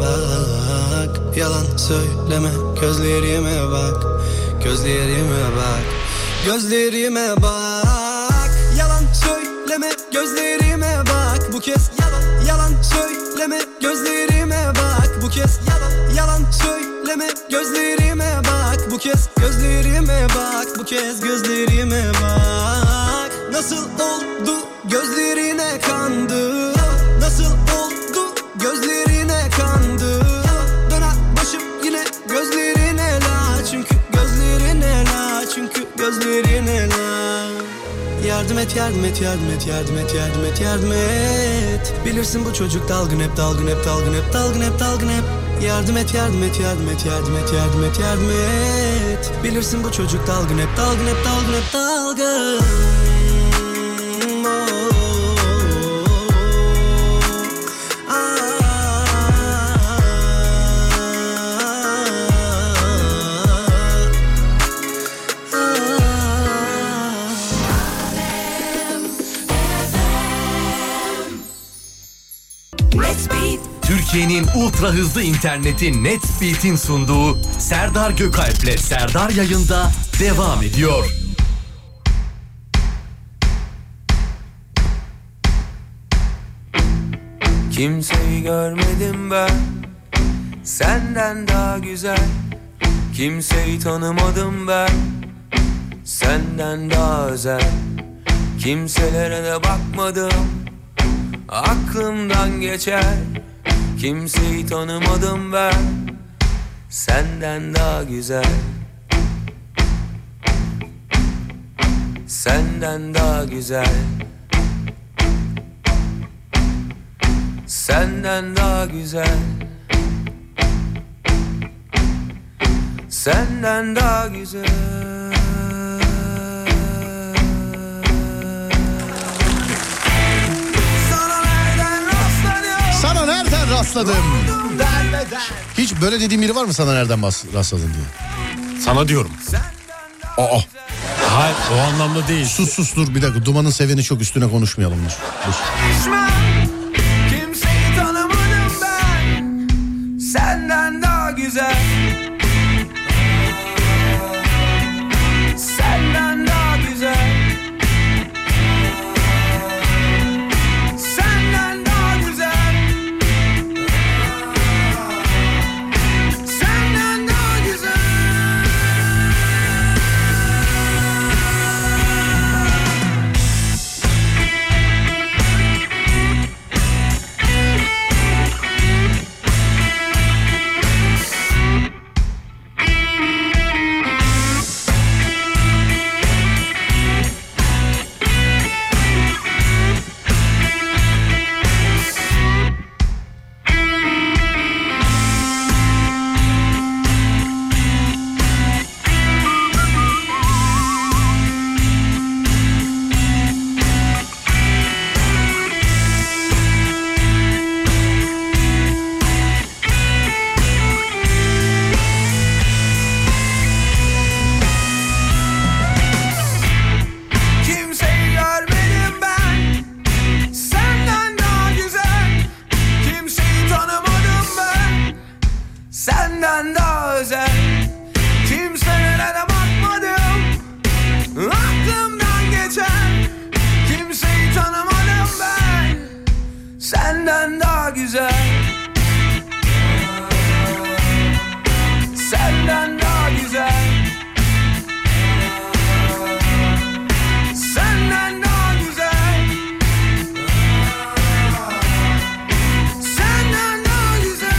bak, yalan söyleme gözlerime bak, gözlerime bak, gözlerime bak. Yalan söyleme gözlerime bak bu kez yalan, yalan söyleme gözlerime bak bu kez yalan, yalan söyleme gözlerime bak bu kez gözlerime bak, bu kez gözlerime bak. Nasıl oldu gözlerine kandı, nasıl oldu gözlerine kandı. Döner başım yine gözlerine la, çünkü gözlerine la, çünkü gözlerine la. Yardım et, yardım et, yardım et, yardım et, yardım et, yardım et. Bilirsin bu çocuk dalgın hep, dalgın hep, dalgın hep, dalgın hep, dalgın hep. Yardım et, yardım et, yardım et, yardım et, yardım et, yardım et. Bilirsin bu çocuk dalgın hep, dalgın hep, dalgın hep, dalgın. Türkiye'nin ultra hızlı interneti Netspeed'in sunduğu Serdar Gökalp'le Serdar yayında devam ediyor. Kimseyi görmedim ben senden daha güzel, kimseyi tanımadım ben senden daha özel, kimselere de bakmadım aklımdan geçer, kimseyi tanımadım ben senden daha güzel, senden daha güzel, senden daha güzel, senden daha güzel. nereden rastladım? Hiç böyle dediğim biri var mı sana nereden bas- rastladın diye? Sana diyorum. Aa. Hayır o anlamda değil. Sus sus dur bir dakika. Dumanın seveni çok üstüne konuşmayalım. Dur. Dur. Kimseyi tanımadım ben, senden daha güzel. Senden daha güzel. Senden daha güzel. Senden daha güzel. Kimseyi görmedim ben, senden daha güzel. Kimseyi tanımadım ben, senden daha özel. Kimselere de bakmadım, aklımdan geçen. Kimseyi tanımadım ben, senden daha güzel. Senden daha güzel. Senden daha güzel. Senden daha güzel.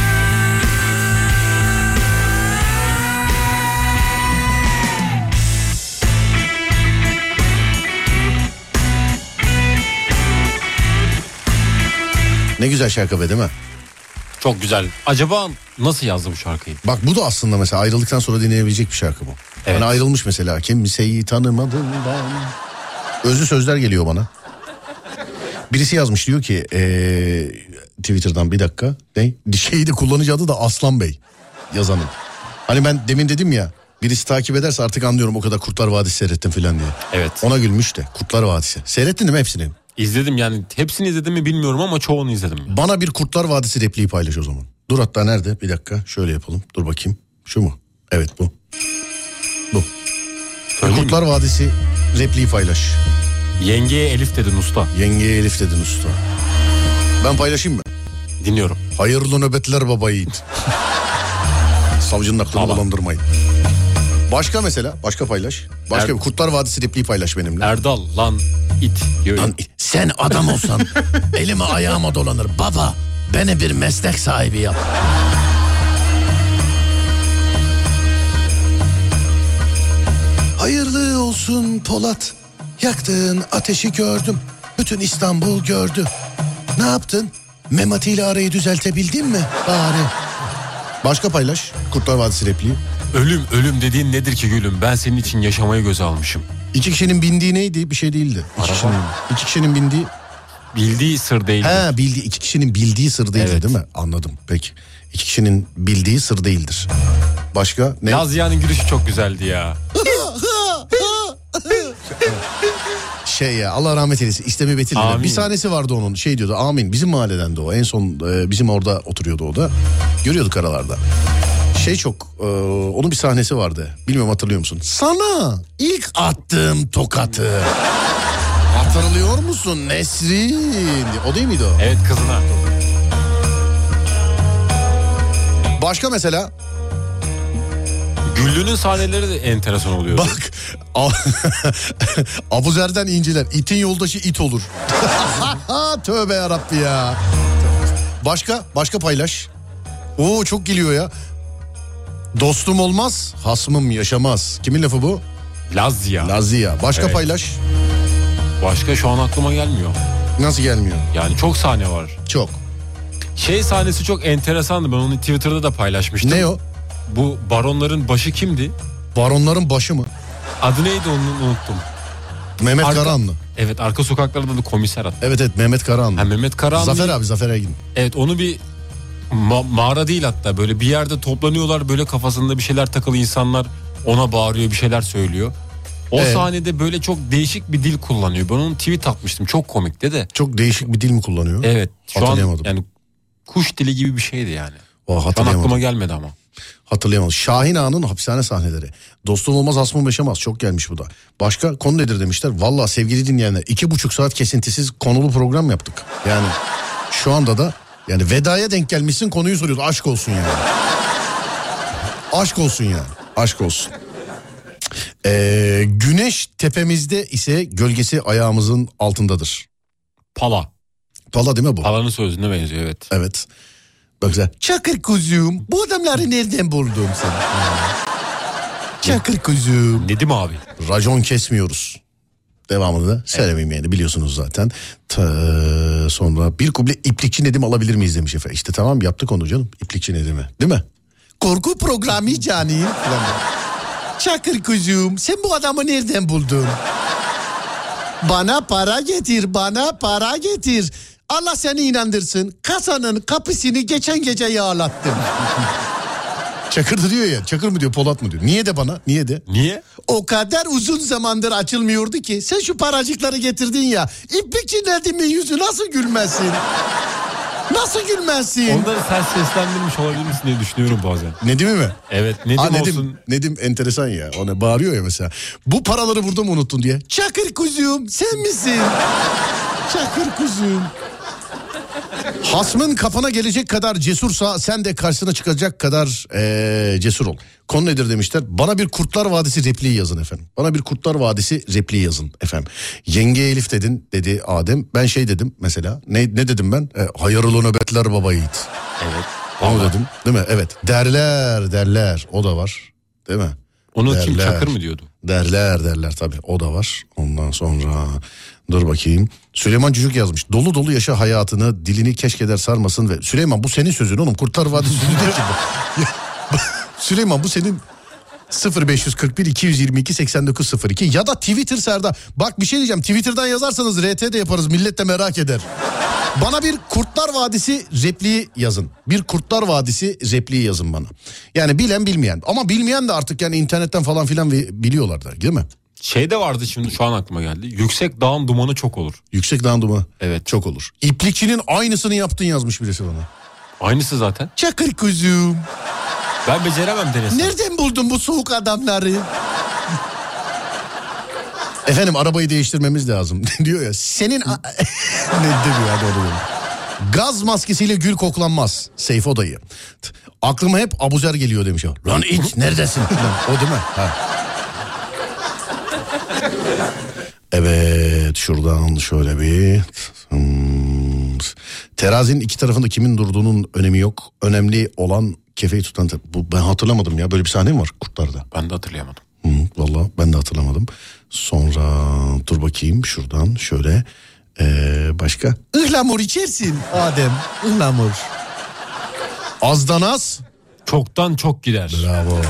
Ne güzel şarkı be değil mi? Çok güzel. Acaba nasıl yazdı bu şarkıyı? Bak bu da aslında mesela ayrıldıktan sonra dinleyebilecek bir şarkı bu. Evet. Hani ayrılmış mesela. Kimseyi tanımadım ben. Özlü sözler geliyor bana. Birisi yazmış diyor ki ee, Twitter'dan bir dakika. Ne? Şeyi de kullanıcı adı da Aslan Bey yazanın. Hani ben demin dedim ya birisi takip ederse artık anlıyorum o kadar Kurtlar Vadisi seyrettim falan diye. Evet. Ona gülmüş de Kurtlar Vadisi. Seyrettin değil mi hepsini? İzledim yani hepsini izledim mi bilmiyorum ama çoğunu izledim. Bana bir Kurtlar Vadisi repliği paylaş o zaman. Dur hatta nerede? Bir dakika şöyle yapalım. Dur bakayım. Şu mu? Evet bu. Bu. Bir Kurtlar Vadisi repliği paylaş. Yengeye Elif dedin usta. Yengeye Elif dedin usta. Ben paylaşayım mı? Dinliyorum. Hayırlı nöbetler baba yiğit. Savcının aklını bulandırmayın. Başka mesela başka paylaş. Başka Er- bir Kurtlar Vadisi repliği paylaş benimle. Erdal lan it diyor. Lan it. Sen adam olsan elime ayağıma dolanır. Baba beni bir meslek sahibi yap. Hayırlı olsun Polat. Yaktığın ateşi gördüm. Bütün İstanbul gördü. Ne yaptın? Memati ile arayı düzeltebildin mi? Bari. Başka paylaş. Kurtlar Vadisi repliği. Ölüm ölüm dediğin nedir ki gülüm? Ben senin için yaşamayı göze almışım. İki kişinin bindiği neydi? Bir şey değildi. İki kişinin, iki kişinin bindiği... Bildiği sır değildi. He bildiği, iki kişinin bildiği sır değildi Evet. değil mi? Anladım peki. İki kişinin bildiği sır değildir. Başka ne? Naziye'nin gülüşü çok güzeldi ya. Şey ya Allah rahmet eylesin İstemi Betil'de Amin. bir sahnesi vardı onun şey diyordu amin bizim mahalleden de o en son e, bizim orada oturuyordu o da görüyorduk aralarda şey çok e, onun bir sahnesi vardı bilmiyorum hatırlıyor musun sana ilk attığım tokatı hatırlıyor musun Nesrin o değil miydi o? Evet kızına. Başka mesela Güllü'nün sahneleri de enteresan oluyor. Bak Abuzer'den inciler itin yoldaşı it olur. Tövbe yarabbi ya. Başka başka paylaş. Oo çok geliyor ya. Dostum olmaz hasmım yaşamaz. Kimin lafı bu? Lazia. Lazia. Başka Evet. paylaş. Başka şu an aklıma gelmiyor. Nasıl gelmiyor? Yani çok sahne var. Çok. Şey sahnesi çok enteresandı ben onu Twitter'da da paylaşmıştım. Ne o? Bu baronların başı kimdi? Baronların başı mı? Adı neydi onu unuttum. Mehmet Arka- Karahanlı. Evet arka sokaklarda da komiser attı. Evet evet Mehmet Karahanlı. Ha, Mehmet Karahanlı. Zafer abi Zafer Ergin. Evet onu bir Ma- mağara değil hatta, böyle bir yerde toplanıyorlar, böyle kafasında bir şeyler takılı insanlar ona bağırıyor, bir şeyler söylüyor. O Evet. sahnede böyle çok değişik bir dil kullanıyor. Ben onu tweet atmıştım, çok komikti de. Çok değişik bir dil mi kullanıyor? Evet. Şu an Hatırlayamadım. yani kuş dili gibi bir şeydi yani. Oh, Şu an hatırlayamadım. aklıma gelmedi ama. Hatırlayamadım. Şahin Ağa'nın hapishane sahneleri. Dostum olmaz asmım yaşamaz. Çok gelmiş bu da. Başka konu nedir demişler. Valla sevgili dinleyenler, iki buçuk saat kesintisiz konulu program yaptık. Yani şu anda da yani vedaya denk gelmişsin, konuyu soruyoruz. Aşk olsun yani. Aşk olsun yani. Aşk olsun. Ee, güneş tepemizde ise gölgesi ayağımızın altındadır. Pala. Pala değil mi bu? Pala'nın sözüne benziyor, evet. Evet. Bak güzel. Çakır kuzum, bu adamları nereden buldun sen? Çakır kuzum. Nedim abi. Racon kesmiyoruz. Devamını da söylemeyeyim yani, biliyorsunuz zaten. Ta, sonra bir kuble iplikçi Nedim alabilir miyiz demiş efendim. İşte tamam, yaptık onu canım, iplikçi Nedim'i, değil mi? Korku programı canım. Çakır kuzum, sen bu adamı nereden buldun? Bana para getir, bana para getir. Allah seni inandırsın. Kasanın kapısını geçen gece yağlattım. Çakır da diyor ya. Çakır mı diyor, Polat mı diyor. Niye de bana? Niye de? Niye? O kadar uzun zamandır açılmıyordu ki. Sen şu paracıkları getirdin ya. İplikçi Nedim'in yüzü nasıl gülmesin? Nasıl gülmesin? Onları sen seslendirmiş olabilir misin diye düşünüyorum bazen. Nedim'i mi? Evet, Nedim, Aa, Nedim olsun. Nedim enteresan ya. Ona bağırıyor ya mesela. Bu paraları burada mı unuttun diye. Çakır kuzum, sen misin? Çakır kuzum. Hasmın kafana gelecek kadar cesursa sen de karşısına çıkacak kadar ee, cesur ol. Konu nedir demişler. Bana bir Kurtlar Vadisi repliği yazın efendim. Bana bir Kurtlar Vadisi repliği yazın efendim. Yenge Elif dedin, dedi Adem. Ben şey dedim mesela. Ne, ne dedim ben? E, hayırlı nöbetler baba yiğit. Evet. Onu dedim, değil mi? Evet. Derler derler, o da var. Değil mi? Onu derler, kim, Çakır mı diyordu? Derler derler tabii, o da var. Ondan sonra dur bakayım. Süleyman Cücük yazmış. Dolu dolu yaşa hayatını, dilini keşkeder sarmasın ve Süleyman bu senin sözün oğlum. Kurtlar Vadisi sözü değil ki bu. Süleyman bu senin. sıfır beş kırk bir iki yüz yirmi iki seksen dokuz sıfır iki ya da Twitter Serdar. Bak bir şey diyeceğim, Twitter'dan yazarsanız R T de yaparız, millet de merak eder. Bana bir Kurtlar Vadisi repliği yazın. Bir Kurtlar Vadisi repliği yazın bana. Yani bilen bilmeyen, ama bilmeyen de artık yani internetten falan filan biliyorlar da, değil mi? Şey de vardı, şimdi şu an aklıma geldi. Yüksek dağın dumanı çok olur. Yüksek dağın dumanı. Evet. Çok olur. İplikçinin aynısını yaptın yazmış birisi bana. Aynısı zaten. Çakır kuzum. Ben beceremem denesem. Nereden buldun bu soğuk adamları? Efendim arabayı değiştirmemiz lazım diyor ya. Senin a- ne demiyor hadi onu. Gaz maskesiyle gül koklanmaz. Seyfo dayı. Aklıma hep Abuzer geliyor demiş o. Lan iç neredesin? O değil mi? Ha. Evet, şuradan şöyle bir hmm. Terazinin iki tarafında kimin durduğunun önemi yok. Önemli olan kefeyi tutan. Bu ben hatırlamadım ya, böyle bir sahne mi var Kurtlar'da? Ben de hatırlayamadım. Hı, vallahi ben de hatırlamadım. Sonra dur bakayım şuradan şöyle ee, başka. Ihlamur içersin Adem. Ihlamur. Azdan az. Çoktan çok gider. Bravo.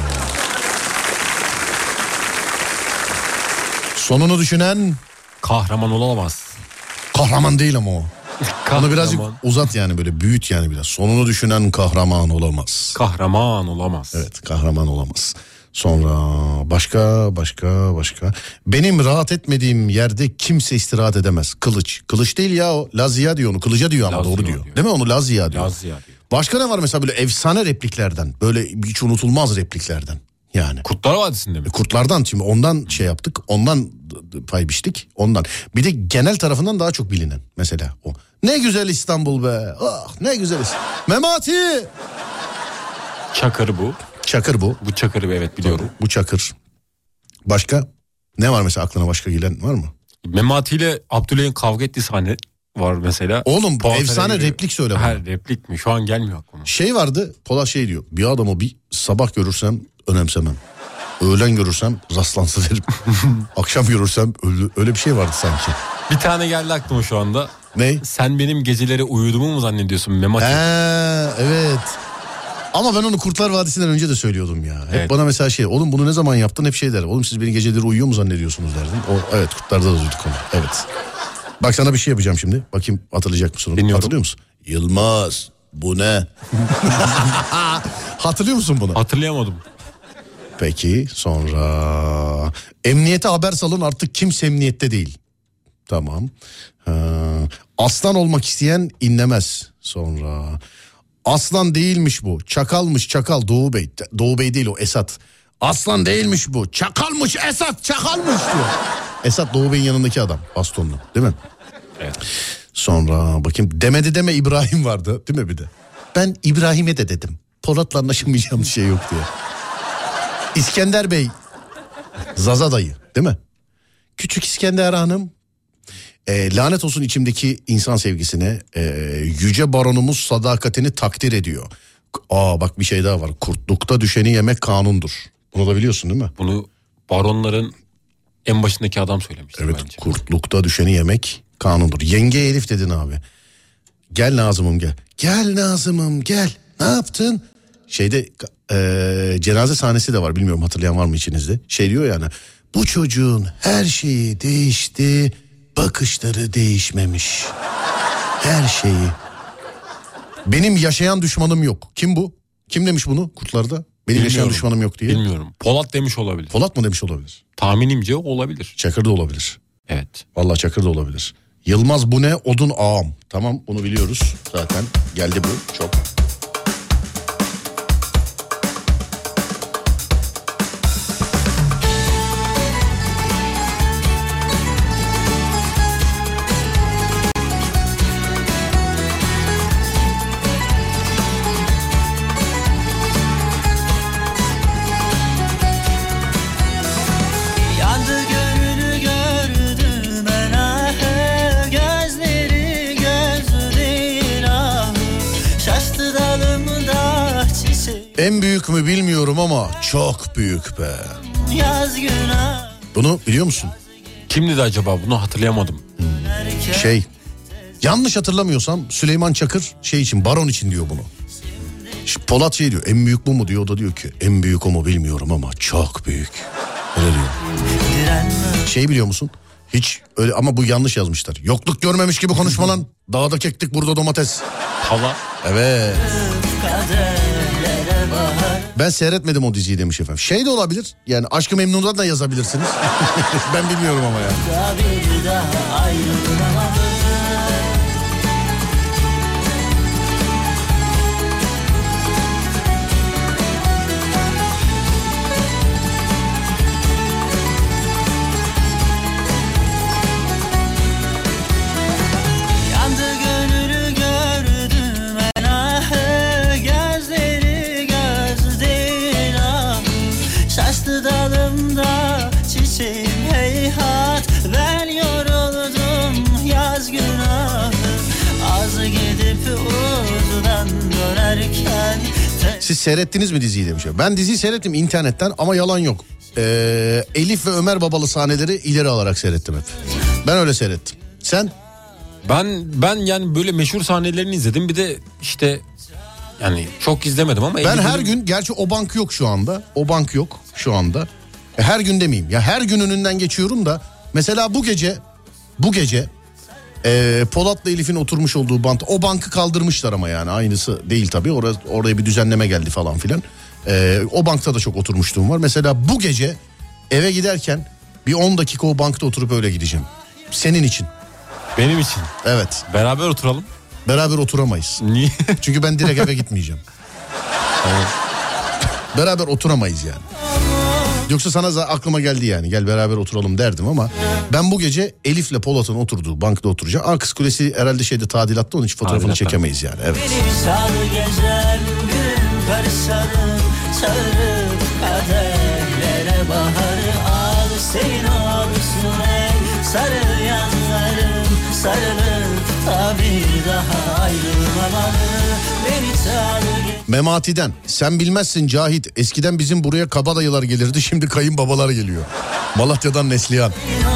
Sonunu düşünen kahraman olamaz. Kahraman değil ama o. Kahraman. Onu birazcık uzat yani, böyle büyüt yani biraz. Sonunu düşünen kahraman olamaz. Kahraman olamaz. Evet, kahraman olamaz. Sonra başka başka başka. Benim rahat etmediğim yerde kimse istirahat edemez. Kılıç. Kılıç değil ya o. Lazia diyor onu. Kılıca diyor ama Lazia doğru diyor. diyor. Değil mi onu? Lazia diyor. Lazia diyor. Başka ne var mesela böyle efsane repliklerden? Böyle hiç unutulmaz repliklerden. Yani. Kurtlar Vadisi'nde mi? Kurtlardan, şimdi ondan şey yaptık. Ondan pay biçtik. Ondan. Bir de genel tarafından daha çok bilinen mesela o. Ne güzel İstanbul be. Ah ne güzel İstanbul. Memati. Çakır bu. Çakır bu. Bu Çakır'ı evet biliyorum. Bu Çakır. Başka? Ne var mesela, aklına başka gelen var mı? Memati ile Abdüley'in kavga ettiği sahne var mesela. Oğlum Polat efsane geliyor. replik söyle bana. Ha, replik mi? Şu an gelmiyor aklıma. Şey vardı, Polat şey diyor. Bir adamı bir sabah görürsem önemsemem. Öğlen görürsem rastlansı veririm. Akşam görürsem öyle, öyle bir şey vardı sanki. Bir tane geldi aklıma şu anda. Ne? Sen benim geceleri uyuduğumu mu zannediyorsun Memati? He, evet. Ama ben onu Kurtlar Vadisi'nden önce de söylüyordum ya. Hep Evet. bana mesela şey, oğlum bunu ne zaman yaptın, hep şey der. Oğlum siz beni geceleri uyuyor mu zannediyorsunuz derdim. O, evet, Kurtlar'da da duyduk onu. Evet. Bak sana bir şey yapacağım şimdi. Bakayım hatırlayacak mısın? Dinliyorum. Hatırlıyor musun? Yılmaz bu ne? Hatırlıyor musun bunu? Hatırlayamadım. Peki sonra emniyete haber salın, artık kimse emniyette değil. Tamam. Ha, aslan olmak isteyen inlemez. Sonra aslan değilmiş bu, çakalmış çakal. Doğu Bey, Doğu Bey değil o, Esat. Aslan değilmiş bu, çakalmış Esat, çakalmış diyor. Esat Doğu Bey'in yanındaki adam, bastonlu, değil mi? Evet. Sonra bakayım, demedi deme İbrahim vardı değil mi bir de? Ben İbrahim'e de dedim, Polat'la anlaşamayacağım şey yok diye. İskender Bey, Zaza dayı değil mi? Küçük İskender Hanım, e, lanet olsun içimdeki insan sevgisine, e, yüce baronumuz sadakatini takdir ediyor. Aa bak bir şey daha var, kurtlukta düşeni yemek kanundur. Bunu da biliyorsun değil mi? Bunu baronların en başındaki adam söylemişti. Evet bence. Kurtlukta düşeni yemek kanundur. Yenge Elif dedin abi. Gel Nazım'ım gel. Gel Nazım'ım gel. Ne yaptın? Şeyde e, cenaze sahnesi de var, bilmiyorum hatırlayan var mı içinizde? Şey diyor yani, bu çocuğun her şeyi değişti, bakışları değişmemiş. Her şeyi. Benim yaşayan düşmanım yok. Kim bu? Kim demiş bunu kurtlarda? Benim Bilmiyorum. yaşayan düşmanım yok diye. Bilmiyorum. Polat demiş olabilir. Polat mı demiş olabilir? Tahminimce olabilir. Çakır da olabilir. Evet. Vallahi Çakır da olabilir. Yılmaz bu ne? Odun ağam. Tamam, bunu biliyoruz zaten. Geldi bu çok. Yandı gönlünü gördüm ben ahı, gözleri gözlerin ahı, şaştı dalımda çiçek En büyük mü bilmiyorum ama çok büyük be. yaz günah. Bunu biliyor musun? Kimdi de acaba, bunu hatırlayamadım. Şey, yanlış hatırlamıyorsam Süleyman Çakır şey için, baron için diyor bunu. Şimdi Polat şey diyor, en büyük bu mu diyor, o da diyor ki en büyük o mu bilmiyorum ama çok büyük. Öyle diyor. Şey biliyor musun? Hiç öyle, ama bu yanlış yazmışlar. Yokluk görmemiş gibi konuşma lan. Dağda kektik, burada domates. Hala. Evet. Kaderlere bahar. Ben seyretmedim o diziyi demiş efendim. Şey de olabilir. Yani Aşk-ı Memnun'dan da yazabilirsiniz. Ben bilmiyorum ama ya. Daha bir daha ayrılamadım. Yandı gönlünü gördüm ben ahı, gözleri gözlerin ahı, şaştı dalımda çiçeğim heyhat, ben yoruldum yaz günahı, az gidip uzdan dönerken. Siz seyrettiniz mi diziyi demiş. Ben diziyi seyrettim internetten ama yalan yok. Ee, Elif ve Ömer babalı sahneleri ileri alarak seyrettim hep. Ben öyle seyrettim. Sen? Ben ben yani böyle meşhur sahnelerini izledim. Bir de işte yani çok izlemedim ama. Ben her gün, gerçi o bank yok şu anda. O bank yok şu anda. E, her gün demeyeyim. Ya her gün önünden geçiyorum da. Mesela bu gece, bu gece e, Polat'la Elif'in oturmuş olduğu bant. O bankı kaldırmışlar ama yani aynısı değil tabii. Oraya, oraya bir düzenleme geldi falan filan. E, o bankta da çok oturmuşluğum var. Mesela bu gece eve giderken bir on dakika o bankta oturup öyle gideceğim. Senin için. Benim için. Evet. Beraber oturalım. Beraber oturamayız. Niye? Çünkü ben direkt eve gitmeyeceğim. Evet. Beraber oturamayız yani. Yoksa sana za- aklıma geldi yani, gel beraber oturalım derdim ama ben bu gece Elif'le Polat'ın oturduğu bankta oturacağım. Aa, Kız Kulesi herhalde şeyde, tadilatta, onun için fotoğrafını Tadilatta. çekemeyiz yani. Evet. Benim sarı gecem gün karışarım, çağırıp kaderlere baharı al, senin olsun ey sarı yanlarım, sarılıp da bir daha ayrılmamalı, beni sarı. Memati'den, sen bilmezsin Cahit, eskiden bizim buraya kabadayılar gelirdi, şimdi kayınbabalar geliyor. Malatya'dan Neslihan.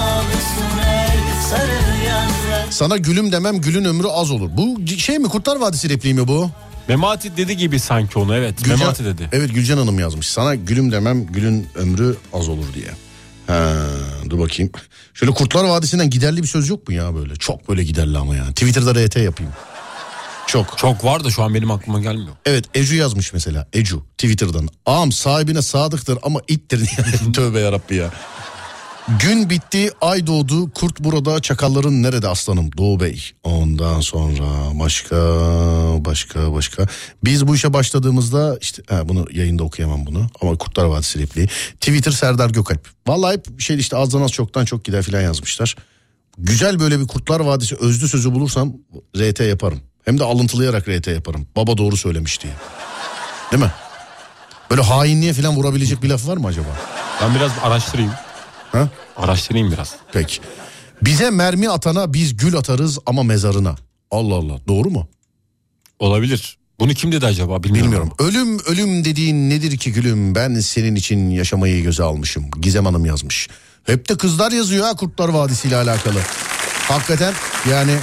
Sana gülüm demem, gülün ömrü az olur. Bu şey mi, Kurtlar Vadisi repliği mi bu? Memati dedi gibi sanki onu, evet. Gülcan, Memati dedi. Evet, Gülcan Hanım yazmış. Sana gülüm demem, gülün ömrü az olur diye. Ha, dur bakayım. Şöyle Kurtlar Vadisi'nden giderli bir söz yok mu ya böyle? Çok böyle giderli ama ya. Twitter'da R T yapayım. Çok. Çok var da şu an benim aklıma gelmiyor. Evet, Ecu yazmış mesela. Ecu Twitter'dan. Ağam sahibine sadıktır ama ittir. Tövbe yarabbi ya. Gün bitti, ay doğdu, kurt burada, çakalların nerede aslanım? Doğu Bey. Ondan sonra başka, başka, başka. Biz bu işe başladığımızda işte ha, bunu yayında okuyamam bunu ama Kurtlar Vadisi repliği. Twitter Serdar Gökalp. Vallahi hep şey işte azdan az çoktan çok gider filan yazmışlar. Güzel böyle bir Kurtlar Vadisi özlü sözü bulursam R T yaparım. Hem de alıntılayarak R T yaparım. Baba doğru söylemiş diye. Değil mi? Böyle hainliğe filan vurabilecek bir laf var mı acaba? Ben biraz araştırayım. Ha? Araştırayım biraz. Peki. Bize mermi atana biz gül atarız ama mezarına. Allah Allah, doğru mu? Olabilir. Bunu kim dedi acaba bilmiyorum. Bilmiyorum. Ölüm ölüm dediğin nedir ki gülüm? Ben senin için yaşamayı göze almışım. Gizem Hanım yazmış. Hep de kızlar yazıyor ha Kurtlar Vadisi ile alakalı. Hakikaten yani...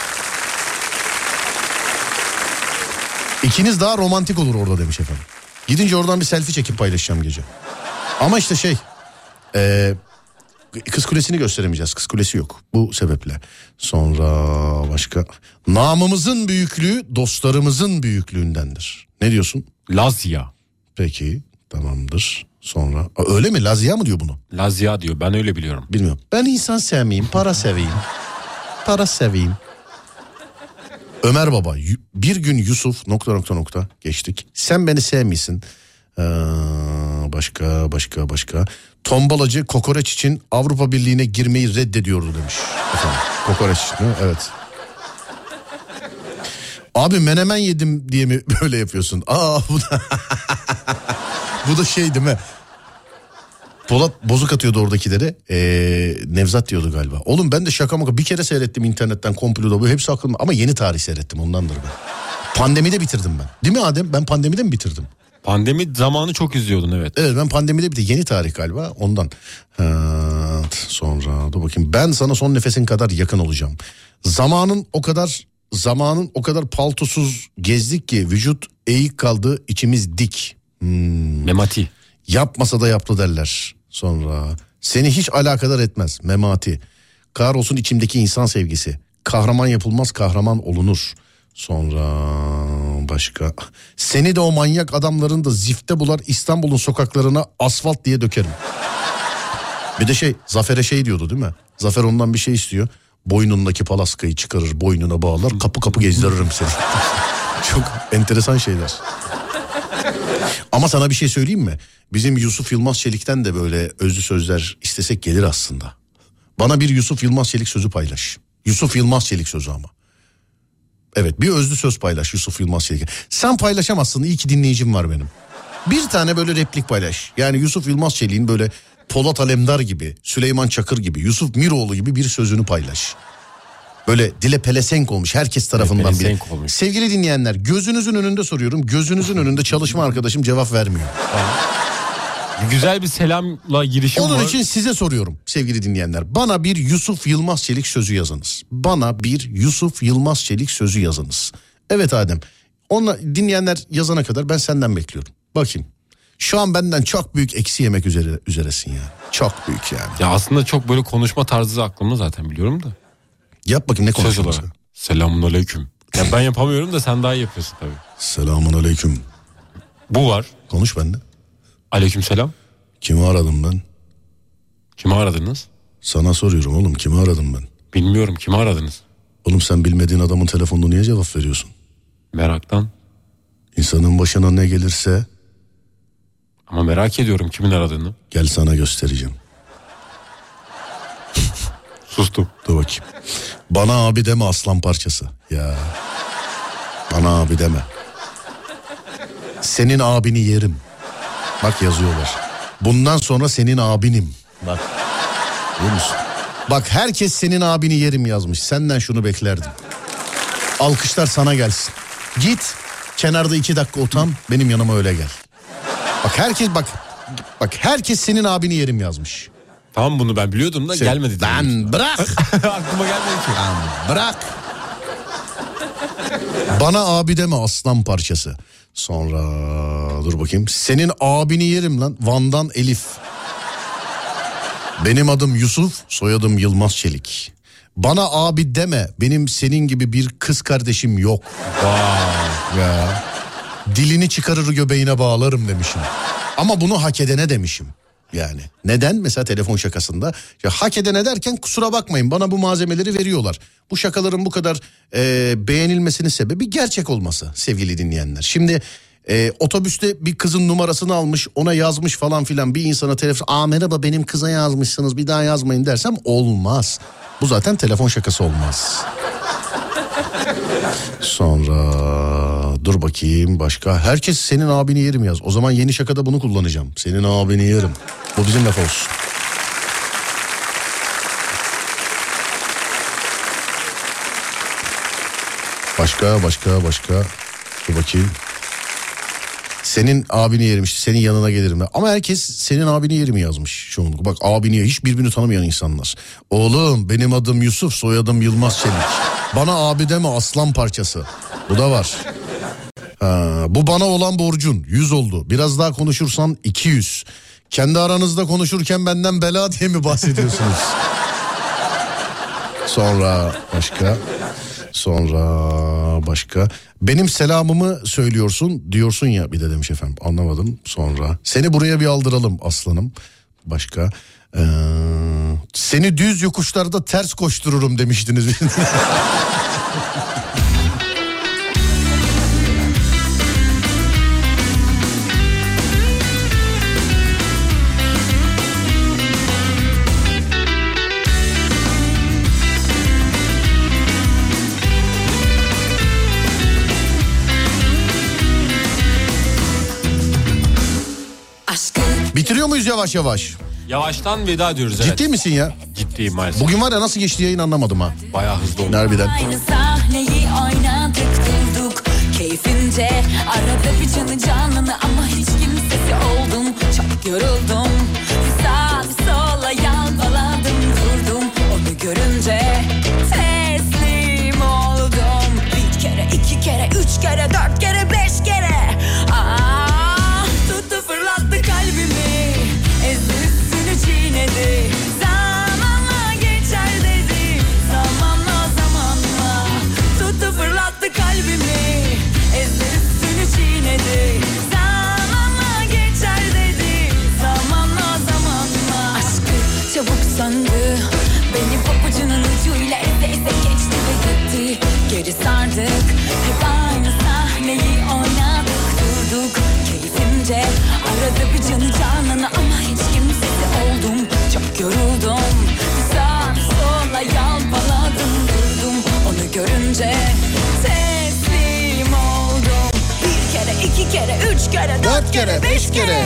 İkiniz daha romantik olur orada demiş efendim. Gidince oradan bir selfie çekip paylaşacağım gece. Ama işte şey... Ee, Kız Kulesi'ni gösteremeyeceğiz. Kız Kulesi yok. Bu sebeple. Sonra başka... Namımızın büyüklüğü dostlarımızın büyüklüğündendir. Ne diyorsun? Lazya. Peki, tamamdır. Sonra... Aa, öyle mi? Lazya mı diyor bunu? Lazya diyor. Ben öyle biliyorum. Bilmiyorum. Ben insan sevmeyeyim, para seveyim. Para seveyim. Ömer Baba. Bir gün Yusuf nokta nokta nokta geçtik. Sen beni sevmiyorsun. Ee, başka başka başka. Tombalacı kokoreç için Avrupa Birliği'ne girmeyi reddediyordu demiş. Efendim, kokoreç değil mi? Evet. Abi menemen yedim diye mi böyle yapıyorsun? Aa bu da bu da şey değil mi? Polat bozuk atıyordu oradakilere. Ee, Nevzat diyordu galiba. Oğlum ben de şaka maka bir kere seyrettim internetten komploda. Bu hepsi aklımda ama yeni tarih seyrettim ondandır ben. Pandemide bitirdim ben. Değil mi Adem? Ben pandemide mi bitirdim? Pandemi zamanı çok izliyordun evet. Evet ben pandemide bitirdim. Yeni tarih galiba ondan. Ha, sonra dur bakayım. Ben sana son nefesin kadar yakın olacağım. Zamanın o kadar zamanın o kadar paltosuz gezdik ki vücut eğik kaldı, içimiz dik. Hmm. Memati. Yapmasa da yaptı derler. Sonra seni hiç alakadar etmez. Memati. Kahrolsun içimdeki insan sevgisi. Kahraman yapılmaz, kahraman olunur. Sonra başka. Seni de o manyak adamların da zifte bular, İstanbul'un sokaklarına asfalt diye dökerim. Bir de şey Zafer'e şey diyordu değil mi? Zafer ondan bir şey istiyor. Boynundaki palaskayı çıkarır, boynuna bağlar, kapı kapı gezdiririm seni. Çok enteresan şeyler. Ama sana bir şey söyleyeyim mi? Bizim Yusuf Yılmaz Çelik'ten de böyle özlü sözler istesek gelir aslında. Bana bir Yusuf Yılmaz Çelik sözü paylaş. Yusuf Yılmaz Çelik sözü ama. Evet, bir özlü söz paylaş Yusuf Yılmaz Çelik. Sen paylaşamazsın, iyi ki dinleyicim var benim. Bir tane böyle replik paylaş. Yani Yusuf Yılmaz Çelik'in böyle Polat Alemdar gibi, Süleyman Çakır gibi, Yusuf Miroğlu gibi bir sözünü paylaş. Böyle dile pelesenk olmuş herkes tarafından bile. Sevgili dinleyenler, gözünüzün önünde soruyorum. Gözünüzün önünde çalışma arkadaşım cevap vermiyor. Güzel bir selamla girişim Onun var. Onun için size soruyorum sevgili dinleyenler. Bana bir Yusuf Yılmaz Çelik sözü yazınız. Bana bir Yusuf Yılmaz Çelik sözü yazınız. Evet Adem. Onunla dinleyenler yazana kadar ben senden bekliyorum. Bakayım. Şu an benden çok büyük eksi yemek üzere üzeresin ya. Çok büyük yani. Ya aslında çok böyle konuşma tarzı aklımda zaten biliyorum da. Yap bakayım ne konuşuyorsun? Selamun aleyküm. Ya ben yapamıyorum da sen daha iyi yapıyorsun tabii. Selamun aleyküm. Bu var. Konuş bende. Aleyküm selam. Kimi aradım ben? Kimi aradınız? Sana soruyorum oğlum, kimi aradım ben? Bilmiyorum, kimi aradınız? Oğlum sen bilmediğin adamın telefonuna niye cevap veriyorsun? Meraktan. İnsanın başına ne gelirse... Ama merak ediyorum kimin aradığını. Gel sana göstereceğim. Sustum. Dur bakayım. Bana abi deme aslan parçası. Ya. Bana abi deme. Senin abini yerim. Bak yazıyorlar. Bundan sonra senin abinim. Bak. Biliyor musun? Bak herkes senin abini yerim yazmış. Senden şunu beklerdim. Alkışlar sana gelsin. Git kenarda iki dakika utan, benim yanıma öyle gel. Bak herkes bak. Bak herkes senin abini yerim yazmış. Tamam bunu ben biliyordum da Sen, gelmedi. Ben bırak. Aklıma gelmedi ki. Ben bırak. Bana abi deme aslan parçası. Sonra dur bakayım. Senin abini yerim lan. Van'dan Elif. Benim adım Yusuf, soyadım Yılmaz Çelik. Bana abi deme, benim senin gibi bir kız kardeşim yok. Vay ya. Dilini çıkarır göbeğine bağlarım demişim. Ama bunu hak edene demişim. Yani neden? Mesela telefon şakasında ya hak edene derken kusura bakmayın bana bu malzemeleri veriyorlar. Bu şakaların bu kadar e, beğenilmesinin sebebi gerçek olması sevgili dinleyenler. Şimdi e, otobüste bir kızın numarasını almış, ona yazmış falan filan, bir insana telefon, aa merhaba benim kıza yazmışsınız bir daha yazmayın dersem olmaz. Bu zaten telefon şakası olmaz. Sonra dur bakayım başka. Herkes senin abini yerim yaz. O zaman yeni şakada bunu kullanacağım. Senin abini yerim. Bu bizim laf olsun. Başka başka başka. Dur bakayım. Senin abini yerim işte, senin yanına gelirim. Ama herkes senin abini yerim yazmış çoğunlukla. Bak abini, hiç birbirini tanımayan insanlar. Oğlum benim adım Yusuf, soyadım Yılmaz Çelik. Bana abi deme aslan parçası. Bu da var. Ha, bu bana olan borcun yüz oldu. Biraz daha konuşursan iki yüz. Kendi aranızda konuşurken benden bela diye mi bahsediyorsunuz? Sonra başka. Sonra başka. Benim selamımı söylüyorsun diyorsun ya bir de demiş efendim. Anlamadım. Sonra seni buraya bir aldıralım aslanım. Başka. Ee, seni düz yokuşlarda ters koştururum demiştiniz. Bitiriyor muyuz yavaş yavaş? Yavaştan veda ediyoruz. Evet. Ciddi misin ya? Ciddiyim maalesef. Bugün var ya nasıl geçti yayın anlamadım ha. Bayağı hızlı oldu. Harbiden. Aynı sahneyi oynadık durduk keyfince. Arada bir canı canını ama hiç kimsesi oldum. Çok yoruldum. Bir sağa bir sola yalpaladım durdum. Onu görünce teslim oldum. Bir kere, iki kere, üç kere, dört kere, beş kere. Aa, tuttu fırlattı kalbimi. Ezdi üstünü çiğnedi. Zamanla geçer dedi. Zamanla zamanla. Tuttu fırlattı kalbimi. Ezdi üstünü çiğnedi. Zamanla geçer dedi. Zamanla zamanla. Aşkı çabuk söndü. Beni papucunun ucuyla eze eze geçti ve gitti. Geri sardık. Hep aynı sahneyi oynadık durduk keyfince. Arada bir canı canını ama hiç kimsesi oldum. Çok yoruldum. Bir sağa bir sola yalpaladım durdum. Onu görünce teslim oldum. Bir kere, iki kere, üç kere, dört kere, beş kere.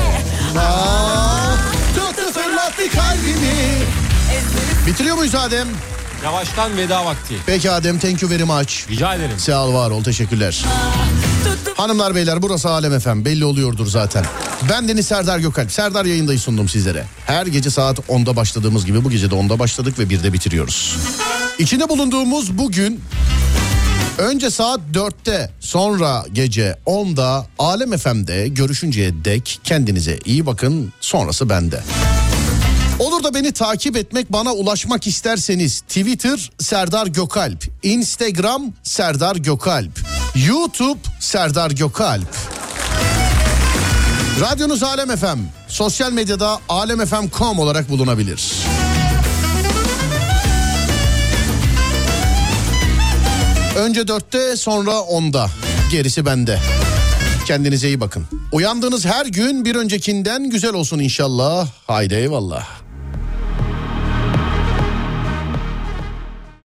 Aa, tuttu fırlattı kalbimi. Bitiriyor muyuz Adem? Yavaştan veda vakti. Peki Adem, thank you very much. Rica ederim. Sağ ol, var ol, teşekkürler. Hanımlar beyler, burası Alem F M, belli oluyordur zaten. Ben Deniz Serdar Gökalp. Serdar yayındayı sundum sizlere. Her gece saat onda başladığımız gibi bu gece de onda başladık ve birde bitiriyoruz. İçinde bulunduğumuz bugün önce saat dörtte, sonra gece onda Alem F M'de görüşünceye dek kendinize iyi bakın, sonrası bende. Olur da beni takip etmek, bana ulaşmak isterseniz Twitter Serdar Gökalp, Instagram Serdar Gökalp, YouTube Serdar Gökalp. Radyonuz Alem F M, sosyal medyada alemfm nokta com olarak bulunabilir. Önce dörtte, sonra onda, gerisi bende. Kendinize iyi bakın. Uyandığınız her gün bir öncekinden güzel olsun inşallah. Haydi eyvallah.